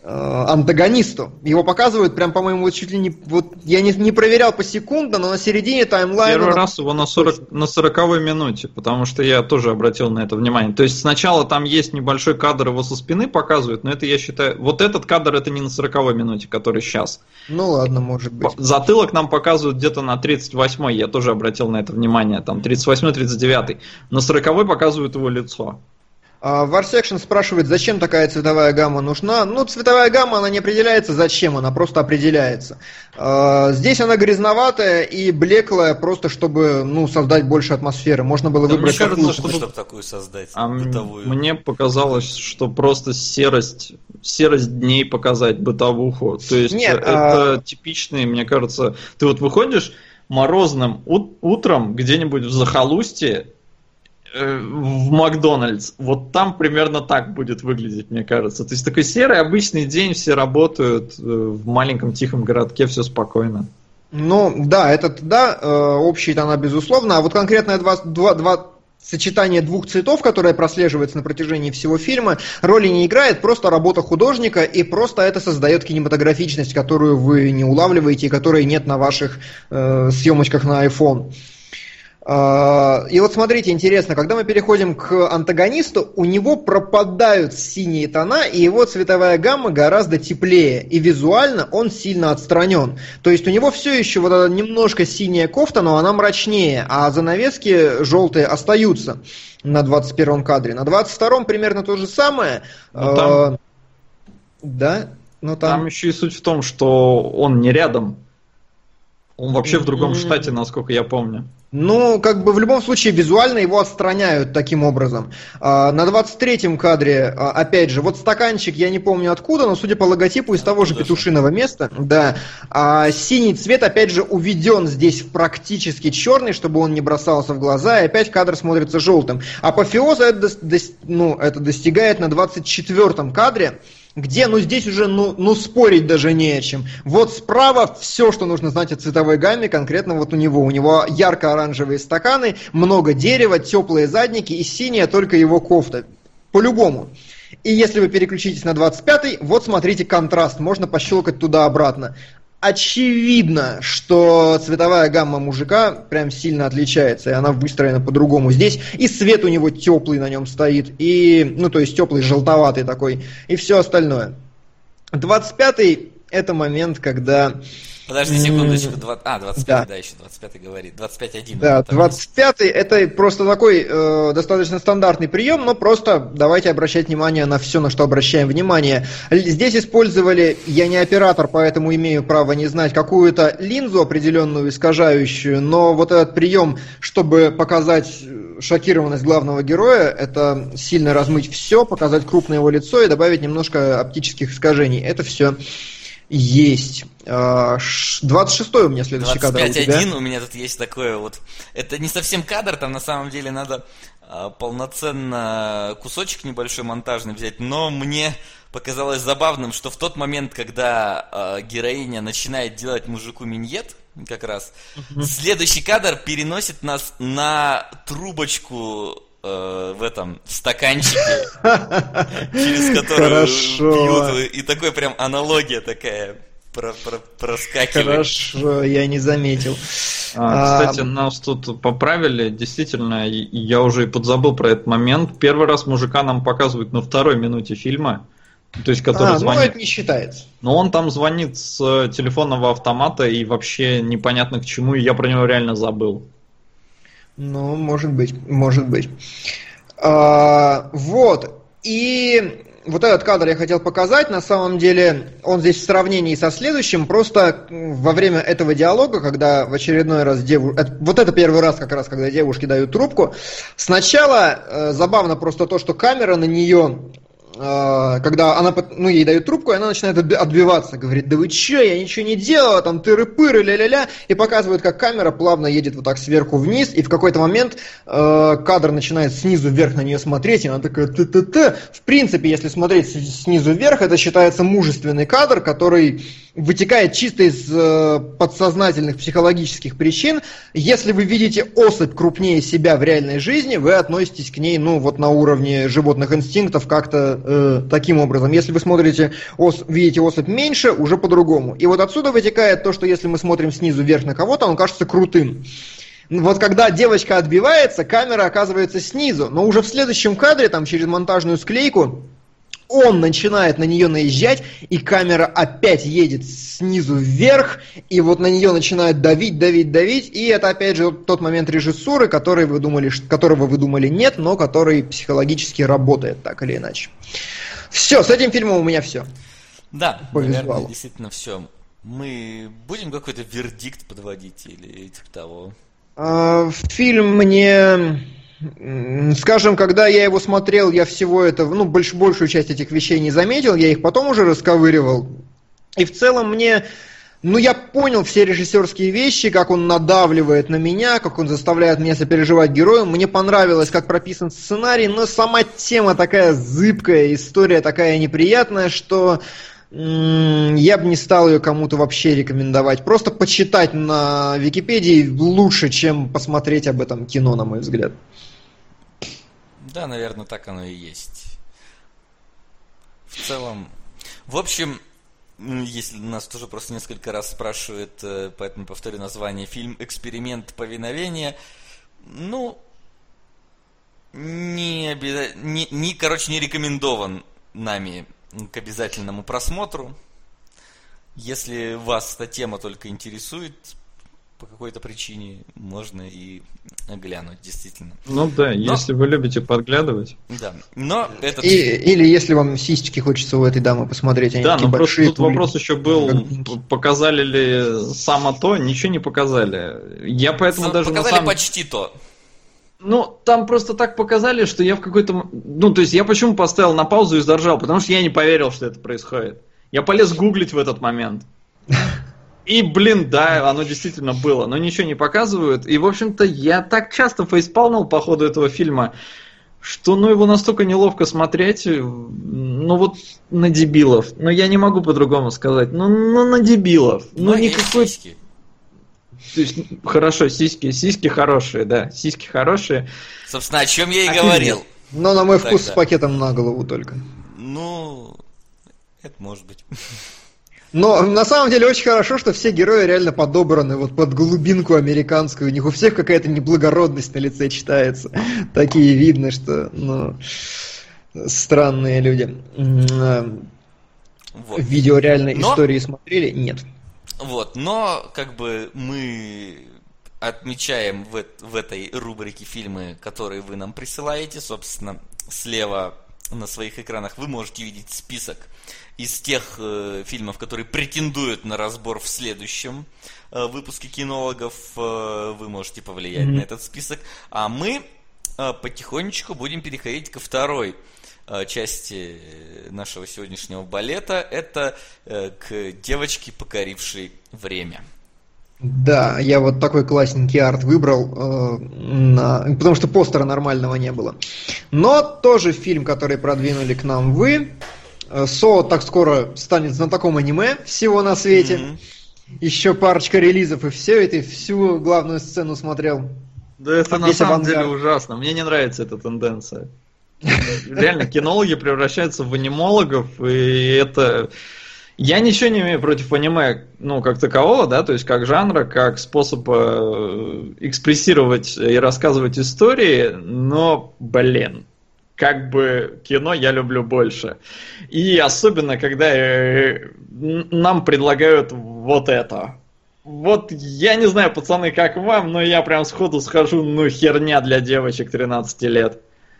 Speaker 3: антагонисту. Его показывают прям, по-моему, вот чуть ли не... Вот, я не проверял посекундно, но на середине таймлайна...
Speaker 4: Первый раз его на 40-й минуте, потому что я тоже обратил на это внимание. То есть сначала там есть небольшой кадр, его со спины показывают, но это, я считаю... Вот этот кадр, это не на 40-й минуте, который сейчас.
Speaker 3: Ну ладно, может быть.
Speaker 4: Затылок нам показывают где-то на 38-й, я тоже обратил на это внимание, там 38-й, 39-й. На 40-й показывают его лицо.
Speaker 3: Warsection спрашивает, зачем такая цветовая гамма нужна. Ну, цветовая гамма, она не определяется зачем, она просто определяется. Здесь она грязноватая и блеклая, просто чтобы, ну, создать больше атмосферы. Можно было выбрать...
Speaker 2: Мне кажется, чтобы такую создать, бытовую.
Speaker 4: Мне показалось, что просто серость дней показать, бытовуху. То есть это типичный, мне кажется... Ты вот выходишь морозным утром где-нибудь в захолустье, в Макдональдс, вот там примерно так будет выглядеть, мне кажется. То есть такой серый обычный день, все работают в маленьком тихом городке, все спокойно.
Speaker 3: Ну, да, общий-то она безусловно, а вот конкретно сочетание двух цветов, которое прослеживается на протяжении всего фильма, роли не играет, просто работа художника, и просто это создает кинематографичность, которую вы не улавливаете и которой нет на ваших съемочках на iPhone. И вот смотрите, интересно, когда мы переходим к антагонисту, у него пропадают синие тона, и его цветовая гамма гораздо теплее, и визуально он сильно отстранен. То есть у него все еще вот эта немножко синяя кофта, но она мрачнее, а занавески желтые остаются на 21-м кадре. На 22-м примерно то же самое.
Speaker 4: Но
Speaker 3: там...
Speaker 4: Там еще и суть в том, что он не рядом. Он вообще в другом штате, насколько я помню.
Speaker 3: Ну, как бы в любом случае визуально его отстраняют таким образом. На 23-м кадре, опять же, вот стаканчик, я не помню откуда, но судя по логотипу, из того же петушиного места, да. Синий цвет, опять же, уведен здесь в практически черный, чтобы он не бросался в глаза, и опять кадр смотрится желтым. Апофеоза это достигает на 24-м кадре, где, здесь уже, спорить даже не о чем. Вот справа все, что нужно знать о цветовой гамме, конкретно вот у него. У него ярко-оранжевые стаканы, много дерева, теплые задники и синяя только его кофта. По-любому. И если вы переключитесь на 25-й, вот смотрите контраст, можно пощелкать туда-обратно. Очевидно, что цветовая гамма мужика прям сильно отличается, и она выстроена по-другому. Здесь и свет у него теплый на нем стоит, и, то есть теплый, желтоватый такой, и все остальное. 25-й это момент, когда...
Speaker 2: Подожди секундочку, 25-й, да, еще 25-й говорит, 25-1.
Speaker 3: Да, 25-й это просто такой достаточно стандартный прием, но просто давайте обращать внимание на все, на что обращаем внимание. Здесь использовали, я не оператор, поэтому имею право не знать, какую-то линзу определенную искажающую, но вот этот прием, чтобы показать шокированность главного героя, это сильно размыть все, показать крупное его лицо и добавить немножко оптических искажений. Это все есть. 26-й у меня следующий кадр.
Speaker 2: 25-1 у меня тут есть такое вот. Это не совсем кадр, там на самом деле надо полноценно кусочек небольшой монтажный взять, но мне показалось забавным, что в тот момент, когда героиня начинает делать мужику миньет, как раз, следующий кадр переносит нас на трубочку в стаканчике, через которую пьют, и такой прям аналогия такая проскакивает.
Speaker 3: Хорошо, я не заметил.
Speaker 4: Кстати, нас тут поправили, действительно, я уже и подзабыл про этот момент. Первый раз мужика нам показывают на 2-й минуте фильма, то есть который звонит.
Speaker 3: Ну это не считается.
Speaker 4: Но он там звонит с телефонного автомата и вообще непонятно к чему, и я про него реально забыл.
Speaker 3: Ну, может быть. Вот. И вот этот кадр я хотел показать. На самом деле, он здесь в сравнении со следующим. Просто во время этого диалога, когда в очередной раз вот это первый раз как раз, когда девушки дают трубку. Сначала забавно просто то, что камера на нее... Когда она, ей дают трубку, и она начинает отбиваться, говорит, да вы че, я ничего не делала, там тыры-пыры, ля-ля-ля, и показывает, как камера плавно едет вот так сверху вниз, и в какой-то момент кадр начинает снизу вверх на нее смотреть, и она такая та-та-та. В принципе, если смотреть снизу вверх, это считается мужественный кадр, который вытекает чисто из подсознательных психологических причин. Если вы видите особь крупнее себя в реальной жизни, вы относитесь к ней, ну, вот на уровне животных инстинктов как-то таким образом. Если вы видите особь меньше, уже по-другому. И вот отсюда вытекает то, что если мы смотрим снизу вверх на кого-то, он кажется крутым. Вот когда девочка отбивается, камера оказывается снизу, но уже в следующем кадре, там через монтажную склейку, он начинает на нее наезжать, и камера опять едет снизу вверх, и вот на нее начинает давить, и это опять же тот момент режиссуры, которого вы думали нет, но который психологически работает так или иначе. Все, с этим фильмом у меня все.
Speaker 2: Да, наверное, действительно все. Мы будем какой-то вердикт подводить или типа того?
Speaker 3: Фильм мне... Скажем, когда я его смотрел, я всего этого, ну, большую часть этих вещей не заметил, я их потом уже расковыривал. И в целом мне, ну, я понял все режиссерские вещи, как он надавливает на меня, как он заставляет меня сопереживать герою. Мне понравилось, как прописан сценарий, но сама тема такая зыбкая, история такая неприятная, что я бы не стал ее кому-то вообще рекомендовать. Просто почитать на Википедии лучше, чем посмотреть об этом кино, на мой взгляд.
Speaker 2: Да, наверное, так оно и есть. В целом... В общем, если нас тоже просто несколько раз спрашивают, поэтому повторю название, фильм «Эксперимент повиновения», ну, не рекомендован нами к обязательному просмотру. Если вас эта тема только интересует по какой-то причине, можно и глянуть, действительно.
Speaker 4: Ну да, если вы любите подглядывать.
Speaker 2: Да, но этот...
Speaker 3: Или если вам сисечки хочется у этой дамы посмотреть, они
Speaker 4: да,
Speaker 3: такие
Speaker 4: но
Speaker 3: большие.
Speaker 4: Просто тут вопрос еще был, показали ли само то, ничего не показали. Я поэтому даже
Speaker 2: показали почти то.
Speaker 4: Ну, там просто так показали, что я в какой-то... Ну, то есть я почему поставил на паузу и заржал? Потому что я не поверил, что это происходит. Я полез гуглить в этот момент. И, блин, да, оно действительно было. Но ничего не показывают. И, в общем-то, я так часто фейспалмил по ходу этого фильма, что, ну, его настолько неловко смотреть, ну, вот на дебилов. Но я не могу по-другому сказать. Ну на дебилов. Ну, никакой... То есть, хорошо, сиськи хорошие, да, сиськи хорошие.
Speaker 2: Собственно, о чем я и говорил.
Speaker 3: Но на мой вкус с пакетом на голову только.
Speaker 2: Ну, это может быть.
Speaker 3: Но на самом деле очень хорошо, что все герои реально подобраны вот под глубинку американскую. У них у всех какая-то неблагородность на лице читается. Такие видно, что, ну, странные люди. Вот. Видео реальной истории смотрели? Нет.
Speaker 2: Вот, но как бы мы отмечаем в этой рубрике фильмы, которые вы нам присылаете. Собственно, слева на своих экранах вы можете видеть список из тех фильмов, которые претендуют на разбор в следующем выпуске кинологов. Вы можете повлиять на этот список. А мы потихонечку будем переходить ко второй части нашего сегодняшнего балета. Это к девочке, покорившей время.
Speaker 3: Да, я вот такой классненький арт выбрал, потому что постера нормального не было. Но тоже фильм, который продвинули к нам вы. Со так скоро станет знатоком аниме всего на свете. Еще парочка релизов и все, и ты всю главную сцену смотрел.
Speaker 4: Да это на самом деле ужасно. Мне не нравится эта тенденция. Реально, кинологи превращаются в анимологов, и это... Я ничего не имею против аниме, ну, как такового, да, то есть как жанра, как способа экспрессировать и рассказывать истории, но, блин, как бы кино я люблю больше. И особенно, когда нам предлагают вот это. Вот, я не знаю, пацаны, как вам, но я прям сходу схожу, ну, херня для девочек 13 лет.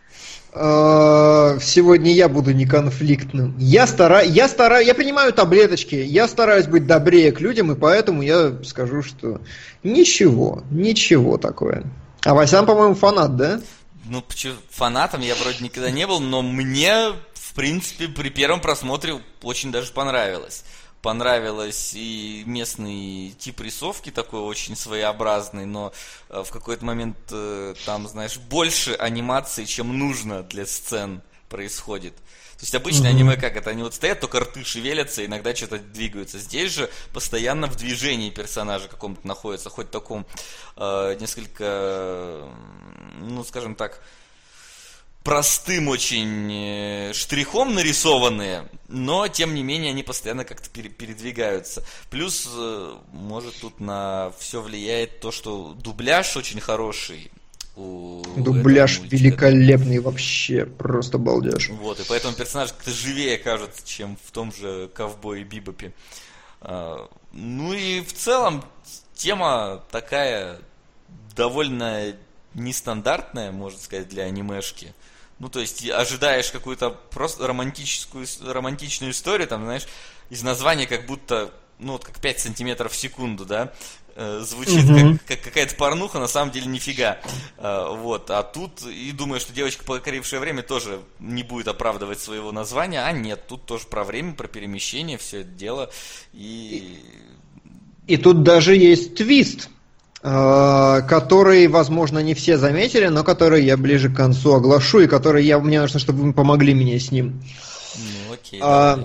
Speaker 3: Сегодня я буду неконфликтным. Я принимаю таблеточки, я стараюсь быть добрее к людям, и поэтому я скажу, что ничего такое. А Васян, по-моему, фанат, да?
Speaker 2: Ну, фанатом я вроде никогда не был, но мне, в принципе, при первом просмотре очень даже понравилось. Понравилось и местный тип рисовки такой очень своеобразный, но в какой-то момент там, знаешь, больше анимации, чем нужно для сцен происходит. То есть обычно аниме как это? Они вот стоят, только рты шевелятся, иногда что-то двигаются. Здесь же постоянно в движении персонажа каком-то находится, хоть в таком несколько, ну скажем так, простым очень штрихом нарисованные, но тем не менее они постоянно как-то передвигаются. Плюс, может, тут на все влияет то, что дубляж очень хороший.
Speaker 3: Дубляж великолепный вообще, просто балдеж.
Speaker 2: Вот, и поэтому персонаж как-то живее кажется, чем в том же Ковбое Бибопе. Ну и в целом тема такая довольно нестандартная, можно сказать, для анимешки. Ну, то есть, ожидаешь какую-то просто романтичную историю, там, знаешь, из названия как будто, ну, вот как 5 сантиметров в секунду, да, звучит как какая-то порнуха, на самом деле нифига. Вот, а тут, и думаю, что девочка, покорившая время, тоже не будет оправдывать своего названия, а нет, тут тоже про время, про перемещение, все это дело, и
Speaker 3: тут даже есть твист, который, возможно, не все заметили, но который я ближе к концу оглашу, и который мне нужно, чтобы вы помогли мне с ним.
Speaker 2: Ну, окей,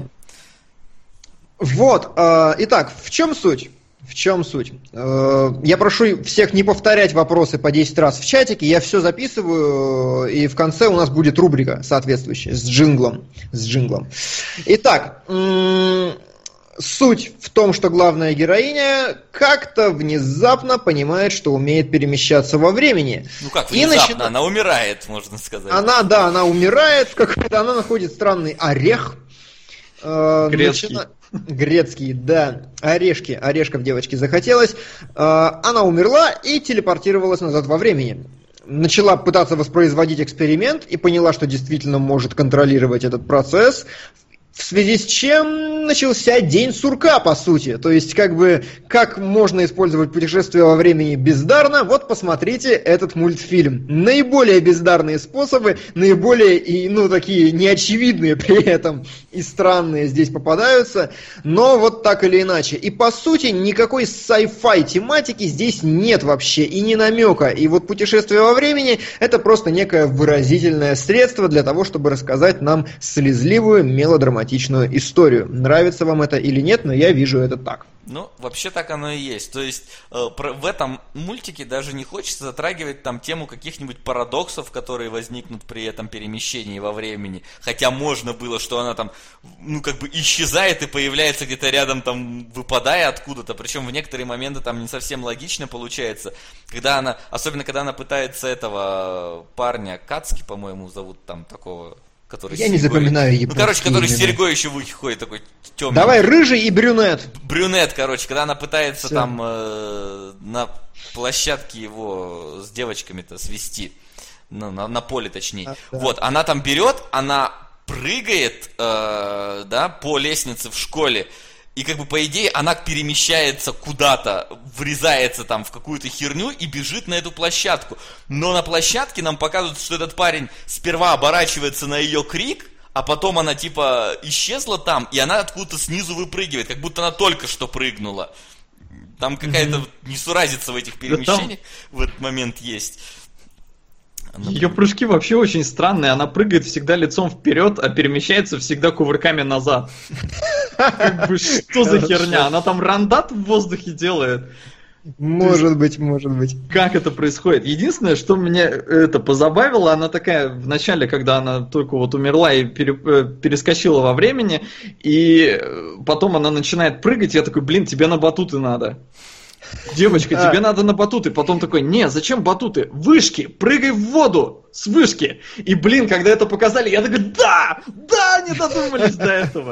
Speaker 3: вот, итак, в чем суть? В чем суть? Я прошу всех не повторять вопросы по 10 раз в чатике, я все записываю, и в конце у нас будет рубрика соответствующая с джинглом. Итак, суть в том, что главная героиня как-то внезапно понимает, что умеет перемещаться во времени.
Speaker 2: Ну как внезапно? Она умирает, можно сказать.
Speaker 3: Она умирает, она находит странный орех. Грецкий, да. Орешков девочке захотелось. Она умерла и телепортировалась назад во времени. Начала пытаться воспроизводить эксперимент и поняла, что действительно может контролировать этот процесс. В связи с чем начался день сурка, по сути. То есть, как можно использовать путешествие во времени бездарно, вот посмотрите этот мультфильм. Наиболее бездарные способы, наиболее, такие неочевидные при этом и странные здесь попадаются, но вот так или иначе. И по сути, никакой sci-fi тематики здесь нет вообще, и ни намека. И вот путешествие во времени — это просто некое выразительное средство для того, чтобы рассказать нам слезливую мелодраматичную историю. Нравится вам это или нет, но я вижу это так.
Speaker 2: Ну, вообще так оно и есть. То есть в этом мультике даже не хочется затрагивать там тему каких-нибудь парадоксов, которые возникнут при этом перемещении во времени. Хотя можно было, что она там, исчезает и появляется где-то рядом, там, выпадая откуда-то. Причем в некоторые моменты там не совсем логично получается. Особенно когда она пытается этого парня, Кацки, по-моему, зовут там такого...
Speaker 3: Я не запоминаю
Speaker 2: японские который с серьгой еще в ухе ходит, такой темный.
Speaker 3: Давай, рыжий и брюнет.
Speaker 2: Брюнет, когда она пытается там на площадке его с девочками-то свести, на поле точнее. Да. Вот, она там берет, она прыгает, по лестнице в школе, и по идее она перемещается куда-то, врезается там в какую-то херню и бежит на эту площадку. Но на площадке нам показывают, что этот парень сперва оборачивается на ее крик, а потом она исчезла там, и она откуда-то снизу выпрыгивает, как будто она только что прыгнула. Там какая-то несуразица в этих перемещениях в этот момент есть.
Speaker 4: Ее прыжки вообще очень странные. Она прыгает всегда лицом вперед, а перемещается всегда кувырками назад. Что за херня? Она там рандат в воздухе делает.
Speaker 3: Может быть.
Speaker 4: Как это происходит? Единственное, что меня это позабавило, она такая в начале, когда она только умерла и перескочила во времени, и потом она начинает прыгать, я такой, тебе на батуты надо. Девочка, тебе надо на батуты. Потом такой, зачем батуты? Вышки, прыгай в воду с вышки. И, когда это показали, я такой, да, не додумались до этого.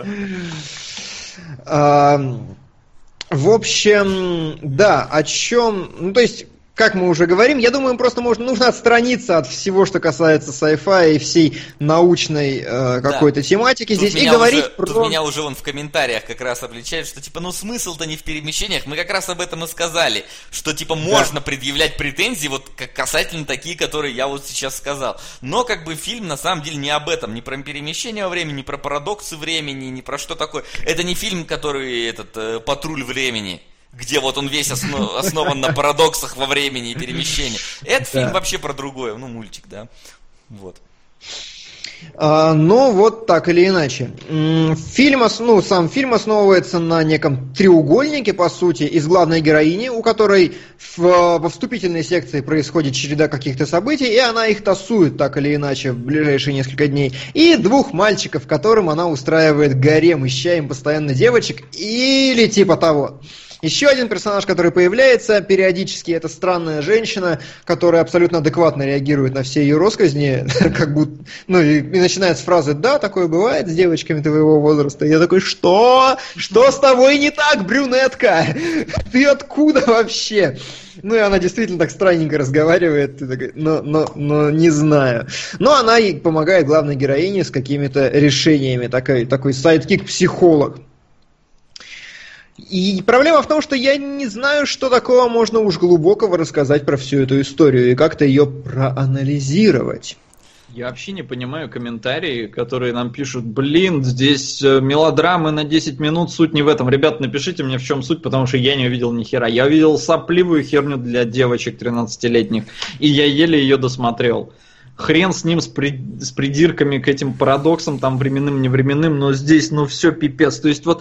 Speaker 3: В общем, да, о чем... то есть, как мы уже говорим, я думаю, просто нужно отстраниться от всего, что касается sci-fi и всей научной какой-то тематики здесь, и говорить про...
Speaker 2: Тут меня уже в комментариях как раз обличают, что смысл-то не в перемещениях. Мы как раз об этом и сказали, что можно предъявлять претензии касательно такие, которые я сейчас сказал. Но фильм на самом деле не об этом, не про перемещение во времени, не про парадоксы времени, не про что такое. Это не фильм, который «Патруль времени», где он весь основан на парадоксах во времени и перемещении. Этот фильм вообще про другое, мультик, да. Вот.
Speaker 3: Но вот так или иначе. Сам фильм основывается на неком треугольнике, по сути, из главной героини, у которой во вступительной секции происходит череда каких-то событий, и она их тасует так или иначе в ближайшие несколько дней. И двух мальчиков, которым она устраивает гарем, ища им постоянно девочек или типа того. Еще один персонаж, который появляется периодически, это странная женщина, которая абсолютно адекватно реагирует на все ее россказни, как будто, и начинает с фразы «Да, такое бывает с девочками твоего возраста». И я такой «Что? Что с тобой не так, брюнетка? Ты откуда вообще?» И она действительно так странненько разговаривает, ты такой, но не знаю. Но она и помогает главной героине с какими-то решениями, такой сайдкик-психолог. И проблема в том, что я не знаю, что такого можно уж глубокого рассказать про всю эту историю и как-то ее проанализировать.
Speaker 4: Я вообще не понимаю комментарии, которые нам пишут: блин, здесь мелодрамы на 10 минут, суть не в этом. Ребят, напишите мне, в чем суть, потому что я не увидел ни хера. Я увидел сопливую херню для девочек 13-летних, и я еле ее досмотрел. Хрен с ним, с придирками к этим парадоксам, там, временным, невременным, но здесь, все пипец. То есть вот...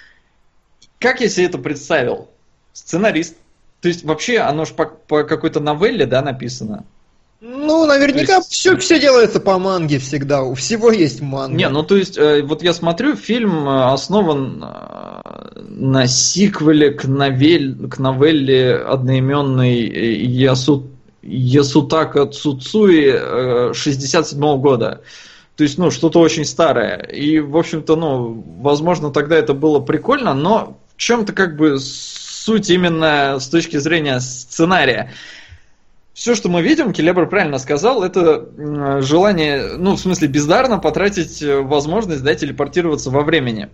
Speaker 4: Как я себе это представил? Сценарист. То есть вообще оно же по какой-то новелле, да, написано?
Speaker 3: Наверняка все делается по манге всегда. У всего есть манга.
Speaker 4: То есть, вот я смотрю, фильм основан на сиквеле к новелле одноименной Ясутака Цуцуи 67 года. То есть, что-то очень старое. И, в общем-то, возможно, тогда это было прикольно, но в чем-то суть именно с точки зрения сценария. Все, что мы видим, Келебр правильно сказал, это желание, в смысле, бездарно потратить возможность, телепортироваться во времени.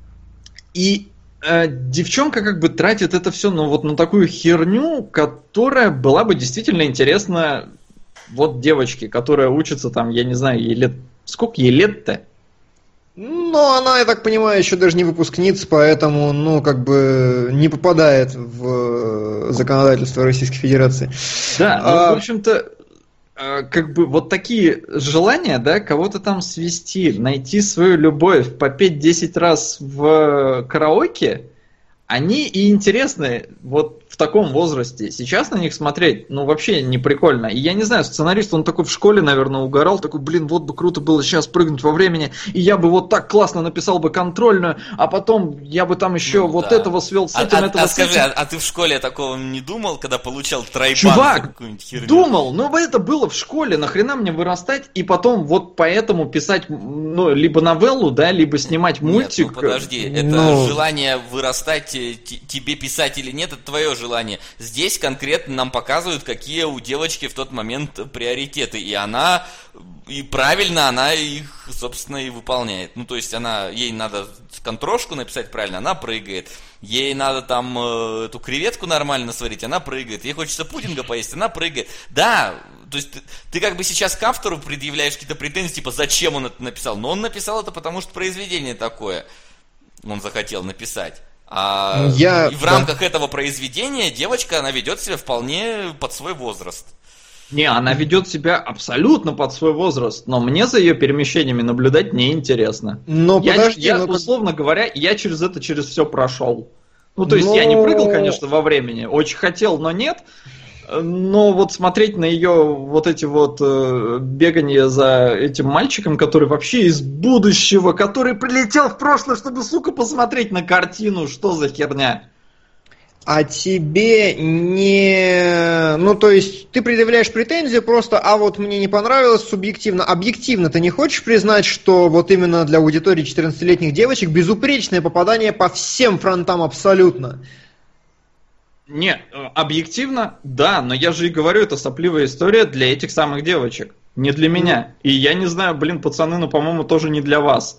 Speaker 4: И девчонка тратит это все, на такую херню, которая была бы действительно интересна девочке, которая учится я не знаю, ей лет... Сколько ей лет-то?
Speaker 3: Она, я так понимаю, еще даже не выпускница, поэтому, не попадает в законодательство Российской Федерации.
Speaker 4: Да, в общем-то, вот такие желания, да, кого-то там свести, найти свою любовь, попеть 10 раз в караоке, они и интересны в таком возрасте. Сейчас на них смотреть, вообще не прикольно. И я не знаю, сценарист, он такой в школе, наверное, угорал, такой, вот бы круто было сейчас прыгнуть во времени, и я бы так классно написал бы контрольную, а потом я бы там еще этого свел с этим, этого с этим.
Speaker 2: Скажи, а ты в школе такого не думал, когда получал тройбан?
Speaker 4: Чувак, думал, но это было в школе, нахрена мне вырастать, и потом поэтому писать, либо новеллу, да, либо снимать мультик.
Speaker 2: Нет, подожди, это желание вырастать, тебе писать или нет, это твое желание. Здесь конкретно нам показывают, какие у девочки в тот момент приоритеты. И правильно она их, собственно, и выполняет. То есть ей надо контрошку написать правильно, она прыгает. Ей надо там эту креветку нормально сварить, она прыгает. Ей хочется пудинга поесть, она прыгает. Да, то есть ты сейчас к автору предъявляешь какие-то претензии, типа, зачем он это написал. Но он написал это, потому что произведение такое он захотел написать. И в рамках этого произведения девочка, она ведет себя вполне под свой возраст.
Speaker 4: Не, она ведет себя абсолютно под свой возраст, но мне за ее перемещениями наблюдать неинтересно. Условно говоря, я через все прошел. То есть я не прыгал, конечно, во времени, очень хотел, но нет. Но смотреть на ее эти бегания за этим мальчиком, который вообще из будущего, который прилетел в прошлое, чтобы, посмотреть на картину, что за херня?
Speaker 3: А тебе не... то есть ты предъявляешь претензию просто, мне не понравилось субъективно. Объективно ты не хочешь признать, что именно для аудитории 14-летних девочек безупречное попадание по всем фронтам абсолютно?
Speaker 4: Не, объективно, да, но я же и говорю, это сопливая история для этих самых девочек, не для меня. И я не знаю, пацаны, по-моему, тоже не для вас.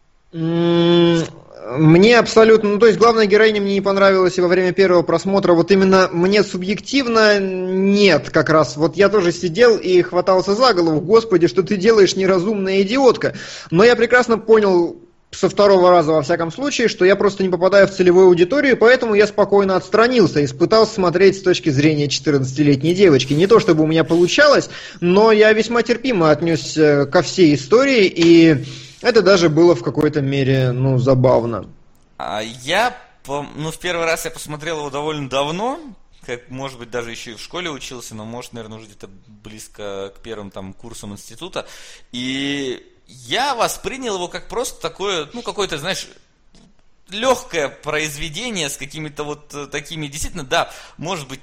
Speaker 3: Мне абсолютно, то есть главная героиня мне не понравилась и во время первого просмотра, именно мне субъективно нет как раз. Я тоже сидел и хватался за голову, господи, что ты делаешь, неразумная идиотка. Но я прекрасно понял со второго раза во всяком случае, что я просто не попадаю в целевую аудиторию, поэтому я спокойно отстранился и пытался смотреть с точки зрения 14-летней девочки. Не то чтобы у меня получалось, но я весьма терпимо отнесся ко всей истории, и это даже было в какой-то мере, забавно.
Speaker 2: В первый раз я посмотрел его довольно давно, как, может быть, даже еще и в школе учился, но, может, наверное, уже где-то близко к первым курсам института, и я воспринял его как просто такое, какое-то, знаешь, легкое произведение с какими-то такими, действительно, да, может быть,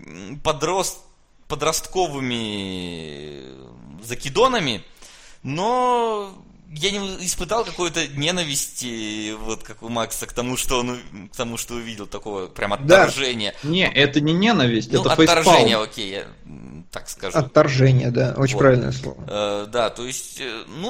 Speaker 2: подростковыми закидонами, но я не испытал какой-то ненависти, как у Макса, к тому, что увидел, такого прям отторжения.
Speaker 4: Да. Не, это не ненависть, это
Speaker 2: отторжение,
Speaker 4: фейспалм.
Speaker 2: окей, я так скажу.
Speaker 3: Отторжение, да, очень правильное слово.
Speaker 2: Да, то есть,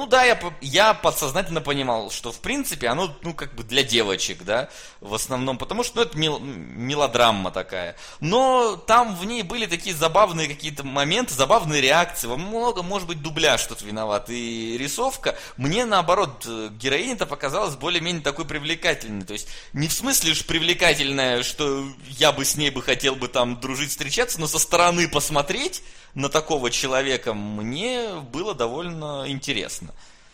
Speaker 2: я подсознательно понимал, что, в принципе, оно, для девочек, да, в основном, потому что, это мелодрама такая. Но там в ней были такие забавные какие-то моменты, забавные реакции, много, может быть, дубляж тут виноват, и рисовка. Мне, наоборот, героиня-то показалась более-менее такой привлекательной. То есть, не в смысле уж привлекательная, что я бы с ней хотел дружить, встречаться, но со стороны посмотреть на такого человека мне было довольно интересно.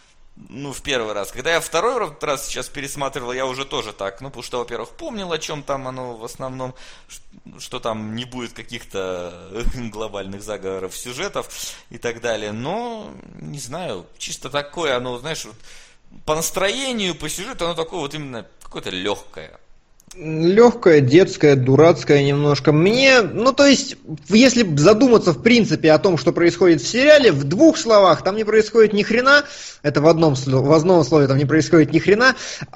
Speaker 2: В первый раз. Когда я второй раз сейчас пересматривал, я уже тоже так, потому что, во-первых, помнил, о чем там оно в основном, что там не будет каких-то глобальных заговоров, сюжетов и так далее. Но, не знаю, чисто такое оно, знаешь, по настроению, по сюжету, оно такое именно какое-то легкое.
Speaker 3: Легкая, детская, дурацкая немножко. То есть, если задуматься в принципе о том, что происходит в сериале, в двух словах там не происходит ни хрена, это в одном слове там не происходит ни хрена,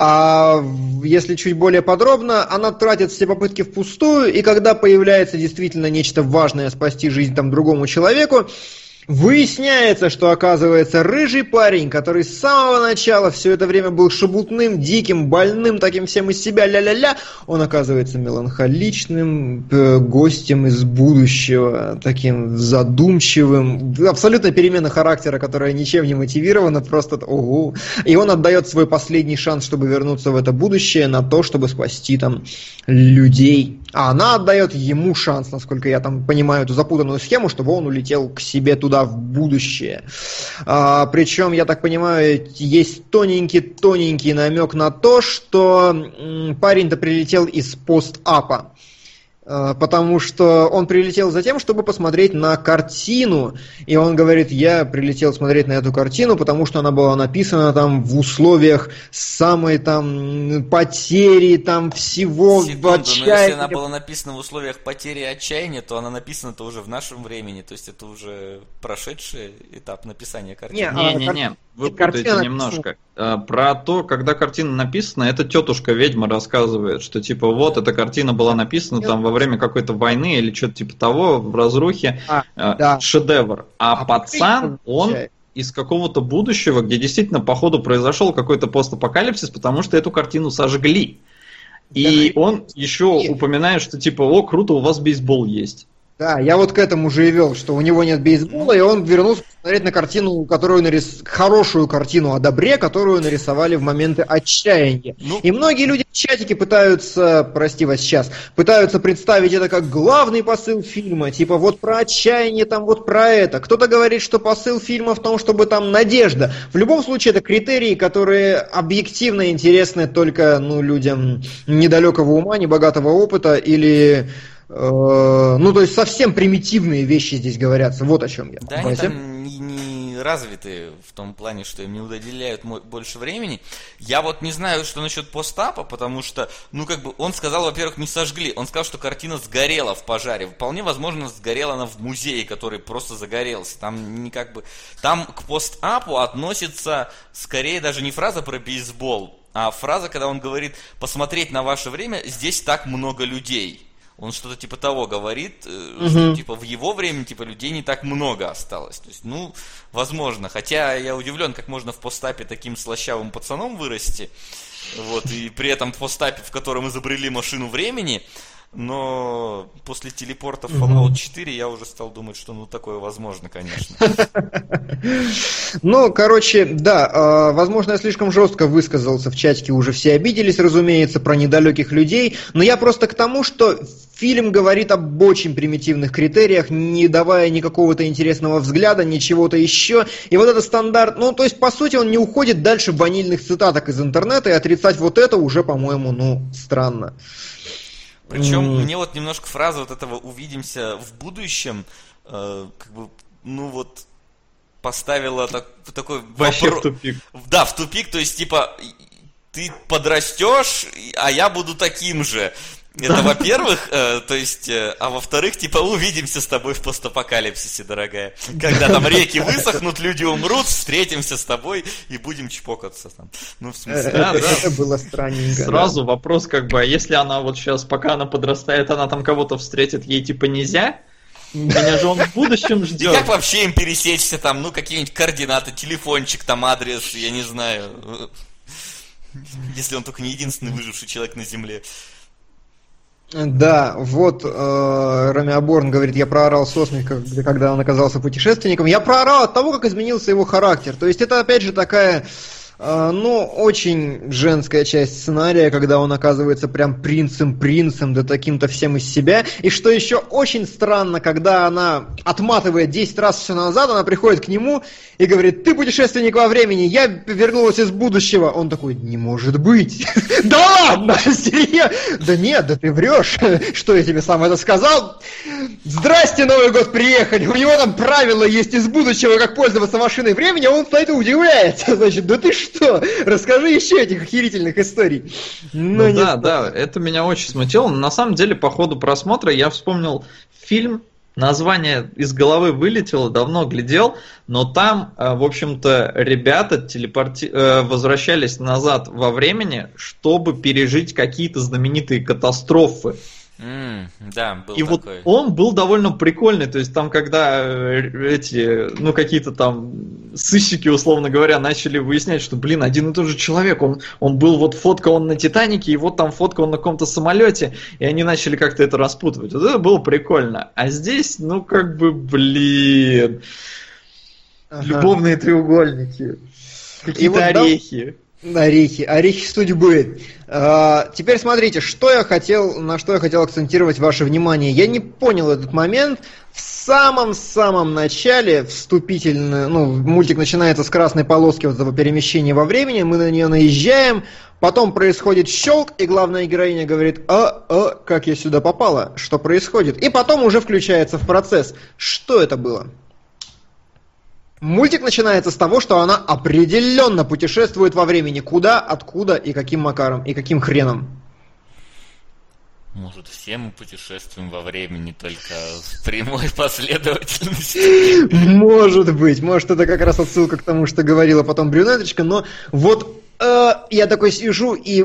Speaker 3: а если чуть более подробно, она тратит все попытки впустую, и когда появляется действительно нечто важное, спасти жизнь другому человеку, выясняется, что, оказывается, рыжий парень, который с самого начала все это время был шебутным, диким, больным, таким всем из себя, ля-ля-ля, он оказывается меланхоличным гостем из будущего, таким задумчивым, абсолютно перемена характера, которая ничем не мотивирована, просто ого. И он отдает свой последний шанс, чтобы вернуться в это будущее, на то, чтобы спасти людей. А она отдает ему шанс, насколько я понимаю эту запутанную схему, чтобы он улетел к себе туда в будущее. Причем, я так понимаю, есть тоненький намек на то, что парень-то прилетел из постапа. Потому что он прилетел за тем, чтобы посмотреть на картину. И он говорит, я прилетел смотреть на эту картину, потому что она была написана в условиях самой потери, всего
Speaker 2: в
Speaker 3: отчаянии.
Speaker 2: Но если она была написана в условиях потери и отчаяния, то она написана-то уже в нашем времени. То есть это уже прошедший этап написания картины.
Speaker 4: Не-не-не, вы путаете немножко. Про то, когда картина написана, это тетушка-ведьма рассказывает, что эта картина была написана во время какой-то войны или что-то типа того, в разрухе, шедевр. А пацан, он из какого-то будущего, где действительно походу произошел какой-то постапокалипсис, потому что эту картину сожгли. И он еще упоминает, что о, круто, у вас бейсбол есть.
Speaker 3: Да, я к этому же и вел, что у него нет бейсбола, и он вернулся посмотреть на картину, хорошую картину о добре, которую нарисовали в моменты отчаяния. И многие люди в чатике пытаются представить это как главный посыл фильма, про отчаяние, про это. Кто-то говорит, что посыл фильма в том, чтобы надежда. В любом случае, это критерии, которые объективно интересны только людям недалекого ума, небогатого опыта или... то есть совсем примитивные вещи здесь говорятся, вот о чем я.
Speaker 2: Да, они там не развиты в том плане, что им не уделяют больше времени. Я не знаю, что насчет постапа, потому что, он сказал, во-первых, не сожгли, он сказал, что картина сгорела в пожаре. Вполне возможно, сгорела она в музее, который просто загорелся. Там к постапу относится скорее даже не фраза про бейсбол, а фраза, когда он говорит, посмотреть на ваше время, здесь так много людей. Он что-то типа того говорит, что в его время людей не так много осталось. То есть, возможно. Хотя я удивлен, как можно в постапе таким слащавым пацаном вырасти. И при этом в постапе, в котором изобрели машину времени, но после телепорта в Fallout 4 я уже стал думать, что ну такое возможно, конечно.
Speaker 3: Ну, короче, да, возможно, я слишком жестко высказался в чатике, уже все обиделись, разумеется, про недалеких людей, но я просто к тому, что фильм говорит об очень примитивных критериях, не давая никакого-то интересного взгляда, ничего-то еще, и вот это стандарт, ну, то есть, по сути, он не уходит дальше ванильных цитаток из интернета, и отрицать вот это уже, по-моему, ну, странно.
Speaker 2: Причем мне вот немножко фраза вот этого «увидимся в будущем», как бы, ну вот, поставила такой
Speaker 4: вообще в тупик.
Speaker 2: Да, в тупик, то есть, типа, ты подрастешь, а я буду таким же. Это, во-первых, то есть, а во-вторых, типа, увидимся с тобой в постапокалипсисе, дорогая. Когда там реки высохнут, люди умрут, встретимся с тобой и будем чпокаться там. Ну, в смысле...
Speaker 3: Это было странненько.
Speaker 4: Сразу вопрос, как бы, а если она вот сейчас, пока она подрастает, она там кого-то встретит, ей типа нельзя? Меня же он в будущем ждет.
Speaker 2: И как вообще им пересечься там, ну, какие-нибудь координаты, телефончик, там, адрес, я не знаю. Если он только не единственный выживший человек на Земле.
Speaker 3: Да, вот Рами Аборн говорит, я проорал со смеха, когда он оказался путешественником. Я проорал от того, как изменился его характер. То есть это опять же такая, ну, очень женская часть сценария, когда он оказывается прям принцем, да таким-то всем из себя. И что еще очень странно, когда она отматывает 10 раз все назад, она приходит к нему и говорит, ты путешественник во времени, я вернулась из будущего. Он такой, не может быть. Да ладно, серьезно? Да нет, да ты врешь. Что я тебе сам это сказал? Здрасте, Новый год, приехали. У него там правила есть из будущего, как пользоваться машиной времени, а он стоит и удивляется. Значит, да ты что? Расскажи еще этих охерительных историй.
Speaker 4: Ну да, это меня очень смутило. Но на самом деле, по ходу просмотра я вспомнил фильм. Название из головы вылетело, давно глядел, но там, в общем-то, ребята возвращались назад во времени, чтобы пережить какие-то знаменитые катастрофы.
Speaker 2: Да, был
Speaker 4: и
Speaker 2: такой.
Speaker 4: Вот он был довольно прикольный, то есть там, когда эти, ну, какие-то там сыщики, условно говоря, начали выяснять, что, блин, один и тот же человек, он был, вот фотка он на Титанике, и вот там фотка он на каком-то самолете, и они начали как-то это распутывать. Вот это было прикольно. А здесь, ну, как бы, блин, любовные треугольники, какие-то орехи.
Speaker 3: Орехи судьбы. Теперь смотрите, на что я хотел акцентировать ваше внимание. Я не понял этот момент. В самом начале вступительно, мультик начинается с красной полоски вот этого перемещения во времени, мы на нее наезжаем, потом происходит щелк, и главная героиня говорит, как я сюда попала, что происходит? И потом уже включается в процесс. Что это было? Мультик начинается с того, что она определенно путешествует во времени. Куда, откуда и каким макаром, и каким хреном.
Speaker 2: Может, все мы путешествуем во времени, только в прямой последовательности.
Speaker 3: Может быть. Может, это как раз отсылка к тому, что говорила потом брюнеточка. Но вот я такой сижу и,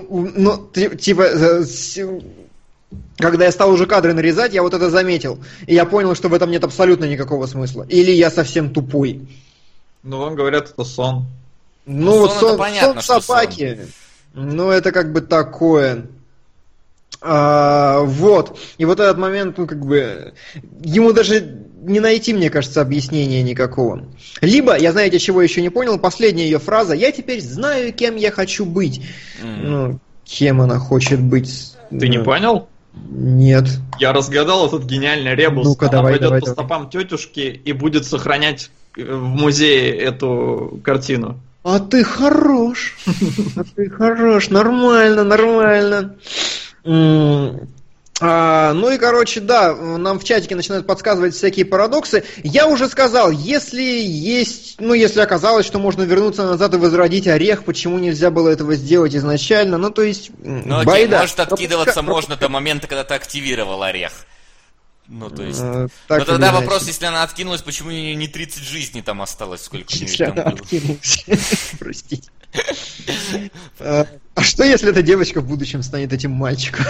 Speaker 3: когда я стал уже кадры нарезать, я вот это заметил. И я понял, что в этом нет абсолютно никакого смысла. Или я совсем тупой.
Speaker 4: Ну, вам говорят, это сон.
Speaker 3: Сон собаки. Ну, это как бы такое. Вот. И вот этот момент, ему даже не найти, мне кажется, объяснения никакого. Либо, я знаете, чего еще не понял, последняя ее фраза, я теперь знаю, кем я хочу быть. Кем она хочет быть.
Speaker 4: Ты не понял?
Speaker 3: Нет.
Speaker 4: Я разгадал этот гениальный ребус.
Speaker 3: Ну-ка,
Speaker 4: она пойдет
Speaker 3: давай.
Speaker 4: по стопам тетушки и будет сохранять в музее эту картину.
Speaker 3: А ты хорош. Нормально. Ну и, короче, да, нам в чатике начинают подсказывать всякие парадоксы. Я уже сказал, если оказалось, что можно вернуться назад и возродить орех, почему нельзя было этого сделать изначально? Ну, то есть,
Speaker 2: байда. Может, откидываться можно до момента, когда ты активировал орех. Ну, то есть... Но тогда вопрос, если она откинулась, почему не 30 жизней там осталось, сколько у нее там было?
Speaker 3: Простите. А что, если эта девочка в будущем станет этим мальчиком?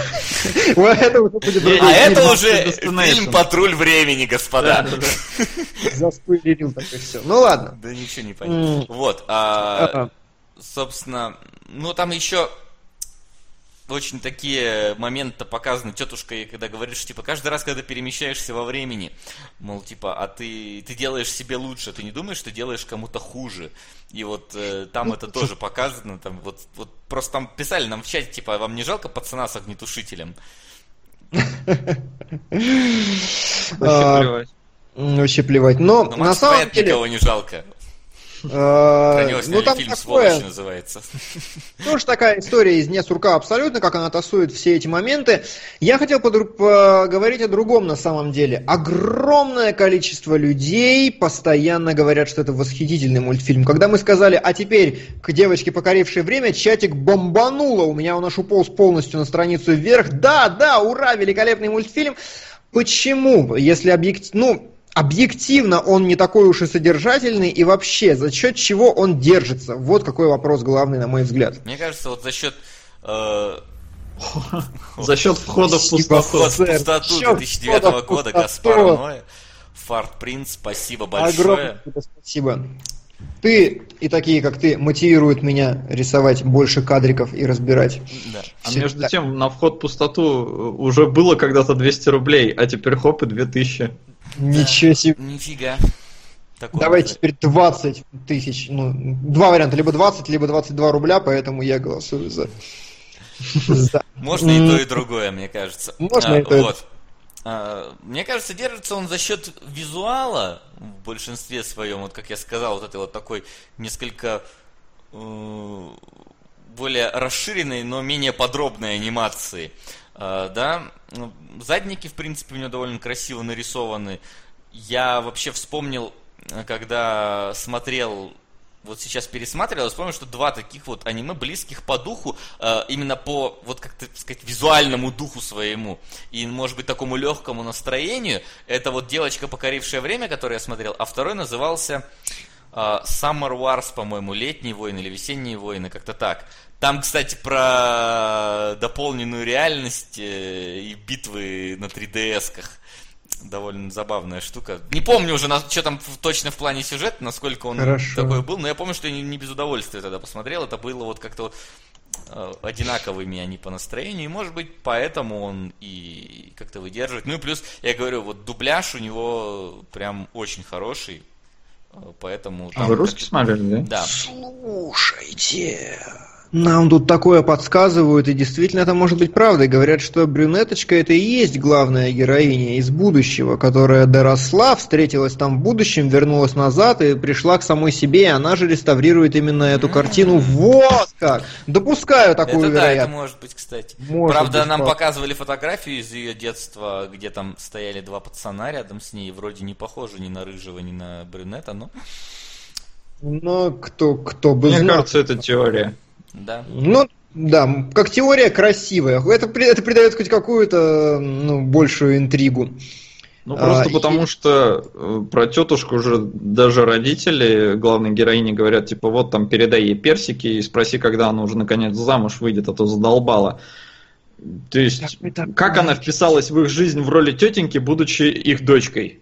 Speaker 2: Это уже фильм «Патруль времени», господа.
Speaker 3: Заспойлерил так и все. Ну ладно.
Speaker 2: Да ничего не понятно. Вот. Собственно, там еще... очень такие моменты показаны тетушкой, когда говоришь, типа, каждый раз, когда перемещаешься во времени, мол, типа, а ты делаешь себе лучше, ты не думаешь, что делаешь кому-то хуже. И вот там это тоже показано, там вот просто там писали нам в чате, типа, вам не жалко пацана с огнетушителем?
Speaker 3: Вообще плевать. Но на самом деле...
Speaker 2: никого не жалко. Про него сняли
Speaker 3: там
Speaker 2: фильм
Speaker 3: такое...
Speaker 2: «Сволочь» называется.
Speaker 3: Тоже такая история из дня сурка абсолютно, как она тасует все эти моменты. Я хотел поговорить о другом на самом деле. Огромное количество людей постоянно говорят, что это восхитительный мультфильм. Когда мы сказали, а теперь к девочке, покорившей время, чатик бомбануло. У меня он аж уполз полностью на страницу вверх. Да, ура, великолепный мультфильм. Почему? Если объективно он не такой уж и содержательный, и вообще, за счет чего он держится? Вот какой вопрос главный, на мой взгляд.
Speaker 2: Мне кажется, вот за счет...
Speaker 4: За счет входа в пустоту.
Speaker 2: Вход в пустоту 2009 года, Гаспар Ноэ, Фарт Принц, спасибо большое.
Speaker 3: Огромное спасибо. Ты и такие, как ты, мотивируют меня рисовать больше кадриков и разбирать.
Speaker 2: Да.
Speaker 4: А между тем, на вход в пустоту уже было когда-то 200 рублей, а теперь хоп и 2000.
Speaker 3: Ничего себе.
Speaker 2: Нифига.
Speaker 3: Давайте теперь 20 тысяч. Два варианта, либо 20, либо 22 рубля, поэтому я голосую за.
Speaker 2: Можно и то, и другое, мне кажется.
Speaker 3: Можно и то.
Speaker 2: Мне кажется, держится он за счет визуала в большинстве своем, вот как я сказал, вот этой вот такой несколько более расширенной, но менее подробной анимации. Да, задники, в принципе, у него довольно красиво нарисованы. Я вообще вспомнил, когда смотрел, вот сейчас пересматривал, вспомнил, что два таких вот аниме близких по духу, именно по, вот как сказать, визуальному духу своему и, может быть, такому легкому настроению. Это вот «Девочка, покорившая время», который я смотрел, а второй назывался Summer Wars, по-моему, «Летние войны» или «Весенние войны», как-то так. Там, кстати, про дополненную реальность и битвы на 3DS-ках. Довольно забавная штука. Не помню уже, что там точно в плане сюжета, насколько он такой был, но я помню, что я не без удовольствия тогда посмотрел. Это было вот как-то одинаковыми они по настроению, и, может быть, поэтому он и как-то выдерживает. Ну и плюс, я говорю, вот дубляж у него прям очень хороший, поэтому...
Speaker 4: А вы русский смотрели, да?
Speaker 2: Да.
Speaker 3: Слушайте... Нам тут такое подсказывают, и действительно это может быть правдой. Говорят, что брюнеточка это и есть главная героиня из будущего, которая доросла, встретилась там в будущем, вернулась назад и пришла к самой себе, и она же реставрирует именно эту картину. Вот как! Допускаю такую вероятность.
Speaker 2: Да, это может быть, кстати. Правда, нам показывали фотографию из ее детства, где там стояли два пацана рядом с ней, вроде не похожи ни на рыжего, ни на брюнета, но...
Speaker 3: Но кто бы знал.
Speaker 4: Мне кажется, это теория.
Speaker 2: Да.
Speaker 3: Да, как теория красивая. Это придает хоть какую-то большую интригу.
Speaker 4: Просто потому что про тетушку уже даже родители главной героини говорят, типа, вот там передай ей персики и спроси, когда она уже наконец замуж выйдет, а то задолбала. То есть, как она вписалась в их жизнь в роли тетеньки, будучи их дочкой?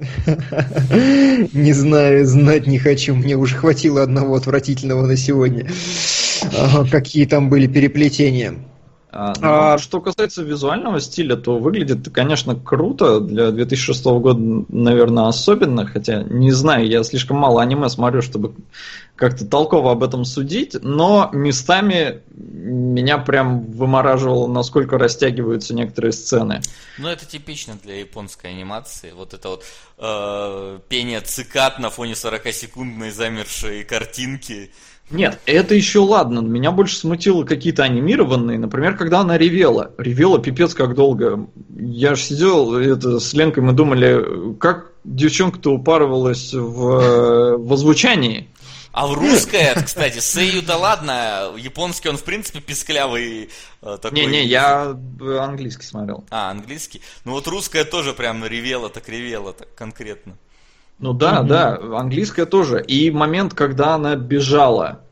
Speaker 3: Не знаю, знать не хочу. Мне уже хватило одного отвратительного на сегодня. Какие там были переплетения.
Speaker 4: Что касается визуального стиля, то выглядит, конечно, круто. Для 2006 года, наверное, особенно. Хотя, не знаю, я слишком мало аниме смотрю, чтобы как-то толково об этом судить. Но местами меня прям вымораживало, насколько растягиваются некоторые сцены.
Speaker 2: Ну, это типично для японской анимации. Вот это вот пение цикад на фоне 40-секундной замершей картинки.
Speaker 4: Нет, это еще ладно. Меня больше смутило какие-то анимированные. Например, когда она ревела. Ревела пипец как долго. Я же сидел с Ленкой, мы думали, как девчонка-то упарывалась в озвучании.
Speaker 2: А в русское, кстати, Сэйю-то ладно, японский он в принципе писклявый такой.
Speaker 4: Не, я английский смотрел.
Speaker 2: Английский. Ну вот русское тоже прям ревела так конкретно.
Speaker 4: Ну да, английская тоже. И момент, когда она бежала.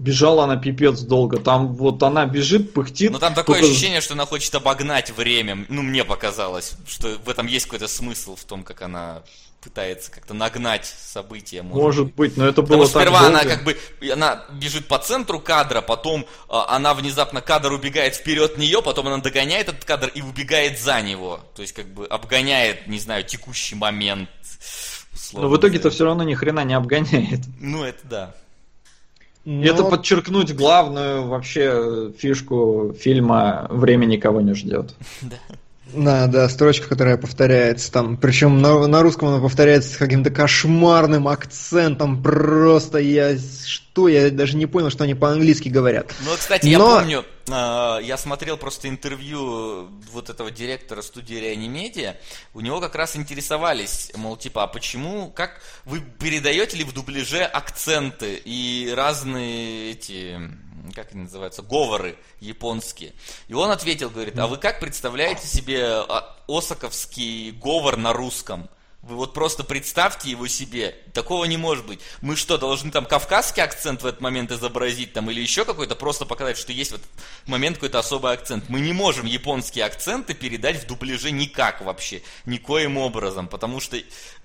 Speaker 4: Бежала она пипец долго. Там вот она бежит, пыхтит.
Speaker 2: Но там такое ощущение, что она хочет обогнать время. Ну, мне показалось, что в этом есть какой-то смысл в том, как она пытается как-то нагнать события.
Speaker 4: Может быть, но это
Speaker 2: Потому
Speaker 4: было
Speaker 2: что
Speaker 4: так
Speaker 2: сперва
Speaker 4: долго.
Speaker 2: она как бы, она бежит по центру кадра, потом она внезапно, кадр убегает вперед нее, потом она догоняет этот кадр и убегает за него. То есть как бы обгоняет, не знаю, текущий момент.
Speaker 4: Но в итоге-то все равно ни хрена не обгоняет.
Speaker 2: Ну, это да.
Speaker 4: И это подчеркнуть главную вообще фишку фильма «Время никого не ждет».
Speaker 3: Да, строчка, которая повторяется там. Причем на русском она повторяется с каким-то кошмарным акцентом. Просто я даже не понял, что они по-английски говорят.
Speaker 2: Ну, кстати, я помню, я смотрел просто интервью вот этого директора студии Реанимедиа. У него как раз интересовались, мол, типа, а почему, как вы передаете ли в дубляже акценты и разные эти, как они называются, говоры японские. И он ответил, говорит, а вы как представляете себе осаковский говор на русском? Вы вот просто представьте его себе. Такого не может быть. Мы что, должны там кавказский акцент в этот момент изобразить там, или еще какой-то, просто показать, что есть в этот момент какой-то особый акцент. Мы не можем японские акценты передать в дубляже никак вообще. Никоим образом. Потому что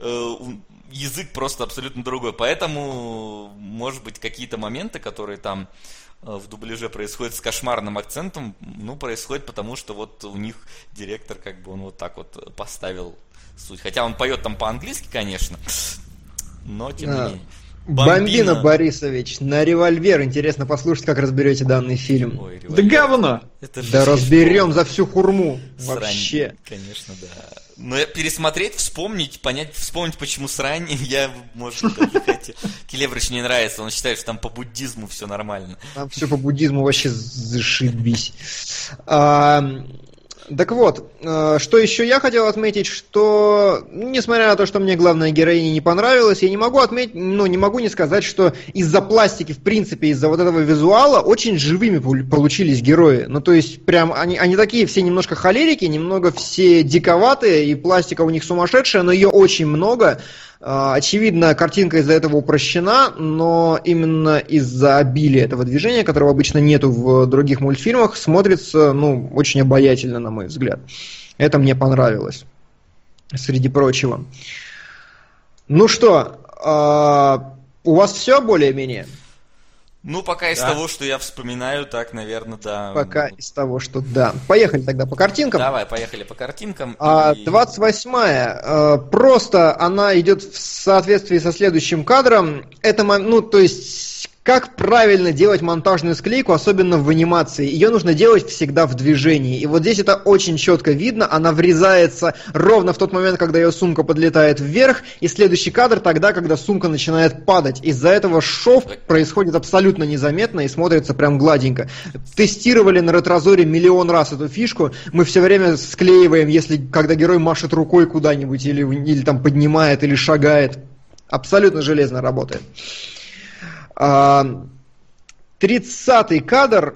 Speaker 2: язык просто абсолютно другой. Поэтому, может быть, какие-то моменты, которые там в дубляже происходит с кошмарным акцентом, ну, происходит потому, что вот у них директор, как бы, он вот так вот поставил суть. Хотя он поет там по-английски, конечно, но тем не менее.
Speaker 3: Бомбина Борисович, на револьвер. Интересно послушать, как разберете данный фильм.
Speaker 2: Ой,
Speaker 4: да говно!
Speaker 3: Да разберем за всю хурму.
Speaker 2: Срань,
Speaker 3: вообще.
Speaker 2: Конечно, да. Но пересмотреть, вспомнить, почему срань, я, может, так и хотел. Келебрыч не нравится, он считает, что там по буддизму все нормально.
Speaker 3: Там все по буддизму вообще зашибись. Так вот, что еще я хотел отметить, что, несмотря на то, что мне главная героиня не понравилась, я не могу отметить, не могу не сказать, что из-за пластики, в принципе, из-за вот этого визуала, очень живыми получились герои. Ну, то есть, прям, они такие все немножко холерики, немного все диковатые, и пластика у них сумасшедшая, но ее очень много. Очевидно, картинка из-за этого упрощена, но именно из-за обилия этого движения, которого обычно нету в других мультфильмах, смотрится, очень обаятельно, на мой взгляд. Это мне понравилось, среди прочего. Ну что, у вас все более-менее?
Speaker 2: Ну, пока из того, что я вспоминаю, так, наверное, да.
Speaker 3: Пока из того, что да. Поехали тогда по картинкам.
Speaker 2: Давай, поехали по картинкам.
Speaker 3: 28-я. Просто она идет в соответствии со следующим кадром. Это, то есть, как правильно делать монтажную склейку, особенно в анимации. Ее нужно делать всегда в движении. И вот здесь это очень четко видно. Она врезается ровно в тот момент, когда ее сумка подлетает вверх. И следующий кадр тогда, когда сумка начинает падать. Из-за этого шов происходит абсолютно незаметно и смотрится прям гладенько. Тестировали на Ретрозоре миллион раз эту фишку. Мы все время склеиваем, когда герой машет рукой куда-нибудь или там поднимает, или шагает. Абсолютно железно работает. 30-й кадр,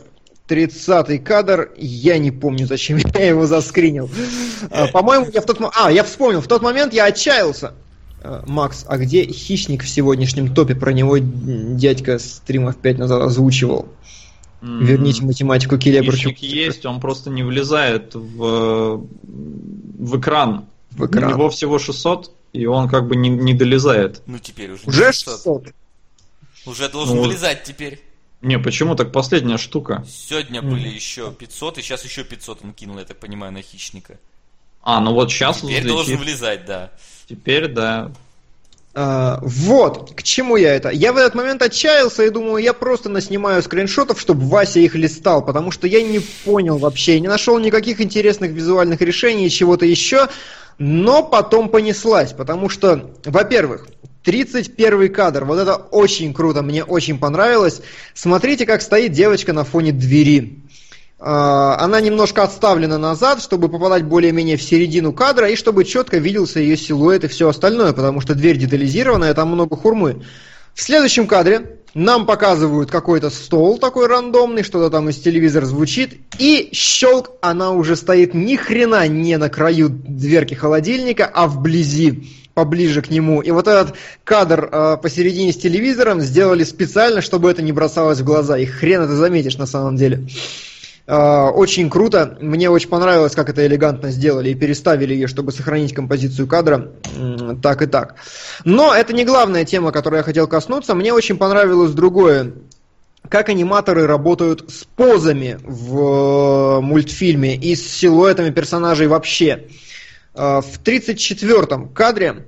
Speaker 3: я не помню, зачем я его заскринил. По-моему, я вспомнил, в тот момент я отчаялся. Макс, а где Хищник в сегодняшнем топе? Про него дядька стримов 5 назад озвучивал. Верните математику Келебрычу.
Speaker 4: Хищник есть, он просто не влезает в экран. У него всего 600, и он как бы не долезает.
Speaker 2: Ну теперь
Speaker 3: уже 600.
Speaker 2: Уже должен вылезать теперь.
Speaker 4: Не, почему так последняя штука?
Speaker 2: Сегодня были еще 500, и сейчас еще 500 он кинул, я так понимаю, на Хищника.
Speaker 4: Ну вот сейчас
Speaker 2: теперь должен влезать, да.
Speaker 4: Теперь, да.
Speaker 3: Вот, к чему я это? Я в этот момент отчаялся и думаю, я просто наснимаю скриншотов, чтобы Вася их листал, потому что я не понял вообще, не нашел никаких интересных визуальных решений, чего-то еще, но потом понеслась, потому что, во-первых, 31-й кадр, вот это очень круто, мне очень понравилось. Смотрите, как стоит девочка на фоне двери. Она немножко отставлена назад, чтобы попадать более-менее в середину кадра, и чтобы четко виделся ее силуэт и все остальное, потому что дверь детализированная, там много хурмы. В следующем кадре нам показывают какой-то стол такой рандомный, что-то там из телевизора звучит, и щелк, она уже стоит ни хрена не на краю дверки холодильника, а вблизи, поближе к нему. И вот этот кадр посередине с телевизором сделали специально, чтобы это не бросалось в глаза. И хрен это заметишь на самом деле. Очень круто. Мне очень понравилось, как это элегантно сделали и переставили ее, чтобы сохранить композицию кадра так и так. Но это не главная тема, которой я хотел коснуться. Мне очень понравилось другое. Как аниматоры работают с позами в мультфильме и с силуэтами персонажей вообще. В 34-м кадре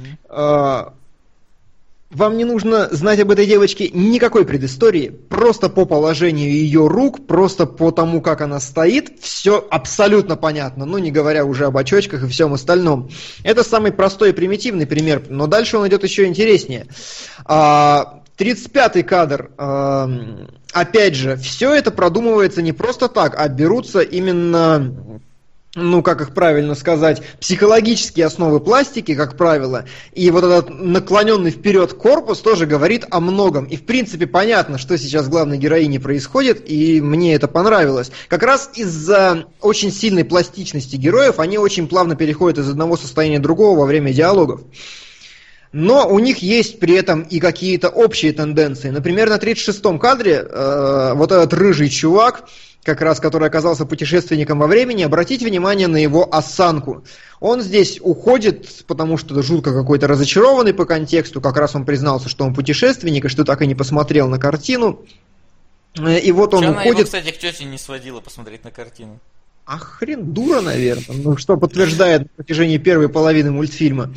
Speaker 3: вам не нужно знать об этой девочке никакой предыстории, просто по положению ее рук, просто по тому, как она стоит, все абсолютно понятно, ну не говоря уже об очочках и всем остальном. Это самый простой и примитивный пример, но дальше он идет еще интереснее. 35-й кадр, опять же, все это продумывается не просто так, а берутся именно... ну, как их правильно сказать, психологические основы пластики, как правило, и вот этот наклоненный вперед корпус тоже говорит о многом. И, в принципе, понятно, что сейчас с главной героиней происходит, и мне это понравилось. Как раз из-за очень сильной пластичности героев они очень плавно переходят из одного состояния в другого во время диалогов. Но у них есть при этом и какие-то общие тенденции. Например, на 36-м кадре вот этот рыжий чувак, как раз который оказался путешественником во времени, обратите внимание на его осанку. Он здесь уходит, потому что жутко какой-то разочарованный по контексту, как раз он признался, что он путешественник, и что так и не посмотрел на картину. И вот он уходит... Она его,
Speaker 2: кстати, к тете не сводила посмотреть на картину.
Speaker 3: А хрен дура, наверное, ну, что подтверждает на протяжении первой половины мультфильма.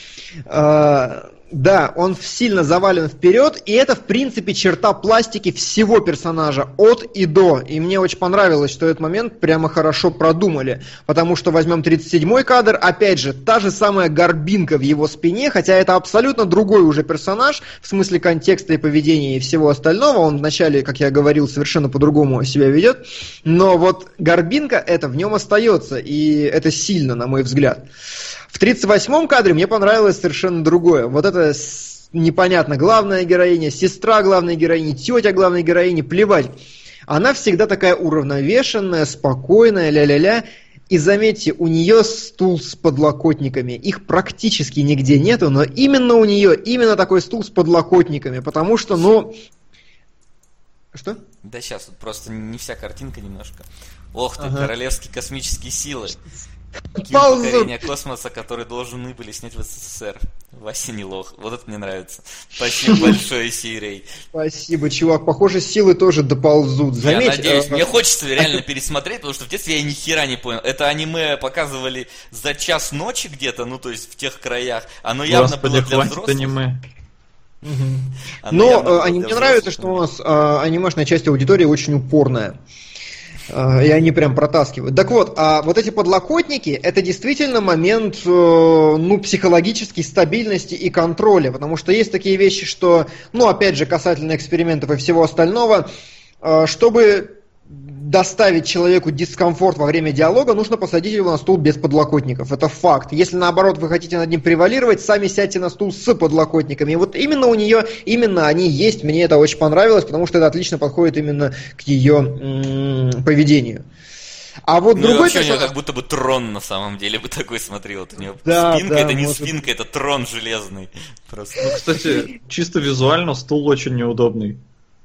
Speaker 3: Да, он сильно завален вперед, и это, в принципе, черта пластики всего персонажа, от и до. И мне очень понравилось, что этот момент прямо хорошо продумали. Потому что возьмем 37-й кадр, опять же, та же самая горбинка в его спине, хотя это абсолютно другой уже персонаж, в смысле контекста и поведения и всего остального. Он вначале, как я говорил, совершенно по-другому себя ведет. Но вот горбинка эта в нем остается, и это сильно, на мой взгляд. В 38-м кадре мне понравилось совершенно другое. Вот это непонятно, главная героиня, сестра главной героини, тетя главной героини, плевать. Она всегда такая уравновешенная, спокойная, ля-ля-ля. И заметьте, у нее стул с подлокотниками. Их практически нигде нету, но именно у нее именно такой стул с подлокотниками. Потому что, ну... Что?
Speaker 2: Да сейчас, тут просто не вся картинка немножко. Ох ты, королевские космические силы. Фильм «Покорение космоса», который должны были снять в СССР. Вася не лох. Вот это мне нравится. Спасибо большое, Сирей.
Speaker 3: Спасибо, чувак. Похоже, силы тоже доползут.
Speaker 2: Заметь, я надеюсь, мне хочется реально пересмотреть, потому что в детстве я ни хера не понял. Это аниме показывали за час ночи где-то, ну то есть в тех краях. Оно явно было для взрослых.
Speaker 3: Аниме. Но мне нравится, что у нас анимешная часть аудитории очень упорная. И они прям протаскивают. Так вот, вот эти подлокотники, это действительно момент, ну, психологической стабильности и контроля, потому что есть такие вещи, что, ну, опять же, касательно экспериментов и всего остального, чтобы доставить человеку дискомфорт во время диалога, нужно посадить его на стул без подлокотников. Это факт. Если, наоборот, вы хотите над ним превалировать, сами сядьте на стул с подлокотниками. И вот именно у нее, именно они есть. Мне это очень понравилось, потому что это отлично подходит именно к ее поведедению. А вот другой
Speaker 2: вообще персонаж... у него как будто бы трон на самом деле бы такой смотрел. Вот у него спинка, это не спинка, это трон железный. Просто.
Speaker 4: Ну, кстати, чисто визуально стул очень неудобный.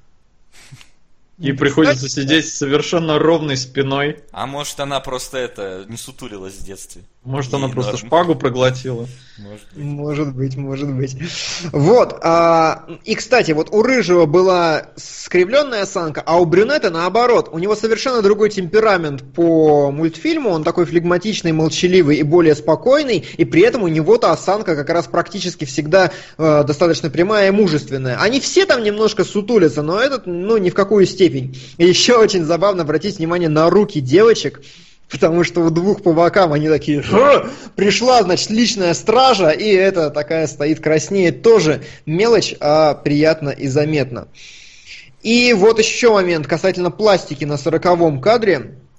Speaker 4: И приходится сидеть с совершенно ровной спиной.
Speaker 2: А может она просто не сутулилась в детстве?
Speaker 4: Может она просто шпагу проглотила?
Speaker 3: Может быть. Вот. И, кстати, вот у Рыжего была скривленная осанка, а у Брюнета наоборот. У него совершенно другой темперамент по мультфильму. Он такой флегматичный, молчаливый и более спокойный. И при этом у него-то осанка как раз практически всегда достаточно прямая и мужественная. Они все там немножко сутулятся, но этот, ну, ни в какую степень. И еще очень забавно обратить внимание на руки девочек. Потому что у двух по бокам они такие: пришла, значит, личная стража, и это такая стоит краснеет. Тоже мелочь, а приятно и заметно. И вот еще момент касательно пластики на 40-м кадре.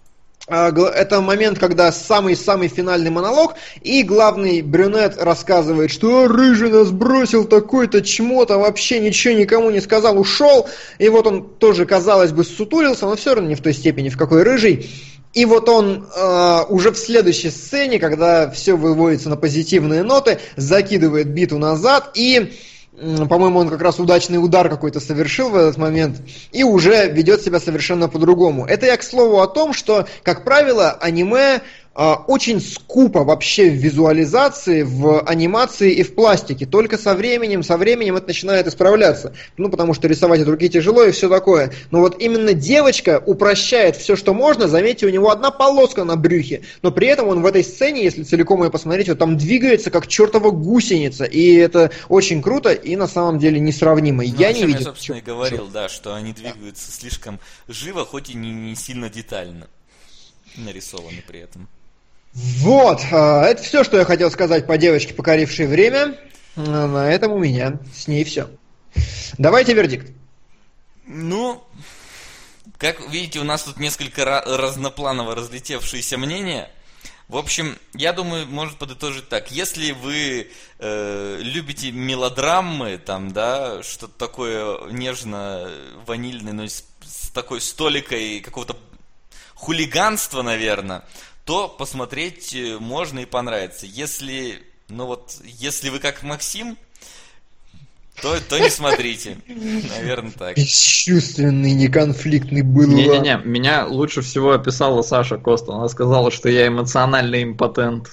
Speaker 3: Это момент, когда самый-самый финальный монолог, и главный брюнет рассказывает, что рыжий нас бросил, такой-то чмо-то, вообще ничего никому не сказал, ушел. И вот он тоже, казалось бы, ссутулился, но все равно не в той степени, в какой рыжий. И вот он уже в следующей сцене, когда все выводится на позитивные ноты, закидывает биту назад и... По-моему, он как раз удачный удар какой-то совершил в этот момент и уже ведет себя совершенно по-другому. Это я к слову о том, что, как правило, аниме очень скупо вообще в визуализации, в анимации и в пластике. Только со временем это начинает исправляться. Ну, потому что рисовать от руки тяжело и все такое. Но вот именно девочка упрощает все, что можно. Заметьте, у него одна полоска на брюхе. Но при этом он в этой сцене, если целиком ее посмотреть, вот там двигается как чертова гусеница. И это очень круто и на самом деле несравнимо.
Speaker 2: Ну,
Speaker 3: я не видел.
Speaker 2: Я, собственно, и говорил, да, что они двигаются слишком живо, хоть и не сильно детально нарисованы при этом.
Speaker 3: Вот, это все, что я хотел сказать по девочке, покорившей время. На этом у меня с ней все. Давайте вердикт.
Speaker 2: Ну, как видите, у нас тут несколько разнопланово разлетевшиеся мнения. В общем, я думаю, можно подытожить так. Если вы любите мелодрамы, там, да, что-то такое нежно-ванильное, но с такой столикой какого-то хулиганства, наверное, то посмотреть можно и понравится. Если вы как Максим, то не смотрите. Наверное, так.
Speaker 3: Бесчувственный, неконфликтный был.
Speaker 4: Не-не-не, меня лучше всего описала Саша Коста. Она сказала, что я эмоциональный импотент.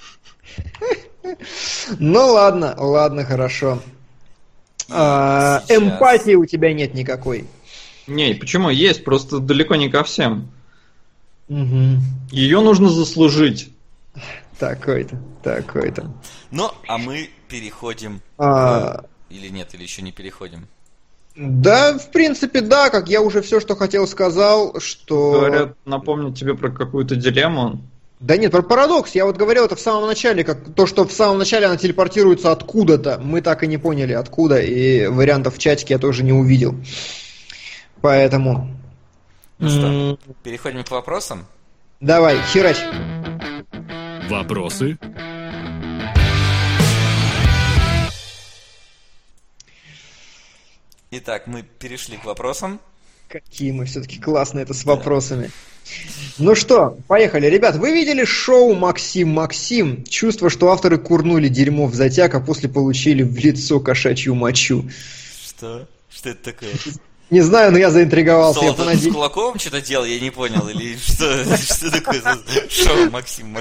Speaker 3: Ну ладно, хорошо. Эмпатии у тебя нет никакой.
Speaker 4: Не, почему? Есть, просто далеко не ко всем.
Speaker 3: Угу.
Speaker 4: Ее нужно заслужить.
Speaker 3: Такой-то.
Speaker 2: Ну, а мы переходим... Или нет, или еще не переходим?
Speaker 3: Да, в принципе, да, как я уже все, что хотел, сказал, что...
Speaker 4: Говорят, напомнить тебе про какую-то дилемму.
Speaker 3: Да нет, про парадокс. Я вот говорил это в самом начале, как то, что в самом начале она телепортируется откуда-то. Мы так и не поняли, откуда, и вариантов в чатике я тоже не увидел. Поэтому...
Speaker 2: Ну что, переходим к вопросам?
Speaker 3: Давай, херач.
Speaker 1: Вопросы?
Speaker 2: Итак, мы перешли к вопросам.
Speaker 3: Какие мы все-таки классные это с вопросами. Ну что, поехали. Ребят, вы видели шоу «Максим»? Чувство, что авторы курнули дерьмо в затяг, а после получили в лицо кошачью мочу.
Speaker 2: Что? Что это такое?
Speaker 3: Не знаю, но я заинтриговался.
Speaker 2: Соло с Кулаковым что-то делал, я не понял. Или что такое за шоу «Максим»?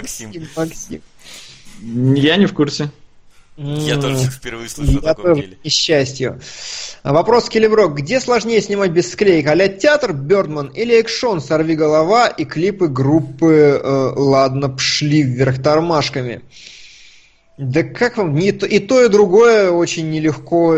Speaker 4: Я не в курсе.
Speaker 2: Я тоже впервые слышу о таком деле.
Speaker 3: К несчастью. Вопрос Келеброк. Где сложнее снимать без склеек? А-ля театр, Бёрдман или экшон, сорвиголова и клипы группы «Ладно, пшли вверх тормашками»? Да как вам? И то, и другое очень нелегко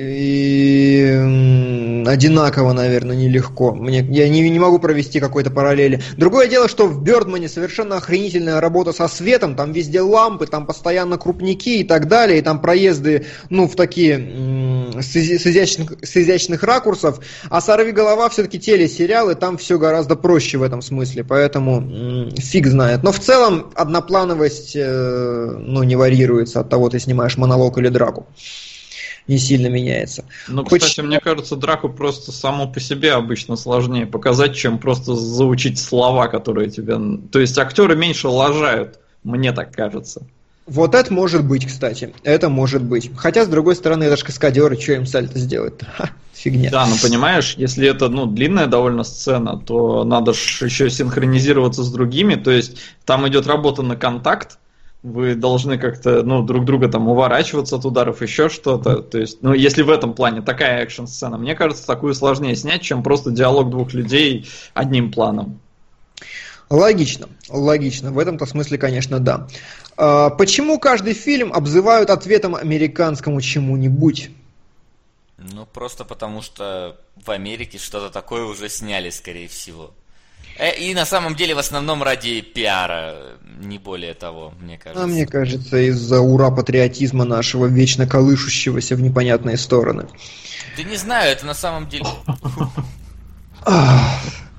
Speaker 3: и одинаково, наверное, нелегко. Я не могу провести какой-то параллели. Другое дело, что в Бёрдмане совершенно охренительная работа со светом. Там везде лампы, там постоянно крупники и так далее. И там проезды, в такие с изящных ракурсов. А «Сорвиголова» все-таки телесериал, и там все гораздо проще в этом смысле. Поэтому фиг знает. Но в целом одноплановость не варьируется от того, ты снимаешь монолог или драку. Не сильно меняется.
Speaker 4: Кстати, мне кажется, драку просто само по себе обычно сложнее показать, чем просто заучить слова, которые тебе... То есть актеры меньше лажают, мне так кажется.
Speaker 3: Вот это может быть, кстати. Это может быть. Хотя, с другой стороны, это же каскадеры, что им сальто сделать-то? Фигня.
Speaker 4: Да, понимаешь, если это длинная довольно сцена, то надо же еще синхронизироваться с другими. То есть там идет работа на контакт. Вы должны как-то, друг друга там уворачиваться от ударов, еще что-то. То есть, если в этом плане такая экшн-сцена, мне кажется, такую сложнее снять, чем просто диалог двух людей одним планом.
Speaker 3: Логично. В этом-то смысле, конечно, да. Почему каждый фильм обзывают ответом американскому чему-нибудь?
Speaker 2: Просто потому что в Америке что-то такое уже сняли, скорее всего. И на самом деле в основном ради пиара, не более того, мне кажется.
Speaker 3: А мне кажется, из-за ура-патриотизма нашего, вечно колышущегося в непонятные стороны.
Speaker 2: Да не знаю, это на самом деле...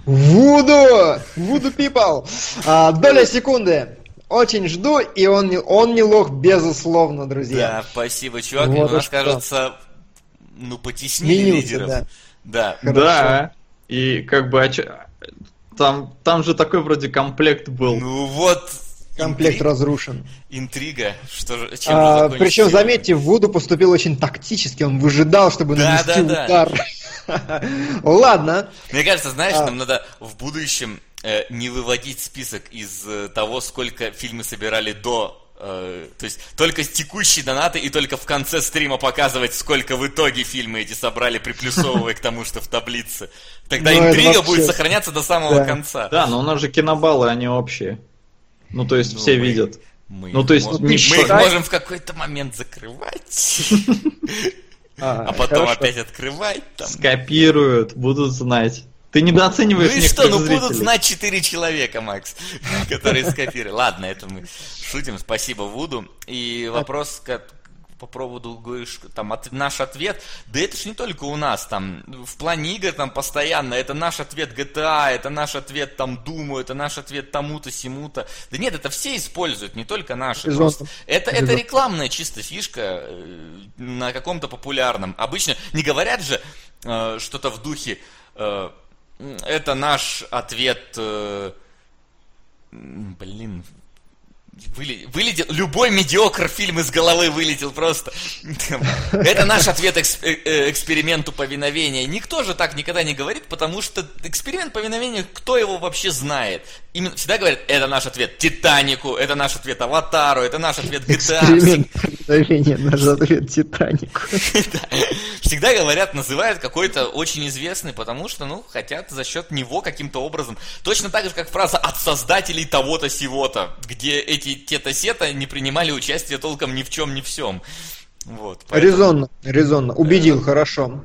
Speaker 3: Вуду people. Доля секунды. Очень жду, и он не лох, безусловно, друзья.
Speaker 2: Да, спасибо, чувак.
Speaker 3: Вот
Speaker 2: У нас,
Speaker 3: что.
Speaker 2: кажется, потеснили
Speaker 3: Сменился,
Speaker 2: лидеров. Да.
Speaker 4: Да, и как бы там же такой вроде комплект был.
Speaker 2: Ну вот.
Speaker 3: Комплект разрушен.
Speaker 2: Интрига. Чем же закончится?
Speaker 3: Причем, заметьте, Вуду поступил очень тактически, он выжидал, чтобы нанести удар. Ладно.
Speaker 2: Мне кажется, знаешь, нам надо в будущем не выводить список из того, сколько фильмы собирали до... То есть только текущие донаты и только в конце стрима показывать, сколько в итоге фильмы эти собрали, приплюсовывая к тому, что в таблице. Тогда интрига будет сохраняться до самого конца.
Speaker 4: Да, но у нас же кинобаллы, они общие. Ну, то есть все видят.
Speaker 2: Мы
Speaker 4: Ну, то есть
Speaker 2: мы их можем в какой-то момент закрывать, а потом опять открывать.
Speaker 4: Скопируют, будут знать. Ты недооцениваешь
Speaker 2: Ну и что,
Speaker 4: некоторых зрителей.
Speaker 2: будут знать 4 человека, Макс, которые скопировали. Ладно, это мы шутим, спасибо Вуду. И вопрос по поводу, говоришь, там, наш ответ, да это ж не только у нас, там, в плане игр, там, постоянно, это наш ответ GTA, это наш ответ, там, Думу, это наш ответ тому-то, сему-то. Да нет, это все используют, не только наши. Это рекламная чисто фишка на каком-то популярном. Обычно не говорят же что-то в духе, это наш ответ, вылетел, любой медиокр фильм из головы вылетел просто. Это наш ответ эксперименту повиновения. Никто же так никогда не говорит, потому что эксперимент повиновения, кто его вообще знает? Именно всегда говорят, это наш ответ Титанику, это наш ответ Аватару, это наш ответ GTA.
Speaker 3: Эксперимент повиновения, наш ответ Титанику.
Speaker 2: Всегда говорят, называют какой-то очень известный, потому что, хотят за счет него каким-то образом. Точно так же, как фраза от создателей того-то сего-то, где эти тета-сета не принимали участие толком ни в чем, ни в всем. Вот,
Speaker 3: поэтому... Резонно. Убедил, хорошо.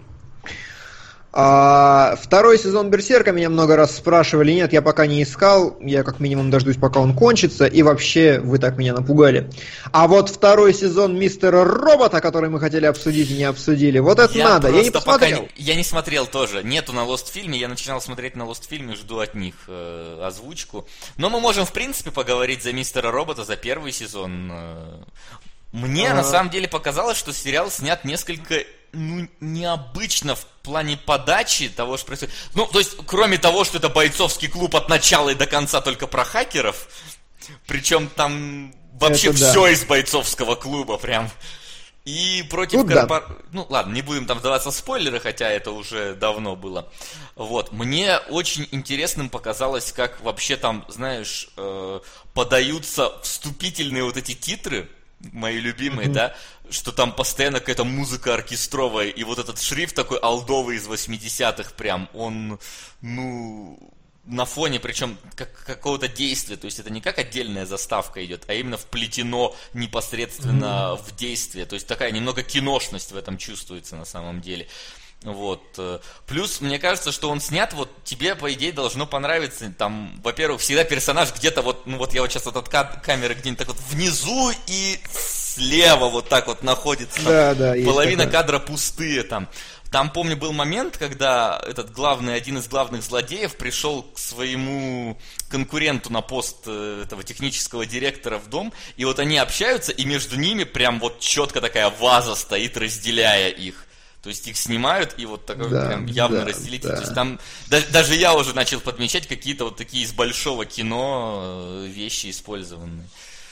Speaker 3: Второй сезон Берсерка меня много раз спрашивали. Нет, я пока не искал. Я как минимум дождусь, пока он кончится. И вообще, вы так меня напугали. А вот второй сезон Мистера Робота, который мы хотели обсудить и не обсудили, вот это надо. Я не посмотрел.
Speaker 2: Я не смотрел тоже. Нету на Lost фильме. Я начинал смотреть на Lost фильме, жду от них озвучку. Но мы можем, в принципе, поговорить за Мистера Робота, за первый сезон. Мне, на самом деле, показалось, что сериал снят несколько... необычно в плане подачи того, что происходит. То есть, кроме того, что это бойцовский клуб от начала и до конца только про хакеров, причем там вообще все из бойцовского клуба прям. И против корпорации... ладно, не будем там вдаваться в спойлеры, хотя это уже давно было. Вот. Мне очень интересным показалось, как вообще там, знаешь, подаются вступительные вот эти титры, мои любимые, да, что там постоянно какая-то музыка оркестровая, и вот этот шрифт такой олдовый из 80-х прям, он, на фоне, причем какого-то действия, то есть это не как отдельная заставка идет, а именно вплетено непосредственно в действие, то есть такая немного киношность в этом чувствуется на самом деле. Вот. Плюс, мне кажется, что он снят, вот тебе, по идее, должно понравиться. Там, во-первых, всегда персонаж где-то вот, я вот сейчас от камеры где-нибудь так вот внизу и слева вот так вот находится.
Speaker 3: Да,
Speaker 2: половина кадра пустые там. Там, помню, был момент, когда один из главных злодеев пришел к своему конкуренту на пост этого технического директора в дом, и вот они общаются, и между ними прям вот четко такая ваза стоит, разделяя их. То есть их снимают и вот такой прям явно разделитель. То есть там даже я уже начал подмечать какие-то вот такие из большого кино вещи использованные.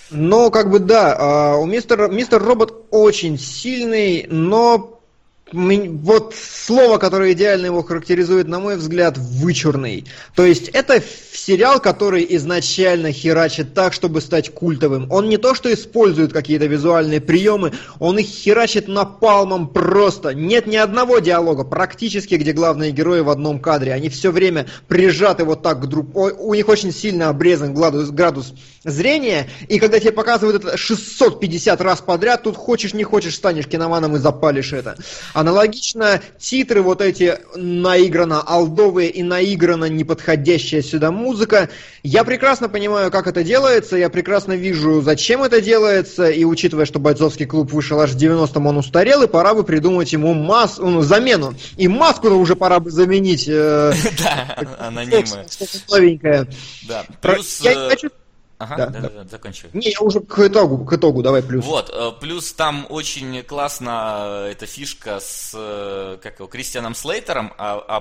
Speaker 3: Мистер Робот очень сильный, но вот слово, которое идеально его характеризует, на мой взгляд, вычурный. То есть это сериал, который изначально херачит так, чтобы стать культовым. Он не то, что использует какие-то визуальные приемы, он их херачит напалмом просто. Нет ни одного диалога, практически, где главные герои в одном кадре. Они все время прижаты вот так к друг... У них очень сильно обрезан градус зрения, и когда тебе показывают это 650 раз подряд, тут хочешь не хочешь станешь киноманом и запалишь это. Аналогично титры вот эти наигранно олдовые и наигранно неподходящая сюда музыка. Я прекрасно понимаю, как это делается, я прекрасно вижу, зачем это делается, и учитывая, что бойцовский клуб вышел аж в 90-м, он устарел, и пора бы придумать ему замену. И маску уже пора бы заменить.
Speaker 2: Да, анонимы.
Speaker 3: Новенькое.
Speaker 2: Да, плюс...
Speaker 3: Я не хочу...
Speaker 2: Ага, да, закончу.
Speaker 3: Не, я уже к итогу, давай плюс.
Speaker 2: Вот, плюс там очень классно эта фишка с Кристианом Слейтером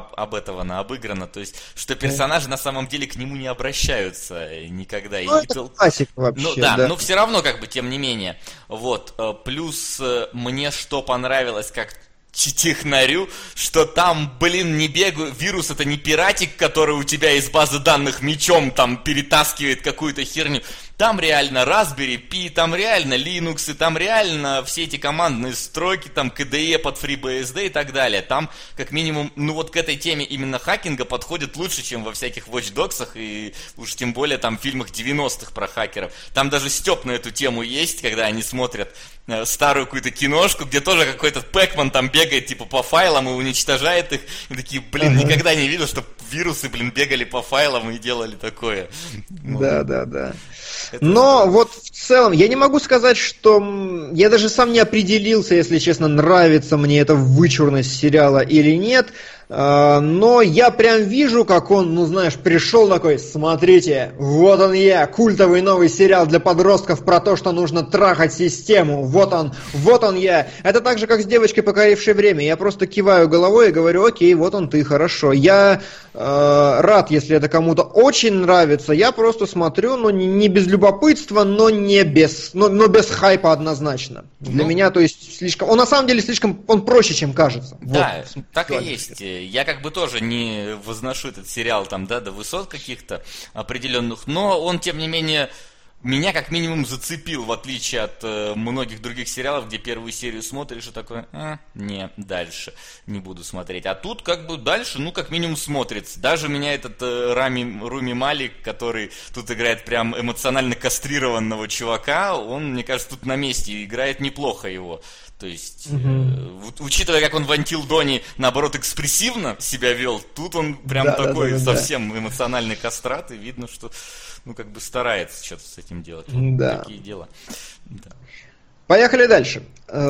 Speaker 2: обыграна, то есть, что персонажи на самом деле к нему не обращаются никогда.
Speaker 3: Ну, это классика вообще.
Speaker 2: Ну да, но все равно, тем не менее. Вот, плюс мне что понравилось, как технарю, что там, не бегаю, вирус это не пиратик, который у тебя из базы данных мечом там перетаскивает какую-то херню. Там реально Raspberry Pi, там реально Linux, и там реально все эти командные строки, там KDE под FreeBSD и так далее. Там, как минимум, к этой теме именно хакинга подходит лучше, чем во всяких Watch Dogs'ах, и уж тем более там в фильмах 90-х про хакеров. Там даже стёб на эту тему есть, когда они смотрят старую какую-то киношку, где тоже какой-то Пэкман там бегает типа по файлам и уничтожает их. И такие, никогда не видел, что вирусы, бегали по файлам и делали такое.
Speaker 3: Да. Но вот в целом, я не могу сказать, что... Я даже сам не определился, если честно, нравится мне эта вычурность сериала или нет. Но я прям вижу, как он, пришел такой: смотрите, вот он я, культовый новый сериал для подростков про то, что нужно трахать систему. Вот он я. Это так же, как с девочкой, покорившей время. Я просто киваю головой и говорю: окей, вот он ты, хорошо. Я рад, если это кому-то очень нравится. Я просто смотрю, не без любопытства, но без хайпа однозначно. Для меня, то есть, слишком... Он на самом деле он проще, чем кажется.
Speaker 2: Да, вот, так и есть. Я тоже не возношу этот сериал до высот каких-то определенных, но он, тем не менее, меня как минимум зацепил, в отличие от многих других сериалов, где первую серию смотришь и такой: не, дальше не буду смотреть. А тут дальше, как минимум смотрится. Даже меня этот Руми Малик, который тут играет прям эмоционально кастрированного чувака, он, мне кажется, тут на месте играет неплохо его. То есть, учитывая, как он в Until Dawn, наоборот, экспрессивно себя вел, тут он прям совсем эмоциональный кастрат, и видно, что, старается что-то с этим делать.
Speaker 3: Да.
Speaker 2: Такие дела. Да.
Speaker 3: Поехали дальше.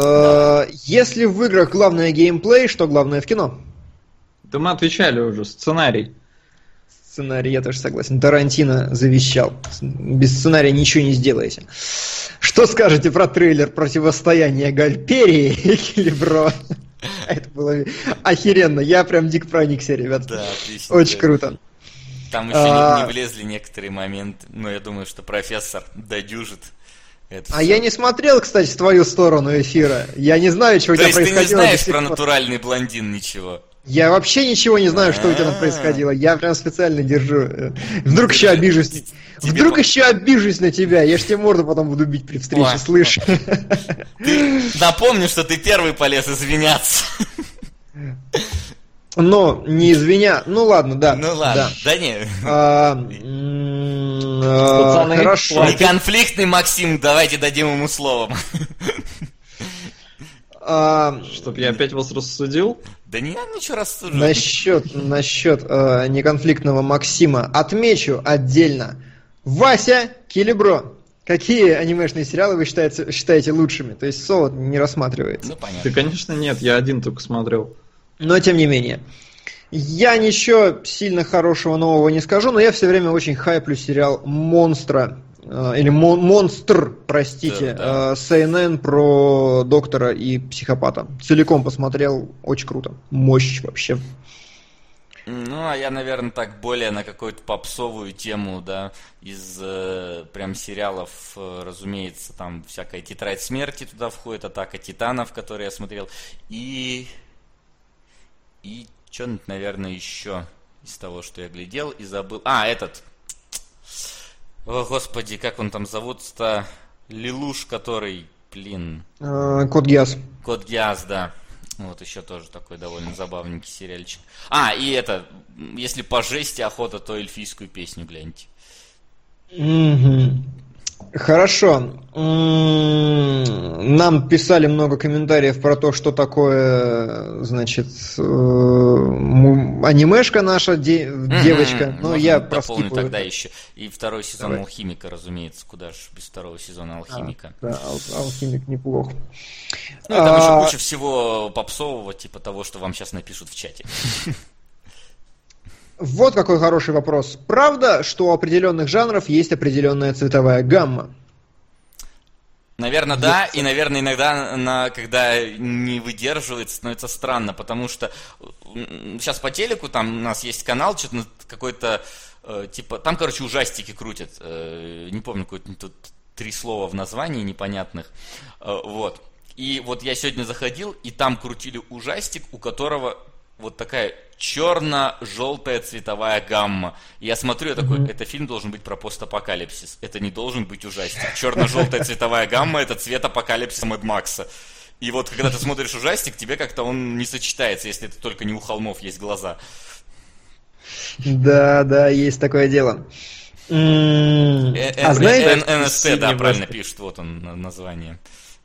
Speaker 3: Если в играх главное геймплей, что главное в кино?
Speaker 4: Да мы отвечали уже, сценарий.
Speaker 3: Сценарий, я тоже согласен. Тарантино завещал: без сценария ничего не сделаете. Что скажете про трейлер противостояния Гальперии и Келебро? Это было охеренно. Я прям дико проникся, ребят.
Speaker 2: Да, отлично.
Speaker 3: Очень круто.
Speaker 2: Там еще не влезли некоторые моменты, но я думаю, что профессор додюжит.
Speaker 3: Я не смотрел, кстати, в твою сторону эфира. Я не знаю, что у тебя происходило.
Speaker 2: То есть ты не знаешь про натуральный блондин ничего?
Speaker 3: Я вообще ничего не знаю, что у тебя там происходило. Я прям специально держу. Вдруг еще обижусь. Вдруг еще обижусь на тебя. Я ж тебе морду потом буду бить при встрече, слышь.
Speaker 2: Напомню, что ты первый полез извиняться.
Speaker 3: Но не извиня. Ну ладно, да.
Speaker 2: Ну ладно, да не.
Speaker 3: Хорошо.
Speaker 2: Неконфликтный Максим, давайте дадим ему слово.
Speaker 4: Чтоб я опять вас рассудил?
Speaker 2: Да не надо ничего рассуждать.
Speaker 3: Насчет неконфликтного Максима отмечу отдельно. Вася Келебро. Какие анимешные сериалы вы считаете лучшими? То есть Солод не рассматривается.
Speaker 2: Ну, понятно.
Speaker 4: Да, конечно, нет, я один только смотрел.
Speaker 3: Но тем не менее. Я ничего сильно хорошего нового не скажу, но я все время очень хайплю сериал «Монстра». Или «Монстр», простите,
Speaker 2: да.
Speaker 3: CNN про доктора и психопата. Целиком посмотрел, очень круто. Мощь вообще.
Speaker 2: Ну, а я, наверное, так более на какую-то попсовую тему, да, из прям сериалов, разумеется, там всякая «Тетрадь смерти» туда входит, «Атака титанов», который я смотрел, и что-нибудь, наверное, еще из того, что я глядел и забыл. О, господи, как он там зовут-то? Лелуш, который,
Speaker 3: Код Гиас.
Speaker 2: Код Гиас, да. Вот еще тоже такой довольно забавненький сериальчик. И если по жести охота, то эльфийскую песню гляньте.
Speaker 3: Хорошо. Нам писали много комментариев про то, что такое, значит, анимешка наша, девочка. Но я
Speaker 2: дополню тогда еще. И второй сезон Алхимика, разумеется. Куда же без второго сезона Алхимика?
Speaker 3: Да, Алхимик неплох.
Speaker 2: Ну и там еще куча всего попсового, типа того, что вам сейчас напишут в чате.
Speaker 3: Вот какой хороший вопрос. Правда, что у определенных жанров есть определенная цветовая гамма?
Speaker 2: Наверное, да, и, наверное, иногда она, когда не выдерживает, становится странно, потому что сейчас по телеку там у нас есть канал, что-то какой-то, типа, там, короче, ужастики крутят, не помню, какое-то тут 3 слова в названии непонятных, вот. И вот я сегодня заходил, и там крутили ужастик, у которого вот такая черно-желтая цветовая гамма. И я смотрю, я такой, это фильм должен быть про постапокалипсис. Это не должен быть ужастик. Черно-желтая цветовая гамма — это цвет апокалипсиса Мэд Макса. И вот когда ты смотришь ужастик, тебе как-то он не сочетается, если это только не у холмов есть глаза.
Speaker 3: Да, есть такое дело.
Speaker 2: Знаете, НСТ, да, правильно пишет, вот он название.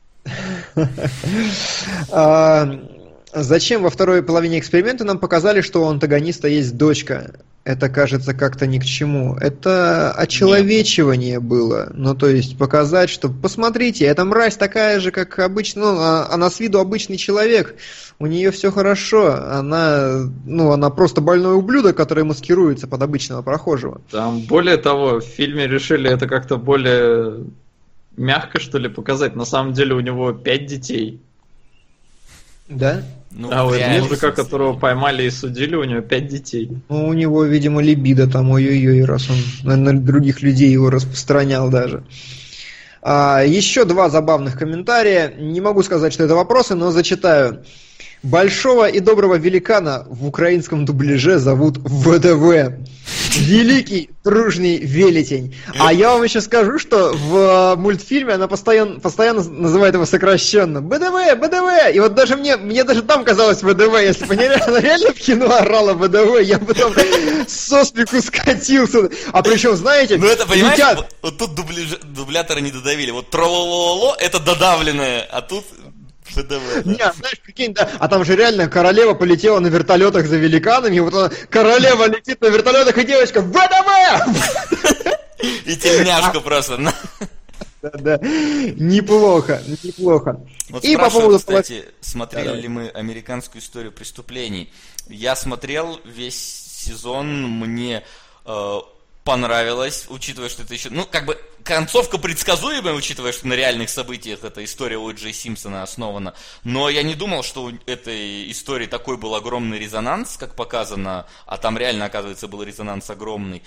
Speaker 3: Зачем во второй половине эксперимента нам показали, что у антагониста есть дочка? Это кажется как-то ни к чему. Это очеловечивание было. Ну, то есть показать, что посмотрите, эта мразь такая же, как обычно, она с виду обычный человек. У нее все хорошо. Она просто больной ублюдок, который маскируется под обычного прохожего.
Speaker 4: Там, более того, в фильме решили это как-то более мягко, что ли, показать. На самом деле у него 5 детей.
Speaker 3: Да?
Speaker 4: Ну, а вот мужика, которого поймали и судили, у него 5 детей.
Speaker 3: Ну, у него, видимо, либидо там, ой-ой-ой, раз он на других людей его распространял даже. Еще 2 забавных комментария. Не могу сказать, что это вопросы, но зачитаю. Большого и доброго великана в украинском дубляже зовут ВДВ. Великий, дружный велетень. А я вам еще скажу, что в мультфильме она постоянно называет его сокращенно. БДВ! И вот даже мне даже там казалось ВДВ. Если бы она реально в кино орала ВДВ, я бы там со смеху скатился. А причем, знаете...
Speaker 2: Ну это, понимаешь, вот тут дубляторы не додавили. Вот тролололо это додавленное, а тут... ВДВ, да.
Speaker 3: Не, знаешь, прикинь, да, а там же реально королева полетела на вертолетах за великанами, и вот она, королева летит на вертолетах, и девочка ВДВ!
Speaker 2: И тельняшка просто.
Speaker 3: Да, неплохо.
Speaker 2: Вот и по поводу, кстати, смотрели ли мы «Американскую историю преступлений». Я смотрел весь сезон, мне понравилось, учитывая, что это еще... Ну, как бы, концовка предсказуемая, учитывая, что на реальных событиях эта история О. Джей Симпсона основана. Но я не думал, что у этой истории такой был огромный резонанс, как показано. А там реально, оказывается, был резонанс огромный.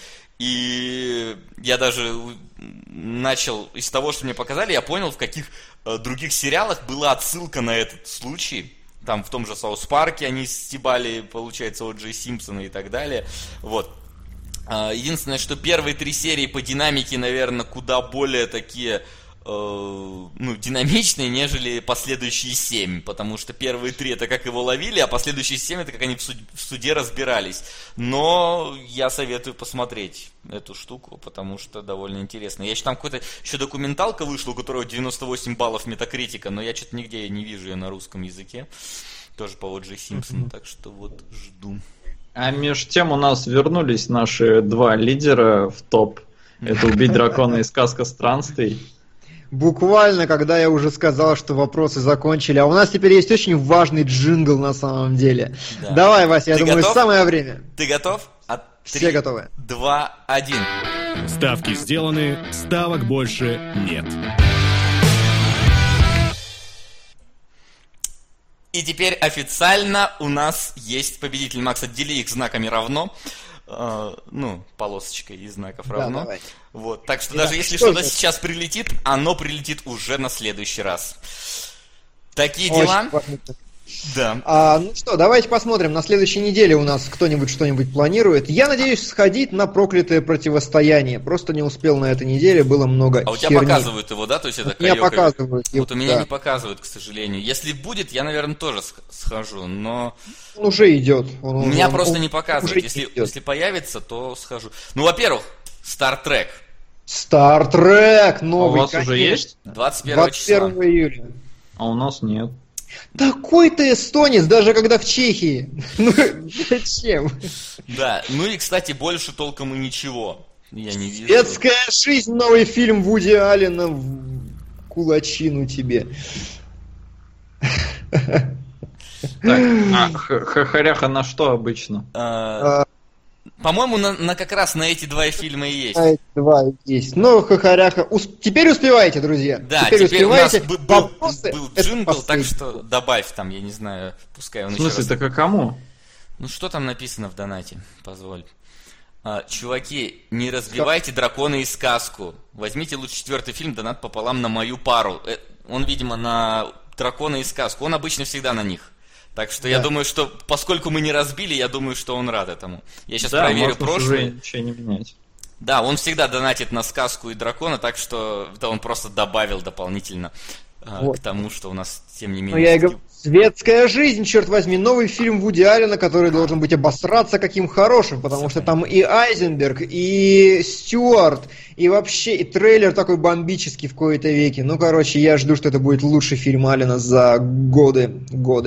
Speaker 2: И я даже начал... Из того, что мне показали, я понял, в каких других сериалах была отсылка на этот случай. Там в том же Саус Парке они стебали, получается, О. Джей Симпсона и так далее. Вот. Единственное, что первые 3 серии по динамике, наверное, куда более такие динамичные, нежели последующие 7. Потому что первые 3 это как его ловили, а последующие 7 это как они в суде разбирались. Но я советую посмотреть эту штуку, потому что довольно интересно. Я еще там какой-то еще документалка вышла, у которой 98 баллов метакритика, но я что-то нигде не вижу ее на русском языке. Тоже по О. Джей Симпсону, так что вот жду.
Speaker 4: А между тем у нас вернулись наши 2 лидера в топ. Это «Убить дракона» и «Сказка странствий».
Speaker 3: Буквально, когда я уже сказал, что вопросы закончили. А у нас теперь есть очень важный джингл на самом деле. Да. Давай, Вася, я думаю, самое время.
Speaker 2: Ты готов?
Speaker 3: 3, все готовы.
Speaker 2: 2, 1.
Speaker 1: Ставки сделаны, ставок больше нет.
Speaker 2: И теперь официально у нас есть победитель. Макс, отдели их знаками равно. Полосочкой из знаков равно.
Speaker 3: Давай.
Speaker 2: Вот. Так что даже если что-то сейчас прилетит, оно прилетит уже на следующий раз. Такие дела.
Speaker 3: Да. Ну что, давайте посмотрим. На следующей неделе у нас кто-нибудь что-нибудь планирует. Я надеюсь сходить на «Проклятое противостояние». Просто не успел на этой неделе, было много херни.
Speaker 2: А у тебя показывают его, да? То есть это
Speaker 3: меня показывают.
Speaker 2: Вот у меня не показывают, к сожалению. Если будет, я, наверное, тоже схожу, но...
Speaker 3: Он уже идет.
Speaker 2: У меня просто не показывают. Если появится, то схожу. Ну, во-первых, Star Trek.
Speaker 3: Star Trek новый,
Speaker 4: у вас
Speaker 3: конечно.
Speaker 4: уже есть?
Speaker 2: 21 числа.
Speaker 3: 21 июля.
Speaker 4: А у нас нет.
Speaker 3: Такой ты эстонец, даже когда в Чехии. Ну, зачем?
Speaker 2: Да, ну и, кстати, больше толком и ничего. Я не вижу.
Speaker 3: Детская жизнь, новый фильм Вуди Аллена в кулачину тебе.
Speaker 4: Так, хохоряха на что обычно?
Speaker 2: По-моему, как раз на эти два фильма и есть.
Speaker 3: Два есть. Но хохоряха. Теперь успеваете, друзья.
Speaker 2: Да, теперь у нас был
Speaker 3: Вопросы?
Speaker 2: джингл,
Speaker 3: Это
Speaker 2: так что добавь там, я не знаю, пускай он
Speaker 4: В
Speaker 2: еще
Speaker 4: смысле,
Speaker 2: раз.
Speaker 4: так а кому?
Speaker 2: Ну что там написано в донате? Позволь. Чуваки, не разбивайте дракона и сказку. Возьмите лучше 4-й фильм, донат пополам на мою пару. Он, видимо, на дракона и сказку. Он обычно всегда на них. Так что я думаю, что поскольку мы не разбили, я думаю, что он рад этому. Я сейчас проверю прошлое.
Speaker 4: Ничего не менять.
Speaker 2: Да, он всегда донатит на сказку и дракона, так что да, он просто добавил дополнительно к тому, что у нас, тем не менее...
Speaker 3: Ну, я и говорю, светская жизнь, черт возьми, новый фильм Вуди Аллена, который должен быть обосраться каким хорошим, потому что там и Айзенберг, и Стюарт, и вообще, и трейлер такой бомбический в кои-то веки. Ну, короче, я жду, что это будет лучший фильм Аллена за годы.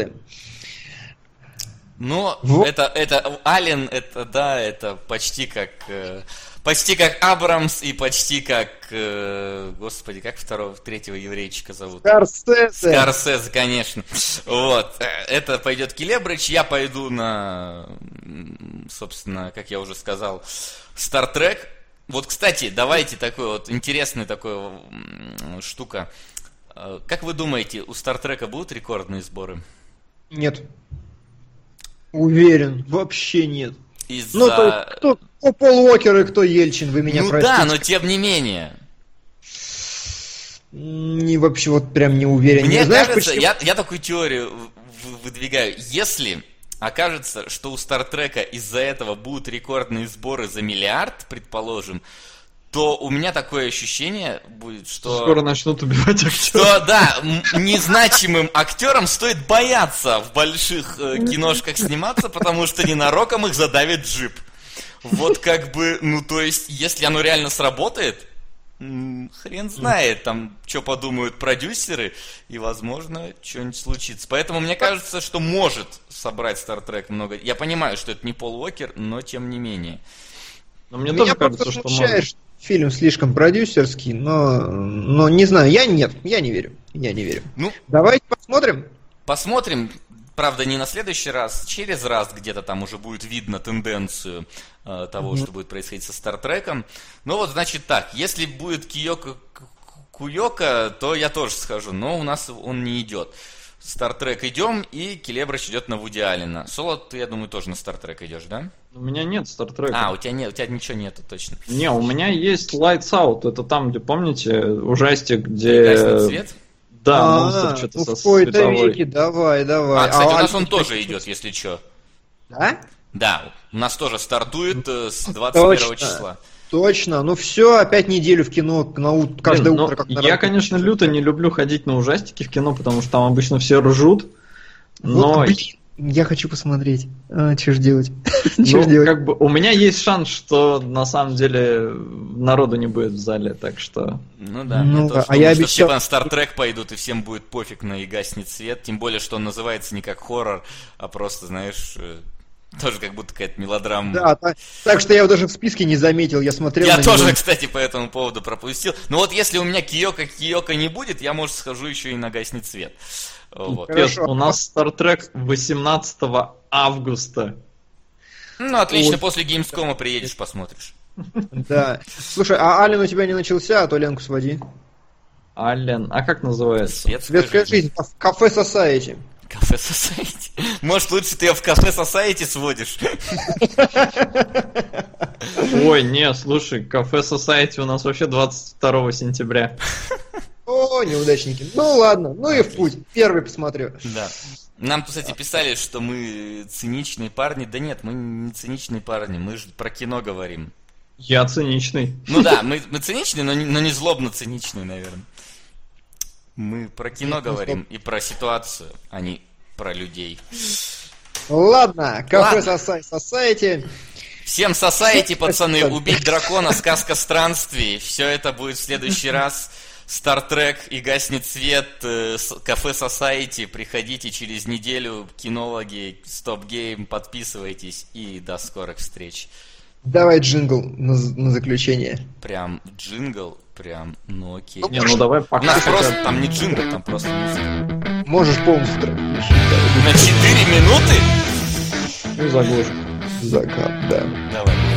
Speaker 2: Но
Speaker 3: Вот.
Speaker 2: это Аллен, это почти как Абрамс и почти как, господи, как третьего еврейчика зовут? Скорсезе, конечно. Вот, это пойдет Келебрич, я пойду на, собственно, как я уже сказал, Star Trek. Вот, кстати, давайте такой вот интересный такой штука. Как вы думаете, у Star Trek будут рекордные сборы?
Speaker 3: Нет. Уверен, вообще нет.
Speaker 2: Из-за...
Speaker 3: Ну, кто Пол Уокер и кто Ельчин, вы меня простите.
Speaker 2: Да, но тем не менее.
Speaker 3: Вообще вот прям не уверен.
Speaker 2: Мне
Speaker 3: знаешь,
Speaker 2: кажется,
Speaker 3: почему?
Speaker 2: я такую теорию выдвигаю. Если окажется, что у Стартрека из-за этого будут рекордные сборы за миллиард, предположим, то у меня такое ощущение будет, что...
Speaker 4: Скоро начнут убивать актеров.
Speaker 2: Что, да, незначимым актерам стоит бояться в больших киношках сниматься, потому что ненароком их задавит джип. Вот как бы, ну то есть, если оно реально сработает, хрен знает, там, что подумают продюсеры, и, возможно, что-нибудь случится. Поэтому мне кажется, что может собрать Star Trek много... Я понимаю, что это не Пол Уокер, но тем не менее.
Speaker 4: Но мне тоже кажется, что может.
Speaker 3: Фильм слишком продюсерский, но не знаю, я не верю.
Speaker 2: Ну,
Speaker 3: давайте посмотрим.
Speaker 2: Посмотрим, правда, не на следующий раз, через раз где-то там уже будет видно тенденцию того, что будет происходить со Стартреком. Ну вот, значит так, если будет Куёка, то я тоже схожу, но у нас он не идет. Стартрек идем, и Келебрич идет на Вуди Аллена. Соло, ты, я думаю, тоже на Стартрек идешь, да?
Speaker 4: У меня нет Стартрека.
Speaker 2: У тебя ничего нету, точно.
Speaker 4: Не, у меня есть Lights Out. Это там, где, помните, ужастик, где...
Speaker 2: Гаснет свет?
Speaker 4: Да, монстр что-то со световой.
Speaker 3: Веки, давай.
Speaker 2: Кстати, у нас он тоже идет, если что.
Speaker 3: Да?
Speaker 2: Да, у нас тоже стартует с 21 числа.
Speaker 3: Точно, ну все, опять неделю в кино, каждое утро как на
Speaker 4: Я, конечно, люто не люблю ходить на ужастики в кино, потому что там обычно все ржут. Но...
Speaker 3: Вот, блин, я хочу посмотреть. Что ж делать?
Speaker 4: Как бы у меня есть шанс, что на самом деле народу не будет в зале, так что...
Speaker 2: Ну да, я обещал... что все на Стартрек пойдут, и всем будет пофиг на «И гаснет свет», тем более, что он называется не как хоррор, а просто, знаешь... Тоже как будто какая-то мелодрама.
Speaker 3: Да, так что я его даже в списке не заметил, я смотрел
Speaker 2: я
Speaker 3: на
Speaker 2: тоже,
Speaker 3: него.
Speaker 2: Кстати, по этому поводу пропустил. Но вот если у меня Киёка не будет, я, может, схожу еще и на «Гаснет свет». Вот.
Speaker 4: У нас Star Trek 18 августа.
Speaker 2: Ну, отлично, после Gamescom приедешь, посмотришь.
Speaker 3: Да. Слушай, а Аллен у тебя не начался, а то Ленку своди.
Speaker 4: Аллен, а как называется?
Speaker 3: Светская жизнь. Кафе Society.
Speaker 2: Кафе Society. Может, лучше ты ее в Кафе Society сводишь?
Speaker 4: Ой, не, слушай, Кафе Society у нас вообще 22 сентября.
Speaker 3: О, неудачники. Ну ладно, ну и в путь. Первый посмотрю.
Speaker 2: Да. Нам, кстати, писали, что мы циничные парни. Да нет, мы не циничные парни, мы же про кино говорим.
Speaker 4: Я циничный.
Speaker 2: Ну да, мы циничные, но не злобно циничные, наверное. Мы про кино говорим и про ситуацию, а не про людей.
Speaker 3: Ладно, Кафе Society.
Speaker 2: Всем сосайте, пацаны, убить дракона, сказка странствий. Все это будет в следующий раз. Стартрек и гаснет свет, кафе Society. Приходите через неделю, кинологи, Стоп Гейм, подписывайтесь и до скорых встреч.
Speaker 3: Давай джингл на заключение.
Speaker 2: Прям джингл, прям, ну окей.
Speaker 4: Не, ну давай пока.
Speaker 2: У нас просто там не джингл, там просто музыка.
Speaker 3: Можешь полностью трек включить.
Speaker 2: На 4 минуты?
Speaker 4: Ну, заглушка.
Speaker 3: Закат, да.
Speaker 2: Давай.